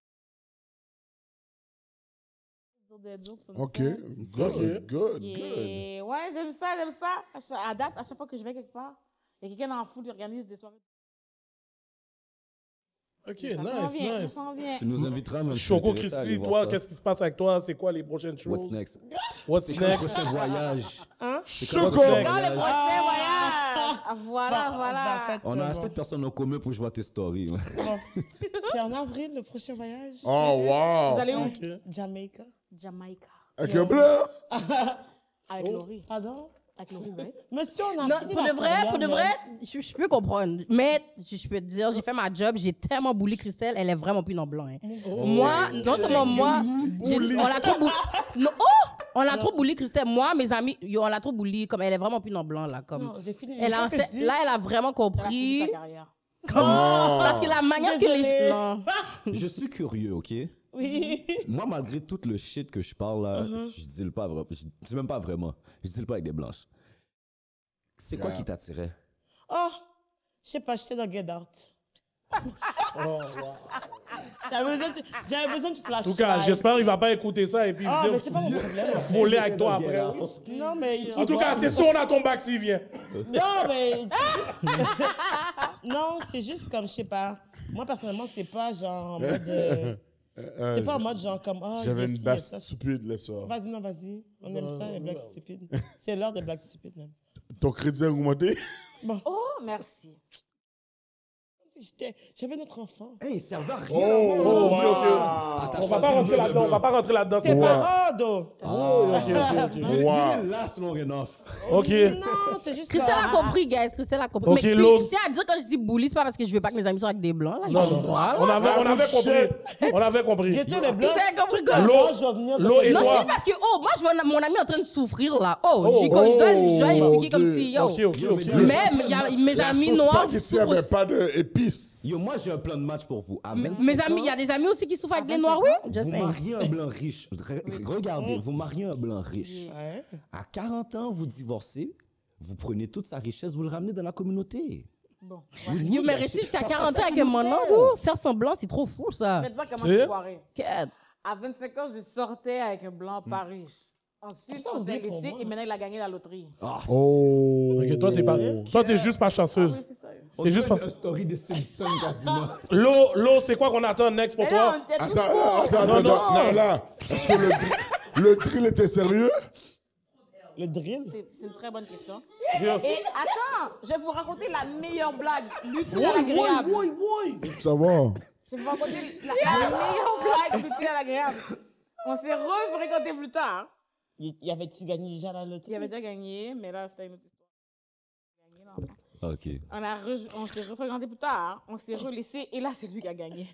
G: Dire des jokes sur
C: OK.
G: scène.
C: Good, good, good.
G: Et ouais, j'aime ça, j'aime ça. À, chaque- à date, à chaque fois que je vais quelque part, il y a quelqu'un dans la foule qui organise des soirées.
B: Ok,
G: Ça s'en
B: nice,
G: vient, ça
B: nice.
G: s'en vient.
D: Tu nous inviteras, même.
B: Choco Christy, toi, qu'est-ce qui se passe avec toi? C'est quoi les prochaines choses?
D: What's next?
B: What's
D: C'est quand le
B: next?
D: prochain voyage?
C: Choco!
B: What's next?
G: Quand le prochain voyage. Ah, Voilà,
F: Bon,
G: voilà.
F: ben, en fait,
D: On a
F: euh,
D: assez de personnes en commun pour que je vois tes stories. ouais.
F: bon. C'est en avril, le prochain voyage.
C: Oh, wow!
G: Vous allez où?
B: Ok.
F: Jamaica.
G: Jamaïca.
C: Avec un blanc?
G: Avec Laurie.
F: Pardon?
G: Avec Laurie, ouais.
F: Monsieur, on a
E: Non,
F: fini
E: pour de
F: la
E: vrai,
F: carrière,
E: pour de
F: mais-
E: vrai, je, je peux comprendre. Mais je, je peux te dire, j'ai fait ma job, j'ai tellement bouli Christelle, elle est vraiment plus non blanc. hein. Moi, non seulement moi, j'ai- on l'a trop bouli. Non, oh! On l'a trop bouli Christelle. Moi, mes amis, yo, on l'a trop bouli, comme elle est vraiment plus non blanc là. Comme.
F: Non, j'ai fini.
E: Elle a,
F: Qu'est-ce que je dis?
E: là, elle a vraiment
G: Elle a fini
E: compris.
G: sa carrière.
E: Parce que la manière que les.
F: Désolée.
E: Non.
D: Je suis curieux, OK?
F: Oui.
D: Moi, malgré tout le shit que je parle là, je dis le pas vraiment. Je dis même pas vraiment. Je dis le pas avec des blanches. C'est quoi
C: Yeah.
D: qui t'attirait?
F: Oh, je sais pas, j'étais dans Get Out.
B: Oh, wow.
F: J'avais besoin de, j'avais besoin de flash.
B: En tout cas, j'espère qu'il va pas écouter ça et puis
F: Ah,
B: venir
F: mais c'est pas mon problème.
B: voler avec toi après.
F: Non, mais.
B: En tout cas, c'est sûr, on a ton bac s'il vient.
F: Non, mais. Non, c'est juste comme, je sais pas. Moi, personnellement, c'est pas genre en mode. euh,
C: Euh,
F: C'est pas en mode genre comme. Oh,
C: J'avais
F: yes,
C: une
F: yes,
C: basse
F: ça,
C: stupide le soir.
F: Vas-y, non, vas-y. On aime ça, les blagues stupides. C'est l'heure des blagues stupides, même.
C: Ton crédit a augmenté?
G: Oh, merci.
F: J'étais- J'avais notre enfant.
D: Hey, ça va rien.
C: Oh,
B: Oh, ok, ok.
D: Ah, t'as
B: On va
D: choisi
B: pas
D: le
B: rentrer
D: bleu,
B: là-dedans,
D: le
B: on va pas rentrer là-dedans.
F: C'est
C: Ouais.
F: pas Rodo.
B: Oh, ok, ok, ok.
C: Wow.
D: Last long enough.
B: Ok.
F: Non, c'est juste.
E: Christelle a
F: que-
E: compris, guys. Christelle a compris.
B: Ok,
E: mais puis,
B: l'autre.
E: je tiens à dire, quand je dis bully, c'est pas parce que je veux pas que mes amis soient avec des blancs. Là, ils
B: Non,
E: sont
B: non.
E: droits, là.
B: On avait, on avait compris. On avait compris.
F: J'étais les blancs.
E: Vous avez compris quoi?
B: L'eau,
F: Moi, je vais venir.
B: l'eau et
E: Non,
B: toi.
E: c'est parce que, oh, moi, je vois mon ami en train de souffrir, là. Oh,
B: Oh,
E: je, dois, je, dois, je dois
C: oh,
E: expliquer
C: ok.
E: comme si, yo.
B: Ok, ok, ok.
E: Même, il y a mes
C: La
E: amis
C: sauce
E: noirs
C: spaghetti
E: souffrent
C: avait
E: aussi.
C: pas d'épices.
D: Yo, moi, j'ai un plan de match pour vous. À vingt-cinq
E: Mes amis, il y
D: ans,
E: a des amis aussi qui souffrent avec des
G: vingt-cinq
E: noirs, oui? Just
D: vous
E: saying.
D: mariez un blanc riche. Re- Regardez, vous mariez un blanc riche.
F: Ouais.
D: À quarante ans, vous divorcez. Vous prenez toute sa richesse, vous le ramenez dans la communauté.
G: Bon.
E: Yo, mais rester jusqu'à
D: Parce que
E: quarante
D: c'est
E: ans
D: ça
E: avec
D: qu'il
E: un
D: faut
E: monon,
D: faire.
E: oh, faire semblant, c'est trop fou, ça.
G: Je vais te dire comment
B: C'est-
G: je foiré.
E: Quête.
G: À vingt-cinq ans, je sortais avec un blanc pas riche. Ensuite,
F: Ça,
G: on
F: on
G: s'est
F: dit pour
G: laissé
F: moi.
G: et maintenant, il a gagné la loterie.
C: Oh.
B: Ok, toi, t'es pas, toi, t'es juste pas chanceuse.
D: On
B: C'est juste
D: dirait
B: pas-
D: une story de Simpson quasiment.
B: L'eau, l'eau, c'est quoi qu'on attend next pour
G: Mais là, on
B: toi?
G: était tous
C: Attends,
G: pauvres.
C: attends,
B: Non,
C: attends,
B: non.
C: attends. Non, là. Est-ce que le, dri- le drill était sérieux?
F: Le drill.
G: C'est c'est une très bonne question.
B: Yo.
G: Et attends, je vais vous raconter la meilleure blague, l'utile à l'agréable.
C: Pour savoir.
G: Je vais vous raconter la, la meilleure blague, l'utile à l'agréable. On s'est refréquentés plus tard.
F: Il y avait-tu gagné déjà la loterie?
G: Il avait déjà gagné, mais là, c'était une autre histoire. Gagné, là.
D: OK.
G: On, a re- on s'est refréquentés plus tard, on s'est relaissés, et là, c'est lui qui a gagné.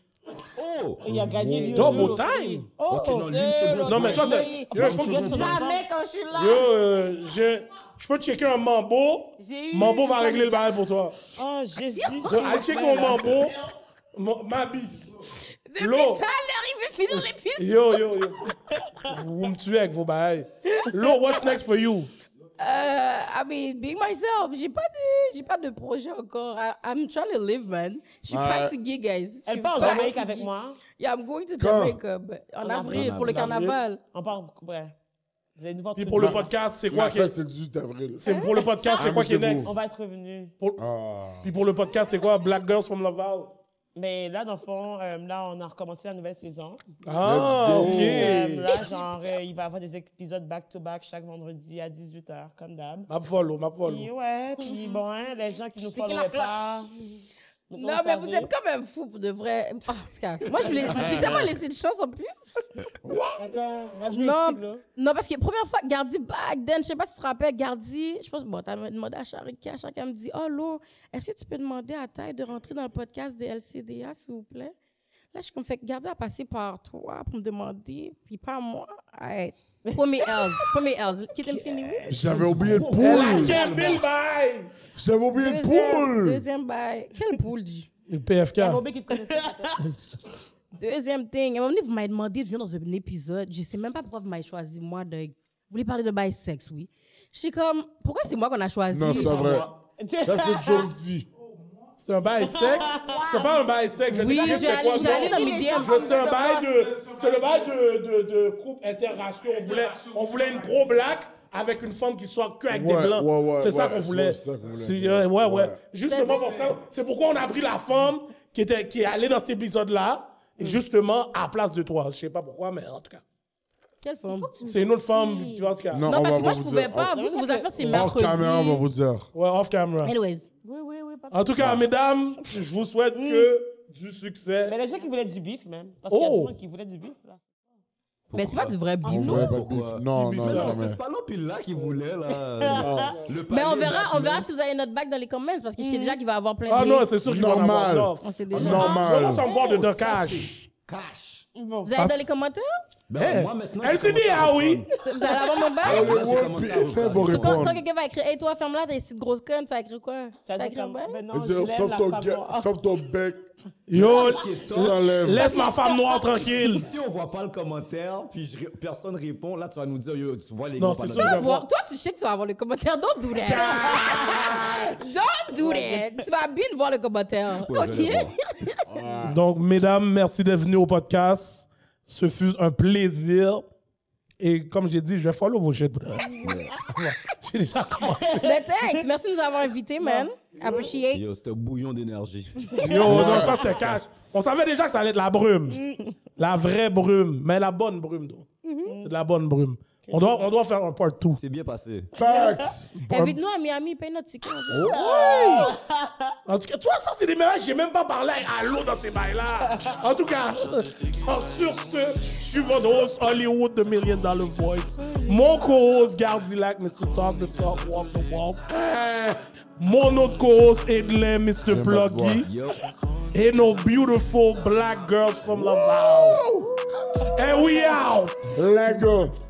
D: Oh!
F: Il a gagné lui
B: Double
F: aussi.
B: time?
F: Oh,
D: OK, non, lui, une
G: Euh,
D: seconde.
B: Non, mais toi, t'as-
G: Oui.
B: yo, faut que-
G: Jamais quand je suis là.
B: Yo, euh, je, je peux checker un mambo.
G: J'ai eu-
B: Mambo va régler le bail pour toi.
F: Oh, Jésus.
B: Yo, allez checker mon mambo. Mon- Ma bille.
E: Depuis
B: L'eau.
E: tout à l'heure, il veut finir l'épisode.
B: Yo, yo, yo. Vous me tuez avec vos bails. L'eau, what's next for you?
E: Euh, I mean, being myself, j'ai pas de, j'ai pas de projet encore. I, I'm trying to live, man. Je suis
C: Ouais.
E: fatiguée, guys. Je
F: Elle
E: suis
F: part en Jamaïque
E: fatiguée.
F: avec moi.
E: Yeah, I'm going to
C: Quand?
E: Jamaica, but en,
F: En
E: avril,
F: avril.
E: pour le
B: En avril.
E: carnaval.
F: On part. Ouais. Vous allez nous voir
B: Puis
F: tous
B: pour
F: les
B: le
F: deux.
B: podcast, c'est quoi
C: La
B: qui
C: fête,
B: est...
C: c'est le dix-huit avril.
B: C'est pour le podcast, c'est quoi qui est
C: Amusez-vous.
B: next?
F: On va être revenus.
B: Pour-
C: Ah.
B: Puis pour le podcast, c'est quoi? Black Girls from Laval.
F: Mais là, dans le fond, euh, là, on a recommencé la nouvelle saison.
B: Ah,
C: Let's go.
B: ok.
F: Euh, là, genre, euh, il va y avoir des épisodes back-to-back chaque vendredi à dix-huit heures, comme d'hab.
B: Ma follow, ma follow.
F: Puis ouais, puis bon, hein, les gens qui nous
G: Piquez la
F: followaient
G: cloche.
F: pas.
E: Non, mais vous êtes quand même fous pour de vrai. Ah, en tout cas, moi, je voulais, j'ai tellement laissé de chance en plus.
F: Attends, vas-y,
E: Non,
F: explique-le.
E: non, parce que première fois, Gardi, back then, je sais pas si tu te rappelles, Gardi, je pense, bon, t'as demandé à Charika, chacun me dit, oh, Lo, est-ce que tu peux demander à Taille de rentrer dans le podcast de L C D A, s'il vous plaît? Là, je suis comme, fait que Gardi a passé par toi pour me demander, puis pas moi. Hey, premier L's, premier L's. Qui t'aime fini, oui?
C: J'avais oublié de
B: Elle a
C: poule.
B: qu'un Bill Bye!
C: J'avais oublié de
E: Deuxième,
C: poule.
E: deuxième bail. Quelle poule, dit?
B: Le P F K.
G: Il y a Bobby qui te connaissait. peut-être.
E: Deuxième thing, à un moment donné, vous m'avez demandé de venir dans un épisode. Je sais même pas pourquoi vous m'avez choisi, moi, de... Vous voulez parler de bisex, oui? Je suis comme, pourquoi c'est moi qu'on a choisi?
C: Non, c'est pas vrai. Ça, c'est Jonesy.
B: C'était un bail sexe? C'était pas un bail sexe. Je
E: Oui,
B: sais pas
E: je vais
B: c'était
E: aller,
B: quoi,
E: je vais
B: ça.
E: aller dans mes D M.
B: Je- C'était un bail de... C'est le bail de, de, de couple interraciaux. On voulait, on voulait une pro-black avec une femme qui soit que avec
C: Ouais,
B: des blancs.
C: ouais, ouais,
B: c'est ça
C: ouais,
B: qu'on
C: c'est
B: voulait.
C: ça qu'on voulait.
B: C'est- ouais, ouais, ouais.
C: Ouais.
B: Justement pour ça, c'est pourquoi on a pris la femme qui, était, qui est allée dans cet épisode-là, et justement à la place de toi. Je sais pas pourquoi, mais en tout cas.
E: Quelle femme?
B: C'est une autre femme, tu vois, en tout cas.
E: Non,
C: on
E: parce
C: va
E: que moi,
C: pas
E: je
C: vous
E: pouvais
C: dire.
E: pas. Vous, vos affaires, c'est
C: Hors
E: mercredi.
C: caméra, on va vous dire.
B: Ouais, off camera.
E: Anyways.
G: Oui, oui, oui. Pas
B: En tout cas, mesdames, je vous souhaite que du succès.
F: Mais les gens qui voulaient du bif, même. Parce qu'il y a
B: Oh.
F: du monde qui voulait du bif, là.
E: Mais c'est pas du vrai
C: On
E: bif.
C: voulait pas de
D: Pourquoi?
C: beef. Non, non,
D: Mais non,
C: jamais.
D: c'est pas l'empile là qui voulait, là. Le
E: Mais on
D: palier
E: verra, on
D: Batman.
E: verra si vous avez notre bac dans les comments, parce que je sais déjà qu'il va y avoir plein de
B: Ah non,
E: hate.
B: c'est sûr qu'ils vont en avoir.
C: Normal.
B: Non,
E: On sait déjà.
C: Normal.
B: Moi, ça me voit de
D: Oh,
B: Don
D: ça,
B: Cash.
D: c'est Cash.
E: Vous allez dans les commentaires?
D: Ben,
B: Hey.
D: moi, maintenant,
B: Elle
D: j'ai
B: s'est dit,
D: commencé à
B: ah oui.
D: reprendre.
E: Vous allez avoir mon bac?
D: Là, j'ai
C: Ouais,
D: commencé
C: puis
D: à
C: elle
D: reprendre.
C: va
E: So, quand,
C: répondre.
E: quand quelqu'un va écrire, hey, toi, ferme-la, t'as ces grosses connes, tu vas écrire quoi? Tu
F: Ça
E: vas
F: dit
E: écrire
F: comme,
E: quoi?
F: ben non,
C: Elle
F: je
C: dit,
F: lève
C: ferme
F: la
C: ton
F: femme
C: ga-
F: noire.
C: ferme ton bec,
B: Yo,
C: ça lève.
B: laisse ma femme noire tranquille.
D: Si on voit pas le commentaire, puis je ré- personne répond, là, tu vas nous dire, yo, tu vois les
B: Non,
D: gars,
B: c'est
D: pas
B: sûr,
D: notre-
B: je vais voir.
E: Voir- Toi, tu sais que tu vas avoir le commentaire. Don't do that. Don't do that. Tu vas bien voir le commentaire.
D: Ouais, je vais le
E: OK?
D: voir.
B: Donc, mesdames, merci d'être venues au podcast. Ce fut un plaisir. Et comme j'ai dit, je vais follow vos shit. bro. J'ai déjà commencé.
E: Mais thanks. Merci de nous avoir invités, man. Appreciate.
D: Yo, c'était un bouillon d'énergie.
B: Yo, non, ça c'était cash. On savait déjà que ça allait être la brume. La vraie brume. Mais la bonne brume, donc. C'est de la bonne brume. On doit, on doit faire un part two.
D: C'est bien passé.
C: Facts.
E: Invite-nous à Miami, paye notre ticket.
B: En tout cas, tu vois, ça, c'est des mélanges. J'ai même pas parlé à l'eau dans ces bails-là. En tout cas, sur ce, je suis votre host Hollywood de Million Dollar Voice. Mon co-host Gardilac, mister Talk the Talk, Walk the Walk. Mon autre co-host Edlin, mister
C: J'aime pas te
B: Pluggy.
D: Yo.
B: Et nos beautiful black girls from Laval. And we out.
C: Lego.